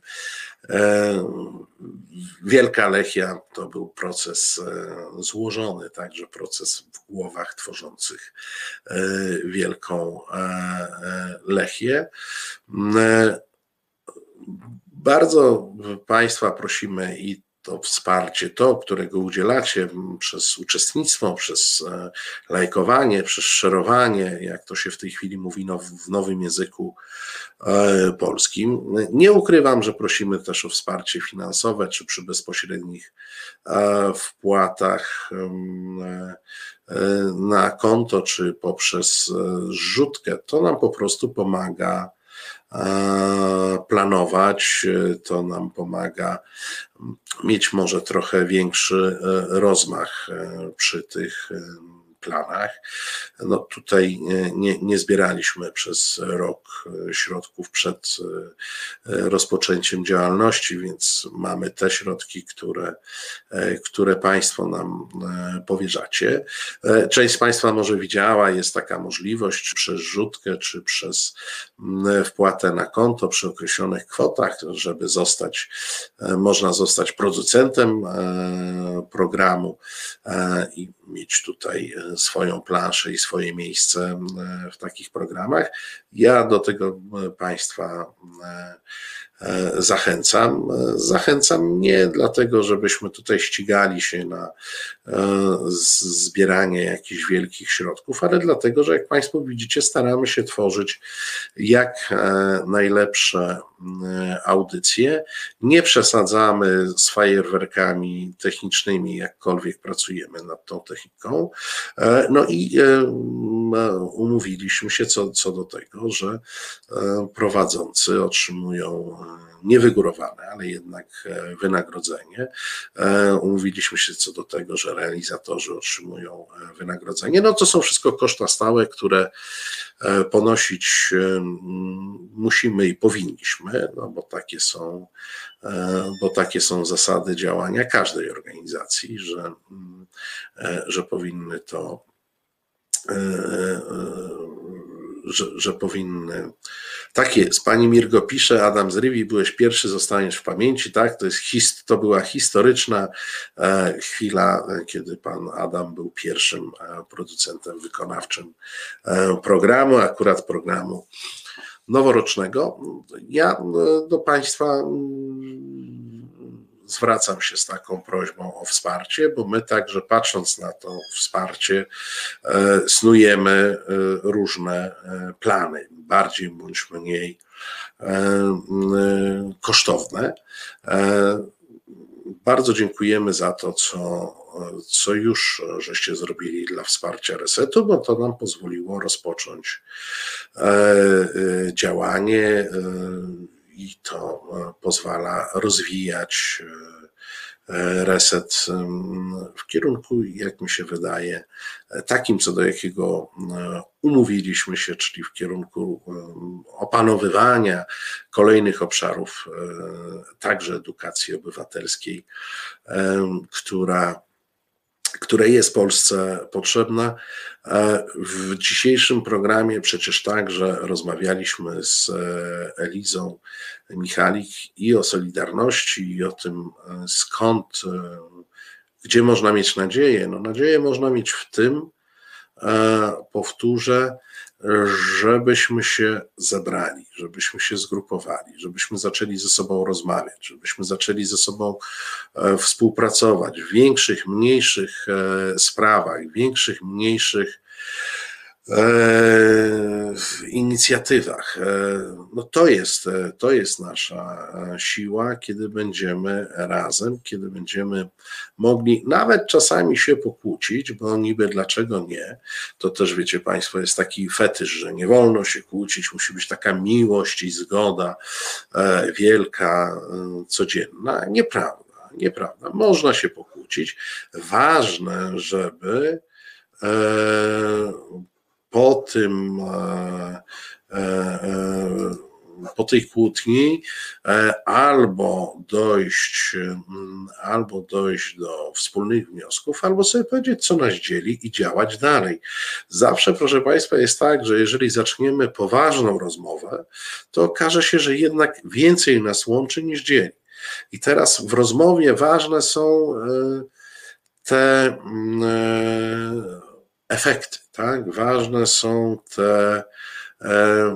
Speaker 2: Wielka Lechia to był proces złożony, także proces w głowach tworzących Wielką Lechię. Bardzo Państwa prosimy i to wsparcie, to, którego udzielacie przez uczestnictwo, przez lajkowanie, przez szerowanie, jak to się w tej chwili mówi now, w nowym języku polskim. Nie ukrywam, że prosimy też o wsparcie finansowe, czy przy bezpośrednich wpłatach na konto, czy poprzez zrzutkę. To nam po prostu pomaga planować, to nam pomaga mieć może trochę większy rozmach przy tych planach. No tutaj nie, nie zbieraliśmy przez rok środków przed rozpoczęciem działalności, więc mamy te środki, które, które Państwo nam powierzacie. Część z Państwa może widziała, jest taka możliwość, czy przez rzutkę, czy przez wpłatę na konto przy określonych kwotach, żeby zostać, można zostać producentem programu i mieć tutaj swoją planszę i swoje miejsce w takich programach. Ja do tego Państwa zachęcam. Zachęcam nie dlatego, żebyśmy tutaj ścigali się na zbieranie jakichś wielkich środków, ale dlatego, że jak Państwo widzicie, staramy się tworzyć jak najlepsze audycje. Nie przesadzamy z fajerwerkami technicznymi, jakkolwiek pracujemy nad tą techniką. No i umówiliśmy się co, co do tego, że prowadzący otrzymują niewygórowane, ale jednak wynagrodzenie. Umówiliśmy się co do tego, że realizatorzy otrzymują wynagrodzenie. No to są wszystko koszta stałe, które ponosić musimy i powinniśmy, no bo takie są, bo takie są zasady działania każdej organizacji, że, że powinny to Że, że powinny. Tak jest. Pani Mirgo pisze, Adam z Rywi, byłeś pierwszy, zostaniesz w pamięci. Tak, to jest hist, to była historyczna e, chwila, kiedy pan Adam był pierwszym e, producentem wykonawczym e, programu, akurat programu noworocznego. Ja e, do Państwa zwracam się z taką prośbą o wsparcie, bo my także patrząc na to wsparcie snujemy różne plany, bardziej bądź mniej kosztowne. Bardzo dziękujemy za to, co, co już żeście zrobili dla wsparcia Resetu, bo to nam pozwoliło rozpocząć działanie i to pozwala rozwijać Reset w kierunku, jak mi się wydaje, takim, co do jakiego umówiliśmy się, czyli w kierunku opanowywania kolejnych obszarów, także edukacji obywatelskiej, która która jest Polsce potrzebna. W dzisiejszym programie przecież także rozmawialiśmy z Elizą Michalik i o Solidarności, i o tym, skąd, gdzie można mieć nadzieję. No, nadzieję można mieć w tym, powtórzę, żebyśmy się zebrali, żebyśmy się zgrupowali, żebyśmy zaczęli ze sobą rozmawiać, żebyśmy zaczęli ze sobą współpracować w większych, mniejszych sprawach, w większych, mniejszych w inicjatywach. No to jest, to jest nasza siła, kiedy będziemy razem, kiedy będziemy mogli nawet czasami się pokłócić, bo niby dlaczego nie, to też wiecie Państwo, jest taki fetysz, że nie wolno się kłócić, musi być taka miłość i zgoda wielka, codzienna. Nieprawda, nieprawda. Można się pokłócić. Ważne, żeby po tym, po tej kłótni albo dojść, albo dojść do wspólnych wniosków, albo sobie powiedzieć, co nas dzieli i działać dalej. Zawsze, proszę Państwa, jest tak, że jeżeli zaczniemy poważną rozmowę, to okaże się, że jednak więcej nas łączy niż dzieli. I teraz w rozmowie ważne są te efekty, tak? Ważne są te e,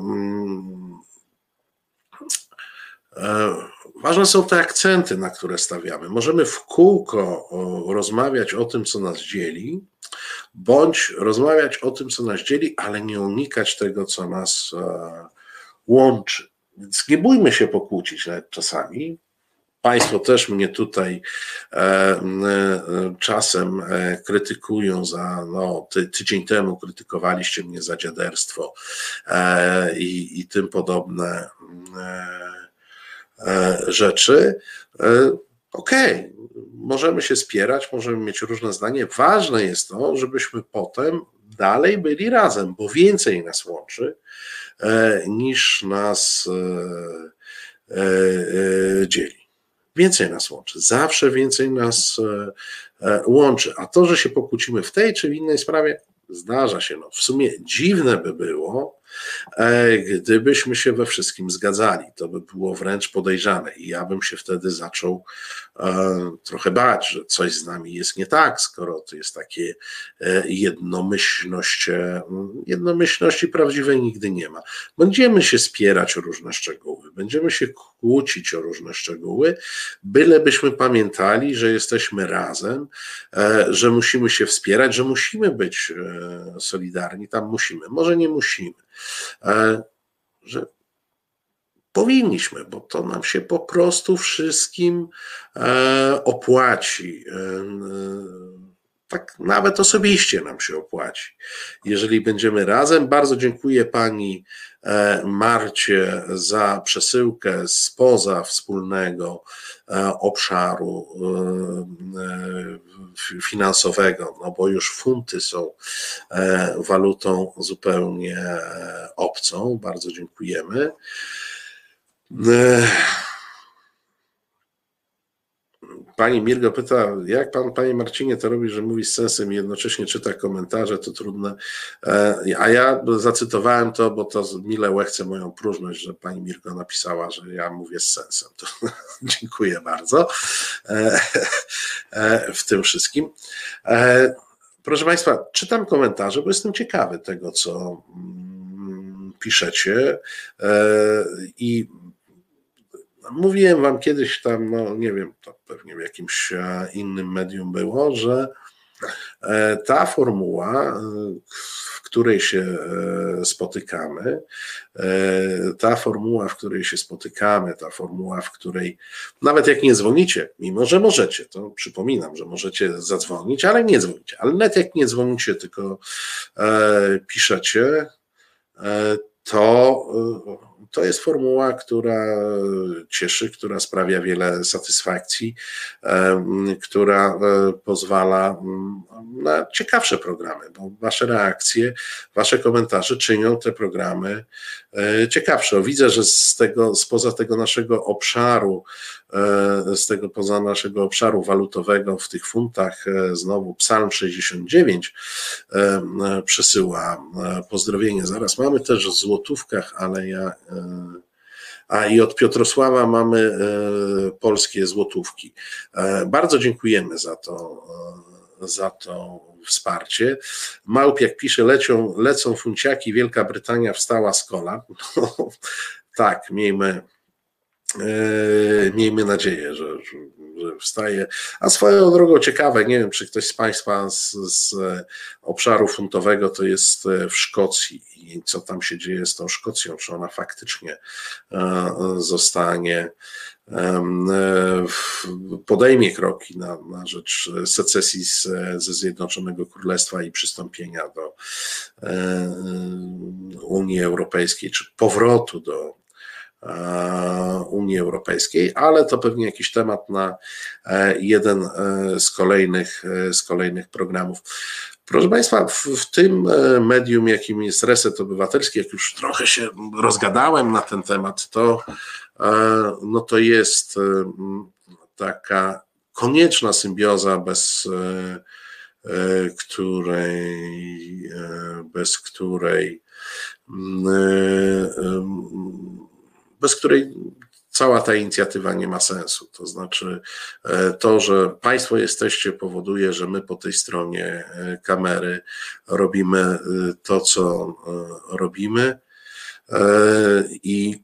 Speaker 2: e, ważne są te akcenty, na które stawiamy. Możemy w kółko o, rozmawiać o tym, co nas dzieli, bądź rozmawiać o tym, co nas dzieli, ale nie unikać tego, co nas e, łączy. Więc nie bójmy się pokłócić nawet czasami. Państwo też mnie tutaj e, e, czasem e, krytykują za, no ty, tydzień temu krytykowaliście mnie za dziaderstwo e, i, i tym podobne e, e, rzeczy. E, Okej, okay. Możemy się spierać, możemy mieć różne zdanie. Ważne jest to, żebyśmy potem dalej byli razem, bo więcej nas łączy e, niż nas e, e, dzieli. Więcej nas łączy, zawsze więcej nas łączy, a to, że się pokłócimy w tej czy w innej sprawie, zdarza się. No, w sumie dziwne by było, gdybyśmy się we wszystkim zgadzali, to by było wręcz podejrzane i ja bym się wtedy zaczął trochę bać, że coś z nami jest nie tak, skoro to jest takie jednomyślność, jednomyślności prawdziwej nigdy nie ma. Będziemy się spierać o różne szczegóły, będziemy się kłócić o różne szczegóły, bylebyśmy pamiętali, że jesteśmy razem, że musimy się wspierać, że musimy być solidarni, tam musimy, może nie musimy, że powinniśmy, bo to nam się po prostu wszystkim opłaci. Tak nawet osobiście nam się opłaci. Jeżeli będziemy razem, bardzo dziękuję pani Marcie za przesyłkę spoza wspólnego obszaru finansowego, no bo już funty są walutą zupełnie obcą. Bardzo dziękujemy. Pani Mirgo pyta, jak pan, panie Marcinie, to robi, że mówi z sensem i jednocześnie czyta komentarze, to trudne. A ja zacytowałem to, bo to mile łechce moją próżność, że pani Mirgo napisała, że ja mówię z sensem. To dziękuję bardzo w tym wszystkim. Proszę Państwa, czytam komentarze, bo jestem ciekawy tego, co piszecie i mówiłem wam kiedyś tam, no nie wiem, to pewnie w jakimś innym medium było, że ta formuła, w której się spotykamy, ta formuła, w której się spotykamy, ta formuła, w której nawet jak nie dzwonicie, mimo że możecie, to przypominam, że możecie zadzwonić, ale nie dzwonicie, ale nawet jak nie dzwonicie, tylko piszecie, to to jest formuła, która cieszy, która sprawia wiele satysfakcji, która pozwala na ciekawsze programy, bo wasze reakcje, wasze komentarze czynią te programy ciekawsze. Widzę, że z tego, spoza tego naszego obszaru, z tego poza naszego obszaru walutowego w tych funtach znowu Psalm sześćdziesiąt dziewięć przesyła pozdrowienie. Zaraz mamy też w złotówkach, ale ja... A i od Piotrosława mamy polskie złotówki. Bardzo dziękujemy za to, za to wsparcie. Małp, jak pisze, lecią, lecą funciaki, Wielka Brytania wstała z kolan. No, tak, miejmy, miejmy nadzieję, że, że wstaje. A swoją drogą ciekawe, nie wiem, czy ktoś z Państwa z, z obszaru funtowego to jest w Szkocji i co tam się dzieje z tą Szkocją, czy ona faktycznie zostanie, podejmie kroki na, na rzecz secesji z, ze Zjednoczonego Królestwa i przystąpienia do Unii Europejskiej, czy powrotu do Unii Europejskiej, ale to pewnie jakiś temat na jeden z kolejnych, z kolejnych programów. Proszę Państwa, w, w tym medium, jakim jest Reset Obywatelski, jak już trochę się rozgadałem na ten temat, to, no to jest taka konieczna symbioza, bez której, bez której bez której cała ta inicjatywa nie ma sensu. To znaczy to, że Państwo jesteście, powoduje, że my po tej stronie kamery robimy to, co robimy i,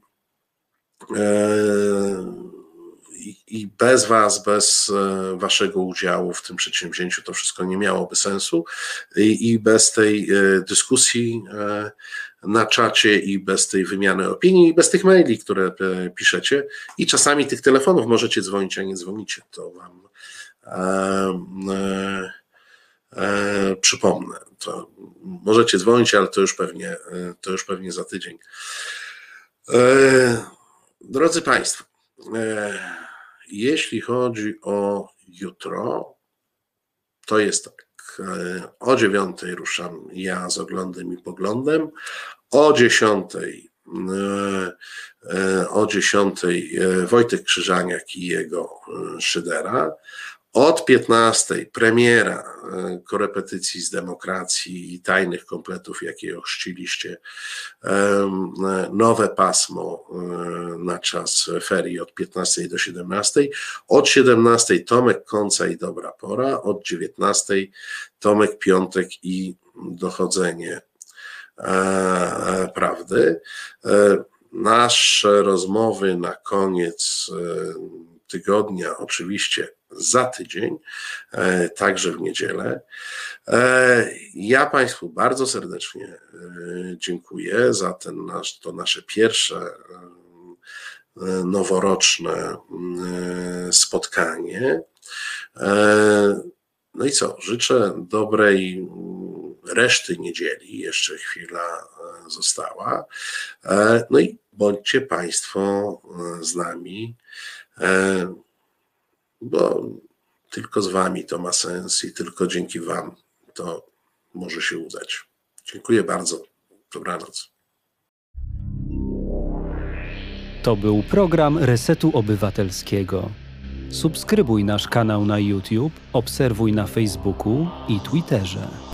Speaker 2: i bez Was, bez Waszego udziału w tym przedsięwzięciu to wszystko nie miałoby sensu i, i bez tej dyskusji na czacie i bez tej wymiany opinii i bez tych maili, które piszecie i czasami tych telefonów możecie dzwonić, a nie dzwonicie, to Wam e, e, przypomnę. To możecie dzwonić, ale to już pewnie, to już pewnie za tydzień. E, drodzy Państwo, e, jeśli chodzi o jutro, to jest tak. O dziewiątej ruszam ja z Oglądem i Poglądem, o dziesiątej, o dziesiątej Wojtek Krzyżaniak i jego Szydera, od piętnastej premiera korepetycji z demokracji i tajnych kompletów, jakie ochrzciliście, nowe pasmo na czas ferii od piętnastej do siedemnastej, od siedemnastej Tomek Końca i Dobra Pora, od dziewiętnastej Tomek Piątek i Dochodzenie Prawdy. Nasze rozmowy na koniec tygodnia oczywiście za tydzień, także w niedzielę. Ja Państwu bardzo serdecznie dziękuję za ten nasz, to nasze pierwsze noworoczne spotkanie. No i co? Życzę dobrej reszty niedzieli, jeszcze chwila została. No i bądźcie Państwo z nami, bo tylko z Wami to ma sens i tylko dzięki Wam to może się udać. Dziękuję bardzo. Dobranoc.
Speaker 4: To był program Resetu Obywatelskiego. Subskrybuj nasz kanał na YouTube, obserwuj na Facebooku i Twitterze.